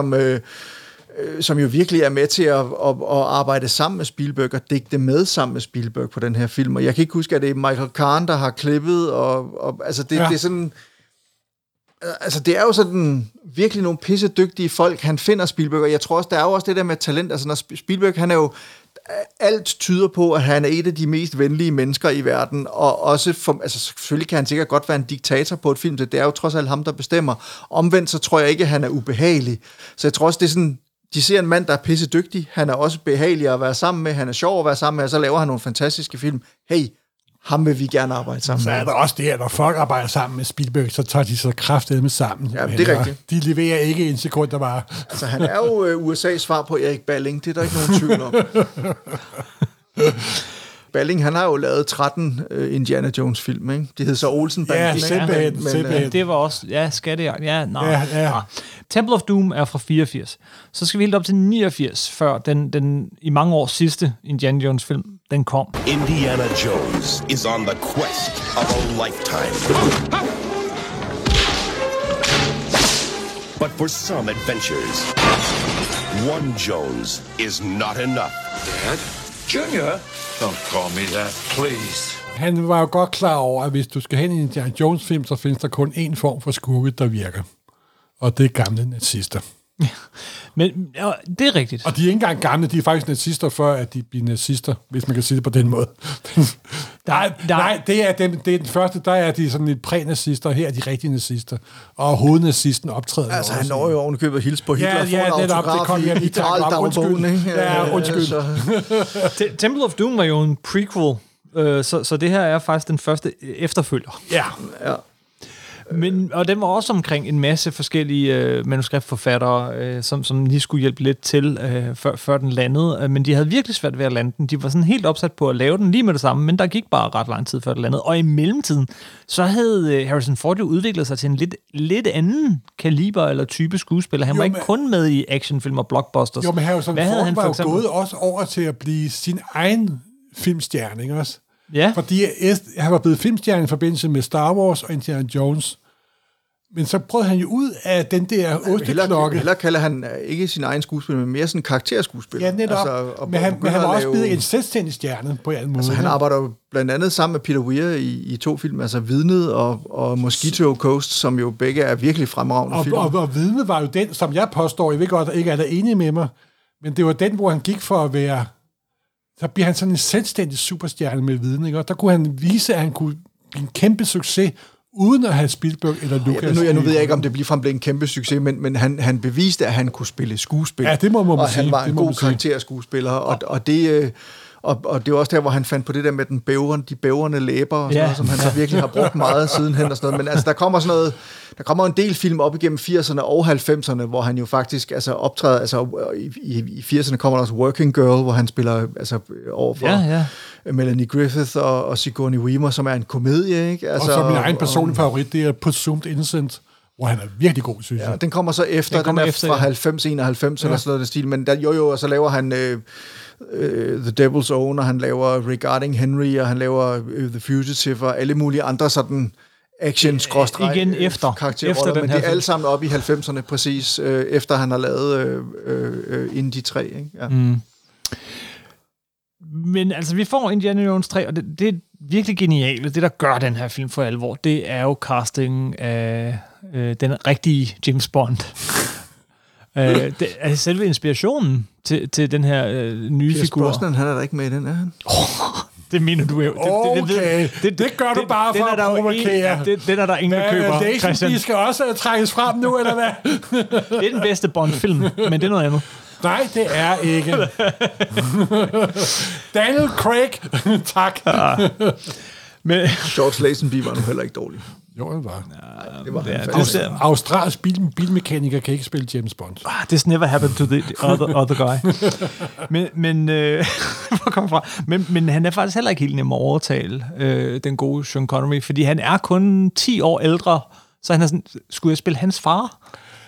Som jo virkelig er med til at arbejde sammen med Spielberg og digte med sammen med Spielberg på den her film, og jeg kan ikke huske, at det er Michael Kahn, der har klippet, og altså det er sådan. Altså, det er jo sådan virkelig nogle pissedygtige folk, han finder Spielberg, og jeg tror også, der er jo også det der med talent, altså når Spielberg, han er jo, alt tyder på, at han er et af de mest venlige mennesker i verden, og også, altså selvfølgelig kan han sikkert godt være en diktator på et film, det er jo trods alt ham, der bestemmer. Omvendt, så tror jeg ikke, at han er ubehagelig. Så jeg tror også, det er sådan, de ser en mand, der er pissedygtig, han er også behagelig at være sammen med, han er sjov at være sammen med, og så laver han nogle fantastiske film. Hey, ham vil vi gerne arbejde sammen med. Så er der også det her, når folk arbejder sammen med Spielberg, så tager de så kraftedeme sammen. Ja, det er rigtigt. De leverer ikke en sekund, der bare. Altså, han er jo USA's svar på Erik Balling, det er der ikke nogen tvivl om. Balling, han har jo lavet 13 Indiana Jones-film, ikke? Det hedder så Olsen-banden. Ja, det var også, ja, skattejagt. Ja, nej. Ja. Temple of Doom er fra 84. Så skal vi helt op til 89, før den i mange år sidste Indiana Jones-film, den kom. Indiana Jones is on the quest of a lifetime. But for some adventures, one Jones is not enough. Dad? Junior? Don't call me that, please. Han var jo godt klar over, at hvis du skal hen i en Indiana Jones-film, så findes der kun én form for skurke, der virker. Og det er gamle nazister. Men ja, det er rigtigt. Og de er ikke engang gamle, de er faktisk nazister, før at de bliver nazister, hvis man kan sige det på den måde. Nej, det er den første, der er de sådan lidt præ-nazister, her er de rigtige nazister. Og hovednazisten optræder. Altså han når jo ovenikøbet at hilse på Hitler, ja, får en autograf i Tral-dagbogen. Undskyld. Temple of Doom var jo en prequel, så det her er faktisk den første efterfølger. Ja. Og den var også omkring en masse forskellige manuskriptforfattere, som lige skulle hjælpe lidt til, før den landede. Men de havde virkelig svært ved at lande den. De var sådan helt opsat på at lave den lige med det samme, men der gik bare ret lang tid før det landede. Og i mellemtiden, så havde Harrison Ford jo udviklet sig til en lidt anden kaliber eller type skuespiller. Han var ikke kun med i actionfilm og blockbusters. Jo, men Harrison Ford var jo gået også over til at blive sin egen filmstjerne, ikke også? Ja. Fordi han var blevet filmstjerne i forbindelse med Star Wars og Indiana Jones. Men så prøvede han jo ud af den der osteklokke. Heller kalder han ikke sin egen skuespiller, men mere sådan en karakterskuespiller. Ja, netop. Altså, men han var også blevet en selvstændig stjerne på alle måder. Altså, han arbejder jo blandt andet sammen med Peter Weir i 2 film, altså Vidnet og Mosquito Coast, som jo begge er virkelig fremragende film. Og Vidnet var jo den, som jeg påstår, jeg ved godt, at ikke alle er enige med mig, men det var den, hvor han gik for at være... Så bliver han sådan en selvstændig superstjerne med Vidnet, ikke? Og der kunne han vise, at han kunne blive en kæmpe succes, uden at have Spielberg eller Lucas. Nu ved jeg ikke, om det bliver en kæmpe succes, men han beviste, at han kunne spille skuespil. Ja, det må man og sige. Han var en god karakterskuespiller, og det... Og det er også der, hvor han fandt på det der med de bævrende læber, og sådan noget, som han så virkelig har brugt meget sidenhen og sådan noget. Men altså, der kommer en del film op igennem 80'erne og 90'erne, hvor han jo faktisk optræder, i 80'erne kommer der også Working Girl, hvor han spiller overfor Melanie Griffith og Sigourney Weaver, som er en komedie, ikke? Altså, og så min egen personlige favorit, det er Presumed Innocent, hvor han er virkelig god, synes jeg. Ja, den kommer så efter, den er fra 90-91 eller sådan noget stil, men og så laver han The Devil's Own, og han laver Regarding Henry, og han laver The Fugitive, og alle mulige andre sådan action-karakterroller. Igen efter den men her det er alle sammen op i 90'erne, præcis, efter han har lavet Indy 3, ikke? Ja. Mm. Men altså, vi får Indiana Jones 3, og det er virkelig genialt. Det, der gør den her film for alvor, det er jo castingen af den rigtige James Bond. Det er selve inspirationen til den her nye figur. Brosnan, han er der ikke med i den, er han? Det mener du jo. Det gør du bare for at provokere. Den er der ingen, der køber, Christian. Vi skal også trækkes frem nu, eller hvad? Det er den bedste Bond-film, men det er noget andet. Nej, det er ikke. Daniel Craig. Tak. Men George Lazenby var nu heller ikke dårlig. Jo, han var. Ja, det var Australsk bilmekaniker kan ikke spille James Bond. This never happened to the other guy. Hvor kom fra? Men han er faktisk heller ikke helt nem at overtale, den gode Sean Connery, fordi han er kun 10 år ældre, så han er sådan, skulle jeg spille hans far?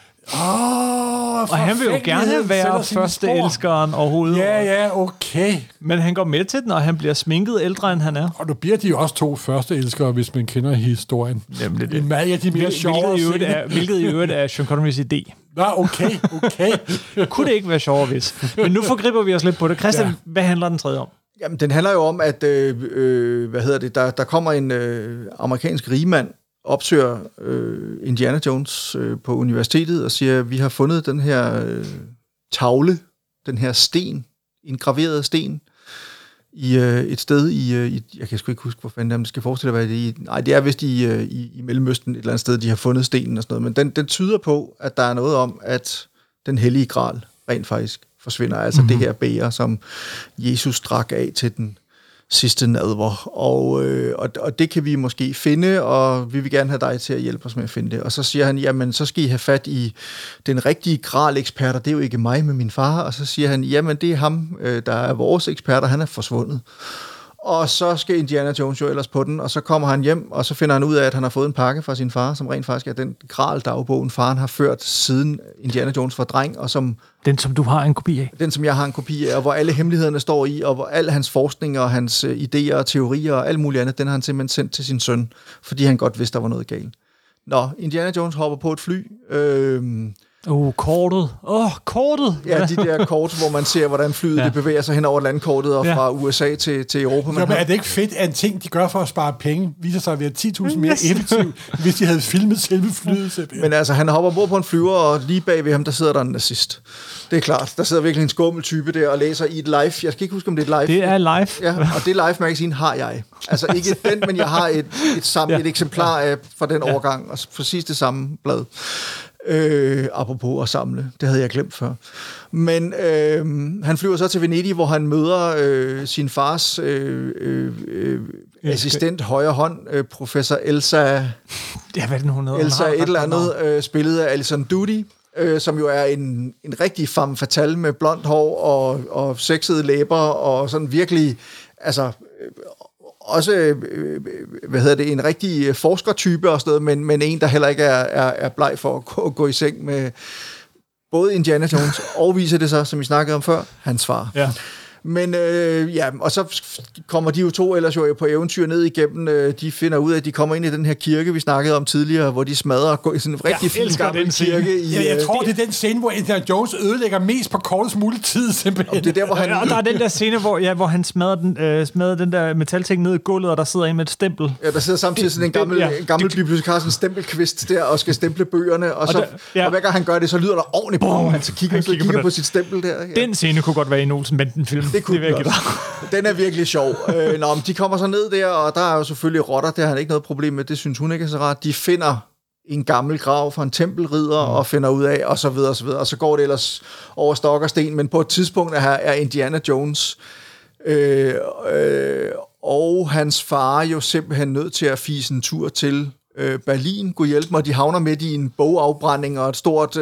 Og han vil jo gerne være første elskeren overhovedet. Ja, okay. Men han går med til den, og han bliver sminket ældre, end han er. Og nu bliver de jo også 2 første elskere, hvis man kender historien. Jamen, det en meget af de mere sjove hvilket i øvrigt er Sean Connerys idé. Nå, okay. Kunne det ikke være sjovere, hvis? Men nu forgriber vi os lidt på det. Christian, hvad handler den tredje om? Jamen, den handler jo om, at der kommer en amerikansk rigmand, opsøger Indiana Jones på universitetet og siger, vi har fundet den her tavle, den her sten, en graveret sten, i et sted i jeg kan sgu ikke huske, hvor fanden det skal forestille at være nej, det er vist i Mellemøsten, et eller andet sted, de har fundet stenen og sådan noget, men den tyder på, at der er noget om, at den hellige gral rent faktisk forsvinder, altså det her bæger, som Jesus drak af til den sidste nadver, og det kan vi måske finde, og vi vil gerne have dig til at hjælpe os med at finde det. Og så siger han, jamen, så skal I have fat i den rigtige gral-ekspert, og det er jo ikke mig med min far, og så siger han, jamen, det er ham, der er vores ekspert, og han er forsvundet. Og så skal Indiana Jones jo ellers på den, og så kommer han hjem, og så finder han ud af, at han har fået en pakke fra sin far, som rent faktisk er den Gral-dagbogen, faren har ført siden Indiana Jones var dreng, og som... Den, som du har en kopi af? Den, som jeg har en kopi af, og hvor alle hemmelighederne står i, og hvor al hans forskning og hans idéer og teorier og alt muligt andet, den har han simpelthen sendt til sin søn, fordi han godt vidste, der var noget galt. Nå, Indiana Jones hopper på et fly... kortet. Kortet! Ja, de der kort, hvor man ser, hvordan flyet det bevæger sig hen over landkortet og fra USA til Europa. Men er det ikke fedt, at en ting, de gør for at spare penge, viser sig at være 10.000 mere effektivt, hvis de havde filmet selve flyet? Men altså, han hopper bord på en flyver, og lige bag ved ham, der sidder der en nazist. Det er klart. Der sidder virkelig en skummel type der og læser i et live. Jeg skal ikke huske, om det er et live. Det er live. Ja, og det live magazine har jeg. Altså ikke den, men jeg har et eksemplar af fra den årgang, og præcis det samme blad. Apropos at samle. Det havde jeg glemt før. Men han flyver så til Venedig, hvor han møder sin fars assistent højre hånd, professor Elsa... Ja, hvad er det, hun hedder? Elsa et eller andet, spillet af Alison Doody, som jo er en rigtig femme fatale med blondt hår og sexede læber, og sådan virkelig... Altså... også, en rigtig forskertype og sådan noget, men en, der heller ikke er bleg for at gå i seng med både Indiana Jones og viser det sig, som vi snakkede om før, hans far. Ja. Men og så kommer de jo to ellers jo på eventyr ned igennem. De finder ud af, at de kommer ind i den her kirke, vi snakkede om tidligere, hvor de smadrer og går i sådan en rigtig fin gammel kirke. Jeg tror, det er den scene, hvor Indiana Jones ødelægger mest på kortest mulig tid, simpelthen. Og det er der, hvor han... og der er den der scene, hvor han smadrer den der metalting ned i gulvet, og der sidder en med et stempel. Ja, der sidder samtidig sådan en gammel bibliotekar, sådan en stempelkvist der, og skal stemple bøgerne, og hver gang han gør det, så lyder der ordentligt på, han så kigger på sit stempel der. Ja. Den scene kunne godt være i en Olsen-banden-film. Det kunne den er virkelig sjov. De kommer så ned der, og der er jo selvfølgelig rotter, det har han ikke noget problem med, det synes hun ikke er så rart. De finder en gammel grav fra en tempelridder, og finder ud af, og så videre, og så videre. Og så går det ellers over stok og sten, men på et tidspunkt er Indiana Jones og hans far jo simpelthen nødt til at fise en tur til Berlin. Gud hjælpe mig, de havner midt i en bogafbrænding og et stort...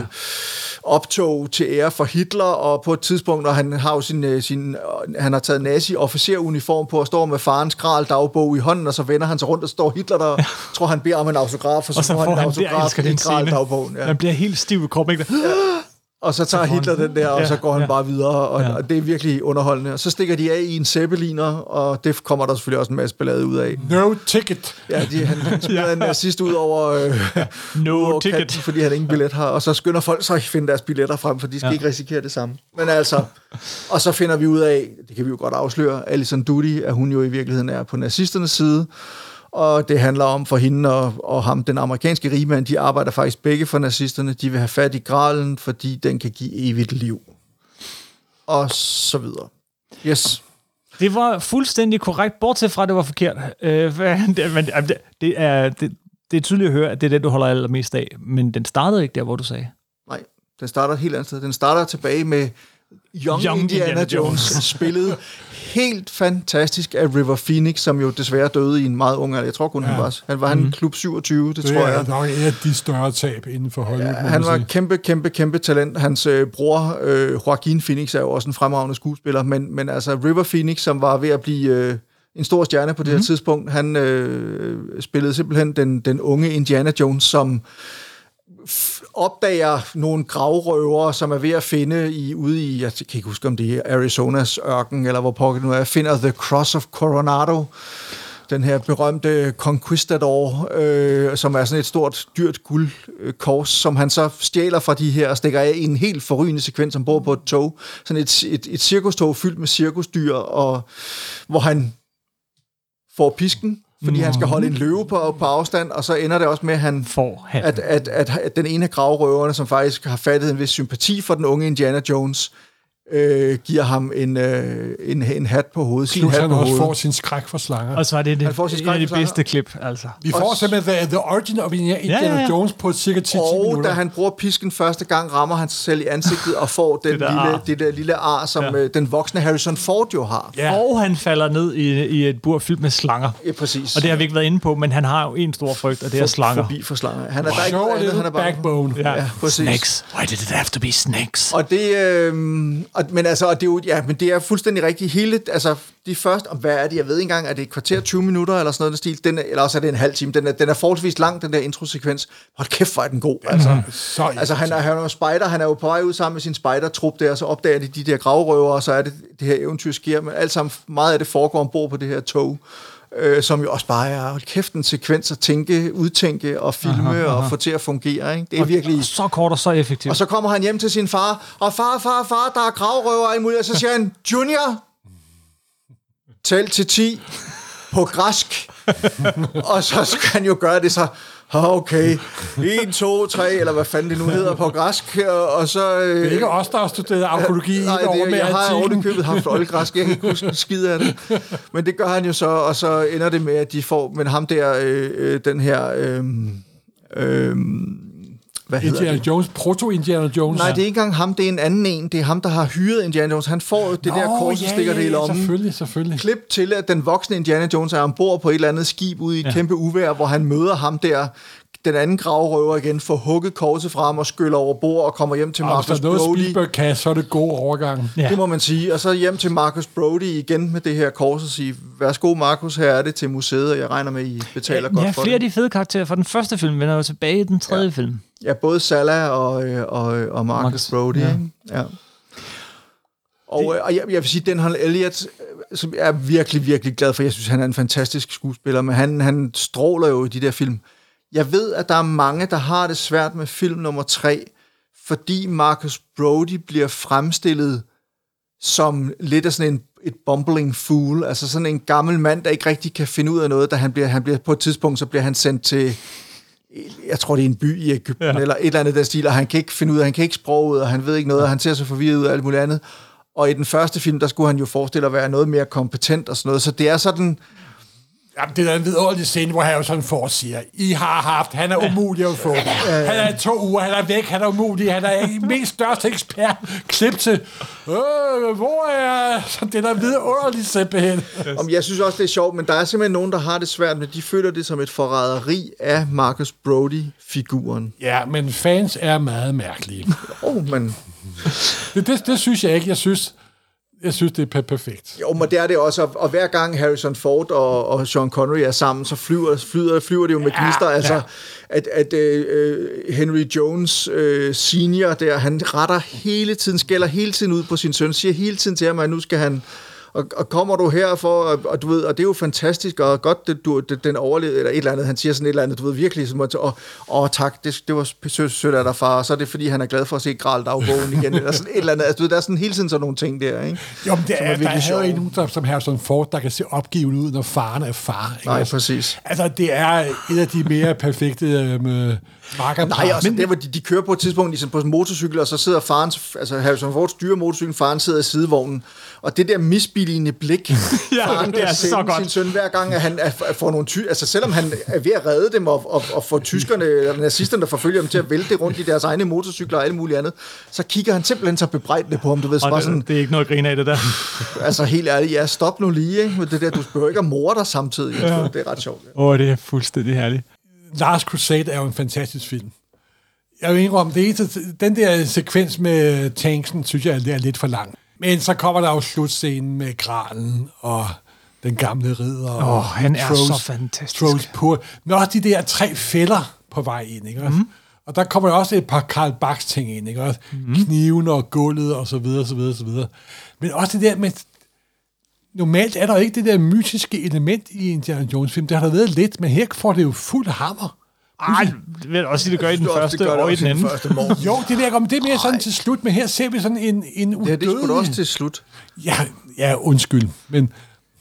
optog til ære for Hitler, og på et tidspunkt, når han har jo han har taget nazi-officeruniform på og står med farens Gral-dagbog i hånden, og så vender han sig rundt, og står Hitler der, tror han beder om en autograf, og så får han en autograf i Gral-dagbogen. Ja. Man bliver helt stiv i kroppen, ikke? Ja. Og så tager Hitler den der, og så går han bare videre, og det er virkelig underholdende. Og så stikker de af i en zeppeliner, og det kommer der selvfølgelig også en masse ballade ud af. No ticket! Ja, han smider en nazist ud over, no ticket, kanten, fordi han ingen billet har, og så skynder folk så at finde deres billetter frem, for de skal ikke risikere det samme. Men altså, og så finder vi ud af, det kan vi jo godt afsløre, Alison Doody, at hun jo i virkeligheden er på nazisternes side, og det handler om for hende og ham, den amerikanske rigmand, de arbejder faktisk begge for nazisterne. De vil have fat i gralen, fordi den kan give evigt liv. Og så videre. Yes. Det var fuldstændig korrekt, bortset fra, at det var forkert. Det er tydeligt at høre, at det er det, du holder allermest af. Men den startede ikke der, hvor du sagde. Nej, den starter et helt andet sted. Den starter tilbage med Young Indiana Jones, spillet helt fantastisk af River Phoenix, som jo desværre døde i en meget ung alder. Jeg tror kun, han var klub 27, det tror jeg. Det er nok et af de større tab inden for Hollywood. Ja, han var kæmpe talent. Hans bror, Joaquin Phoenix, er jo også en fremragende skuespiller, men altså River Phoenix, som var ved at blive en stor stjerne på det her tidspunkt, han spillede simpelthen den unge Indiana Jones, som opdager nogle gravrøvere, som er ved at finde ude i, jeg kan ikke huske, om det er Arizonas ørken, eller hvor pokker nu er, finder The Cross of Coronado, den her berømte Conquistador, som er sådan et stort, dyrt guldkors, som han så stjæler fra de her og stikker af i en helt forrygende sekvens ombord på et tog. Sådan et cirkustog fyldt med cirkusdyr, og hvor han får pisken, fordi han skal holde en løve på afstand, og så ender det også med, at den ene af gravrøverne, som faktisk har fattet en vis sympati for den unge Indiana Jones, giver ham en hat på hovedet. Plus han også får sin skræk for slanger. Og så er det en af de bedste klip, altså. Vi får simpelthen the origin of Indiana Jones på cirka 10 minutter. Og da han bruger pisken første gang, rammer han sig selv i ansigtet og får det der lille ar, som den voksne Harrison Ford jo har. Ja. Og han falder ned i et bur fyldt med slanger. Ja, præcis. Og det har vi ikke været inde på, men han har jo en stor frygt, og det er slanger. Forbi for slanger. Han er der ikke andet, han er bare backbone. Ja, præcis. Snakes. Why did it have to be snakes? Og det men det er fuldstændig rigtigt. Hele, altså, de første, hvad er det? Jeg ved ikke engang, er det et kvarter, 20 minutter, eller sådan noget stil? Eller også er det en halv time. Den er forholdsvis lang, den der introsekvens. Hold kæft, hvor er den god. Altså, han er jo spejder, han er jo på vej ud sammen med sin spejdertrup der, og så opdager de der gravrøver, og så er det her eventyr sker, men alt sammen, meget af det foregår ombord på det her tog. Som jo også bare er kæft en sekvens at udtænke og filme og få til at fungere. Ikke? Det er virkelig så kort og så effektivt. Og så kommer han hjem til sin far, og far, der er gravrøver og muligt, og så siger han, Junior, tæl til 10 på græsk. Og så skal han jo gøre det så, okay, 1, 2, 3, eller hvad fanden det nu hedder på græsk, og så... Det er ikke os, der har studeret arkeologi i over med jeg har ovenikøbet haft oldgræsk, jeg kan ikke huske en skid af det. Men det gør han jo så, og så ender det med, at de får, men ham der, den her Indiana Jones, proto-Indiana Jones. Nej, det er ikke engang ham, det er en anden en. Det er ham, der har hyret Indiana Jones. Han får det der kors, stikker det i lommen. Selvfølgelig. Klip til, at den voksne Indiana Jones er ombord på et eller andet skib ude i et kæmpe uvejr, hvor han møder ham der, den anden gravrøver igen, får hugget korset frem og skyller over bord og kommer hjem til Marcus Brody. Hvis der er noget Spielberg kan, så er det god overgang. Ja. Det må man sige. Og så hjem til Marcus Brody igen med det her kors og sige, værsgo Marcus, her er det til museet, og jeg regner med, I betaler godt for det. Ja, flere af de fede karakterer fra den første film vender jo tilbage i den tredje film. Ja, både Salah og Marcus Brody. Ja. Og jeg vil sige, Denholm Elliott, som jeg er virkelig, virkelig glad for. Jeg synes, han er en fantastisk skuespiller, men han stråler jo i de der film. Jeg ved, at der er mange, der har det svært med film nummer 3, fordi Marcus Brody bliver fremstillet som lidt af sådan et bumbling fool, altså sådan en gammel mand, der ikke rigtig kan finde ud af noget, da han bliver på et tidspunkt, så bliver han sendt til, jeg tror det er en by i Egypten, eller et eller andet der stil, og han kan ikke finde ud af, han kan ikke sproget, og han ved ikke noget, og han ser så forvirret ud af alt muligt andet. Og i den første film, der skulle han jo forestille at være noget mere kompetent og sådan noget, så det er sådan... Jamen, det er en vidunderlig scene, hvor Harrison Ford siger, I har haft, han er umulig at få. Han er 2 uger, han er væk, han er umulig, han er mest største ekspert. Klip til, hvor er så det der vidunderligt simpelthen. Jeg synes også, det er sjovt, men der er simpelthen nogen, der har det svært, men de føler det som et forræderi af Marcus Brody-figuren. Ja, men fans er meget mærkelige. Men... Det synes jeg ikke, jeg synes, det er perfekt. Jo, men det er det også, og hver gang Harrison Ford og Sean Connery er sammen, så flyver det jo med gnister, altså at Henry Jones senior der, han retter hele tiden, skælder hele tiden ud på sin søn, siger hele tiden til ham, at nu skal han, og kommer du her for, og du ved, og det er jo fantastisk, og godt, den overlevede, eller et eller andet, han siger sådan et eller andet, du ved, virkelig, som at, tak, det var sødt af dig, far, og så er det, fordi han er glad for at se Gral-dagbogen igen, eller sådan et eller andet, altså, du ved, der er sådan hele tiden sådan nogle ting der, ikke? Jo, men der er jo en som Harrison Ford, der kan se opgivende ud, når faren er far, ikke? Nej, præcis. Altså, det er et af de mere perfekte markerpar. Nej, altså, hvor de kører på et tidspunkt ligesom på en motorcykel, og så sidder faren, altså Harrison Ford styrer motorcyklen, faren sidder i sidevognen, og det der misbilligende blik, faren der sender sin søn, hver gang, at han får nogle altså selvom han er ved at redde dem, og får tyskerne, eller nazisterne, der forfølger dem til at vælte rundt i deres egne motorcykler og alt muligt andet, så kigger han simpelthen så bebrejdende på ham, du ved, så det, sådan, det er ikke noget at grine af det der. Altså helt ærligt, ja, stop nu lige, ikke? Det der, du behøver ikke at morde dig samtidig. Ja. Det er ret sjovt. Det er fuldstændig herligt. Last Crusade er jo en fantastisk film. Jeg vil indrømme, den der sekvens med tanksen, synes jeg, det er lidt for lang. Men så kommer der jo slutscenen med Gralen og den gamle ridder. Han er så fantastisk. Men også de der 3 fælder på vej ind, ikke? Og der kommer jo også et par Karl Barks ting ind, ikke? Også kniven og gulvet og så videre, så videre, så videre. Men også det der med... Normalt er der ikke det der mytiske element i Indiana Jones-film. Det har der været lidt, men her får det jo fuld hammer. Det vil også sige, det gør i den første og i den anden. Jo, det virker, men det er mere sådan til slut, men her ser vi sådan en udødelig... Ja, det er sgu også til slut. Ja, undskyld, men...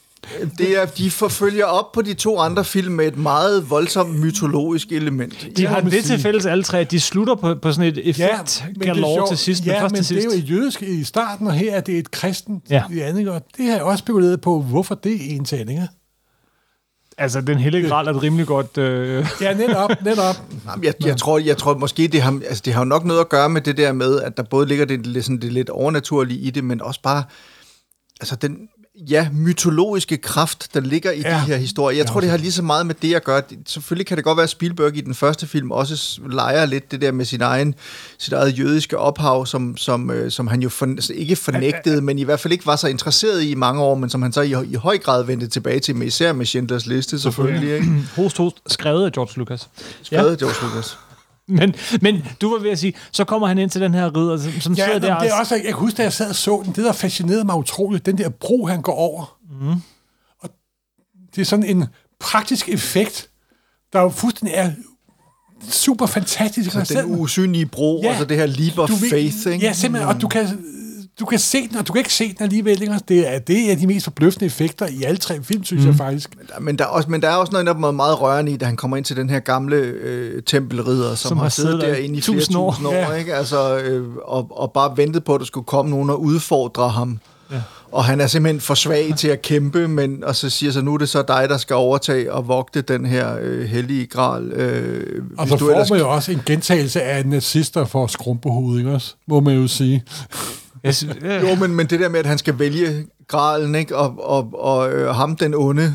De forfølger op på de 2 andre film med et meget voldsomt mytologisk element. De har det til fælles alle 3, de slutter på sådan et effekt-galore til sidst. Ja, men det er jo et jødisk i starten, og her er det et kristent i andet. Og det har jeg også spekuleret på, hvorfor det er entalinger. Altså, den hellige gral er et rimelig godt... Ja, netop. Jeg tror måske, det har jo nok noget at gøre med det der med, at der både ligger det lidt overnaturlige i det, men også bare... Altså, den... mytologiske kraft, der ligger i de her historier. Jeg tror, det har lige så meget med det at gøre. Selvfølgelig kan det godt være, at Spielberg i den første film også leger lidt det der med sit eget jødiske ophav, som han jo ikke fornægtede, men i hvert fald ikke var så interesseret i mange år, men som han så i høj grad vendte tilbage til, med især med Schindlers Liste, selvfølgelig. Ikke? Host, skrevet af George Lucas. George Lucas. Men du var ved at sige, så kommer han ind til den her ridder, som sidder der... Det er også, jeg husker, da jeg sad og så den, det der fascinerede mig utroligt, den der bro, han går over. Og det er sådan en praktisk effekt, der jo fuldstændig er super fantastisk. Så den usynlige bro, og så det her leap of faith, ikke? Ja, simpelthen, og du kan se den, og du kan ikke se den alligevel længere. Det er de mest forbløffende effekter i alle 3 film, synes jeg faktisk. Men der er også noget meget rørende i, da han kommer ind til den her gamle tempelridder, som har siddet derinde i flere tusind år, ikke? Altså, og bare ventet på, at der skulle komme nogen og udfordre ham. Ja. Og han er simpelthen for svag til at kæmpe, og så siger så, nu er det så dig, der skal overtage og vogte den her hellige gral. Og så får man jo også en gentagelse af nazister for skrumpehovedet, ikke også? Må man jo sige. Jo, men det der med, at han skal vælge gralen, ikke? Og ham, den onde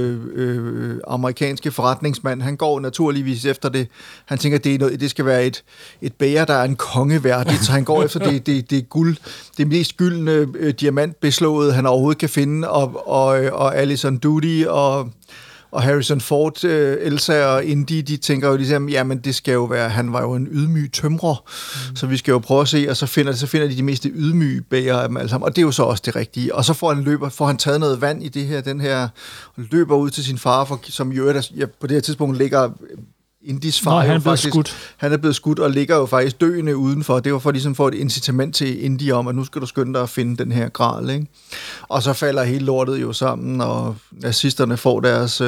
amerikanske forretningsmand, han går naturligvis efter det. Han tænker, at det skal være et bæger, der er en kongeværdigt, så han går efter det guld, det mest gyldne diamantbeslået, han overhovedet kan finde, og Alison Doody og Harrison Ford, Elsa og Indy, de tænker jo ligesom, jamen det skal jo være, han var jo en ydmyg tømrer, så vi skal jo prøve at se, og så finder de mest ydmyge bæger af dem alle sammen, og det er jo så også det rigtige. Og så får han taget noget vand i den her, og løber ud til sin far, som jo på det her tidspunkt ligger Indys far. Han er blevet skudt og ligger jo faktisk døende udenfor. Det var for ligesom for et incitament til Indy om, at nu skal du skynde dig at finde den her gral, ikke? Og så falder hele lortet jo sammen, og nazisterne får deres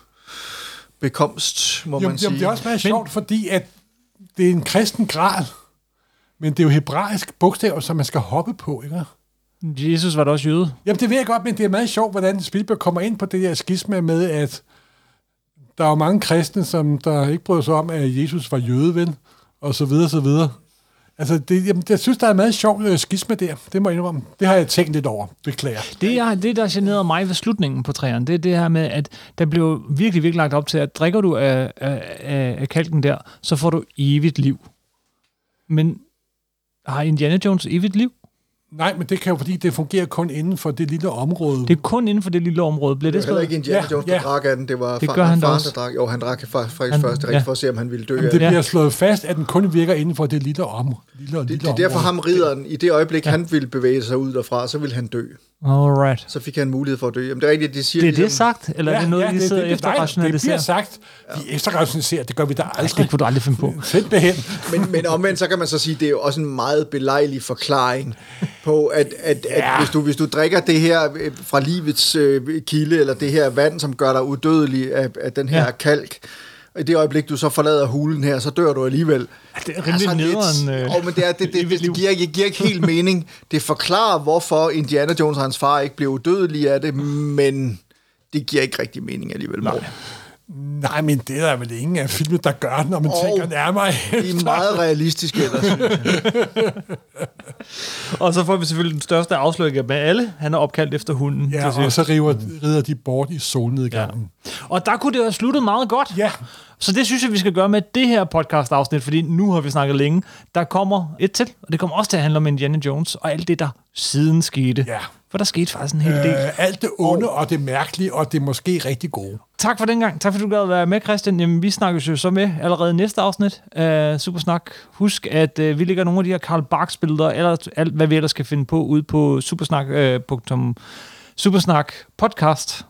bekomst, må man sige. Det er også meget sjovt, fordi at det er en kristen gral, men det er jo hebraisk bogstaver, som man skal hoppe på, ikke? Jesus var da også jøde. Jamen det ved jeg godt, men det er meget sjovt, hvordan Spielberg kommer ind på det der skisma med, at der er jo mange kristne, som der ikke bryder sig om, at Jesus var jødeven, og så videre, så videre. Altså, jeg synes, der er meget sjovt skisma der. Det må jeg indrømme. Det har jeg tænkt lidt over. Beklager. Det, der generede mig ved slutningen på træerne, det er det her med, at der blev virkelig, virkelig lagt op til, at drikker du af kalken der, så får du evigt liv. Men har Indiana Jones evigt liv? Nej, men det kan jo, fordi det fungerer kun inden for det lille område. Det er kun inden for det lille område. Bliver det heller ikke Indiana Jones, der drak af den. Det var faren, der drak. Jo, han drak faktisk først rigtigt for at se, om han ville dø. Jamen, det bliver slået fast, at den kun virker inden for det lille område. Det er derfor ham ridderen, i det øjeblik, han ville bevæge sig ud derfra, så ville han dø. Alright. Så fik han mulighed for at dø. Jamen, det er rigtigt, det siger... Det er ligesom, det sagt? Eller er det noget, vi sidder efter rationaliserer? Det bliver sagt. Vi efterrationaliserer, det gør vi da aldrig. Det kunne du aldrig finde på. Simpelthen. Men omvendt, så kan man så sige, det er jo også en meget belejlig forklaring på, at hvis du drikker det her fra livets kilde, eller det her vand, som gør dig udødelig af den her kalk, i det øjeblik, du så forlader hulen her, så dør du alligevel. Det er rimelig nederen. Men det giver ikke helt mening. Det forklarer, hvorfor Indiana Jones og hans far ikke blev udødelige af det, men det giver ikke rigtig mening alligevel. Nej, men det er der vel ingen af filmen, der gør, når man tænker nærmere efter. De er meget realistiske ellers. Og så får vi selvfølgelig den største afsløring med alle. Han er opkaldt efter hunden. Ja, og så rider de bort i solnedgangen. Ja. Og der kunne det have sluttet meget godt. Ja. Så det synes jeg, vi skal gøre med det her podcast-afsnit, fordi nu har vi snakket længe. Der kommer et til, og det kommer også til at handle om Indiana Jones og alt det, der siden skete. Ja. For der skete faktisk en hel del. Alt det onde og det mærkelige, og det måske rigtig gode. Tak for den gang. Tak for, du gad at være med, Christian. Jamen, vi snakkes jo så med allerede næste afsnit af Supersnak. Husk, at vi lægger nogle af de her Karl Barks-billeder, eller alt, hvad vi ellers skal finde på, ude på Supersnak podcast.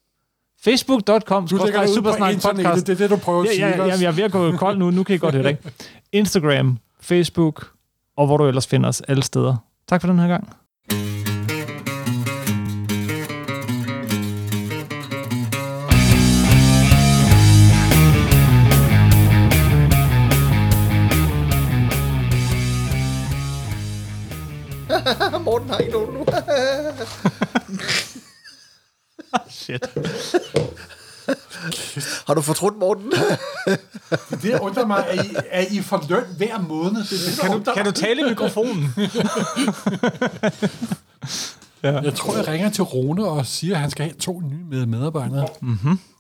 Facebook.com/Supersnak-podcast. Det er det, du prøver at sige. Ja, jeg er ved at gå kold nu. Nu kan I godt høre det, ikke? Instagram, Facebook, og hvor du ellers finder os alle steder. Tak for den her gang. Morten har ikke nogen nu. Shit. Har du fortrudt, Morten? Det undrer mig, at I får løn hver måned. Kan du tale i mikrofonen? Jeg tror, jeg ringer til Rune og siger, at han skal have 2 nye medarbejdere. Mhm.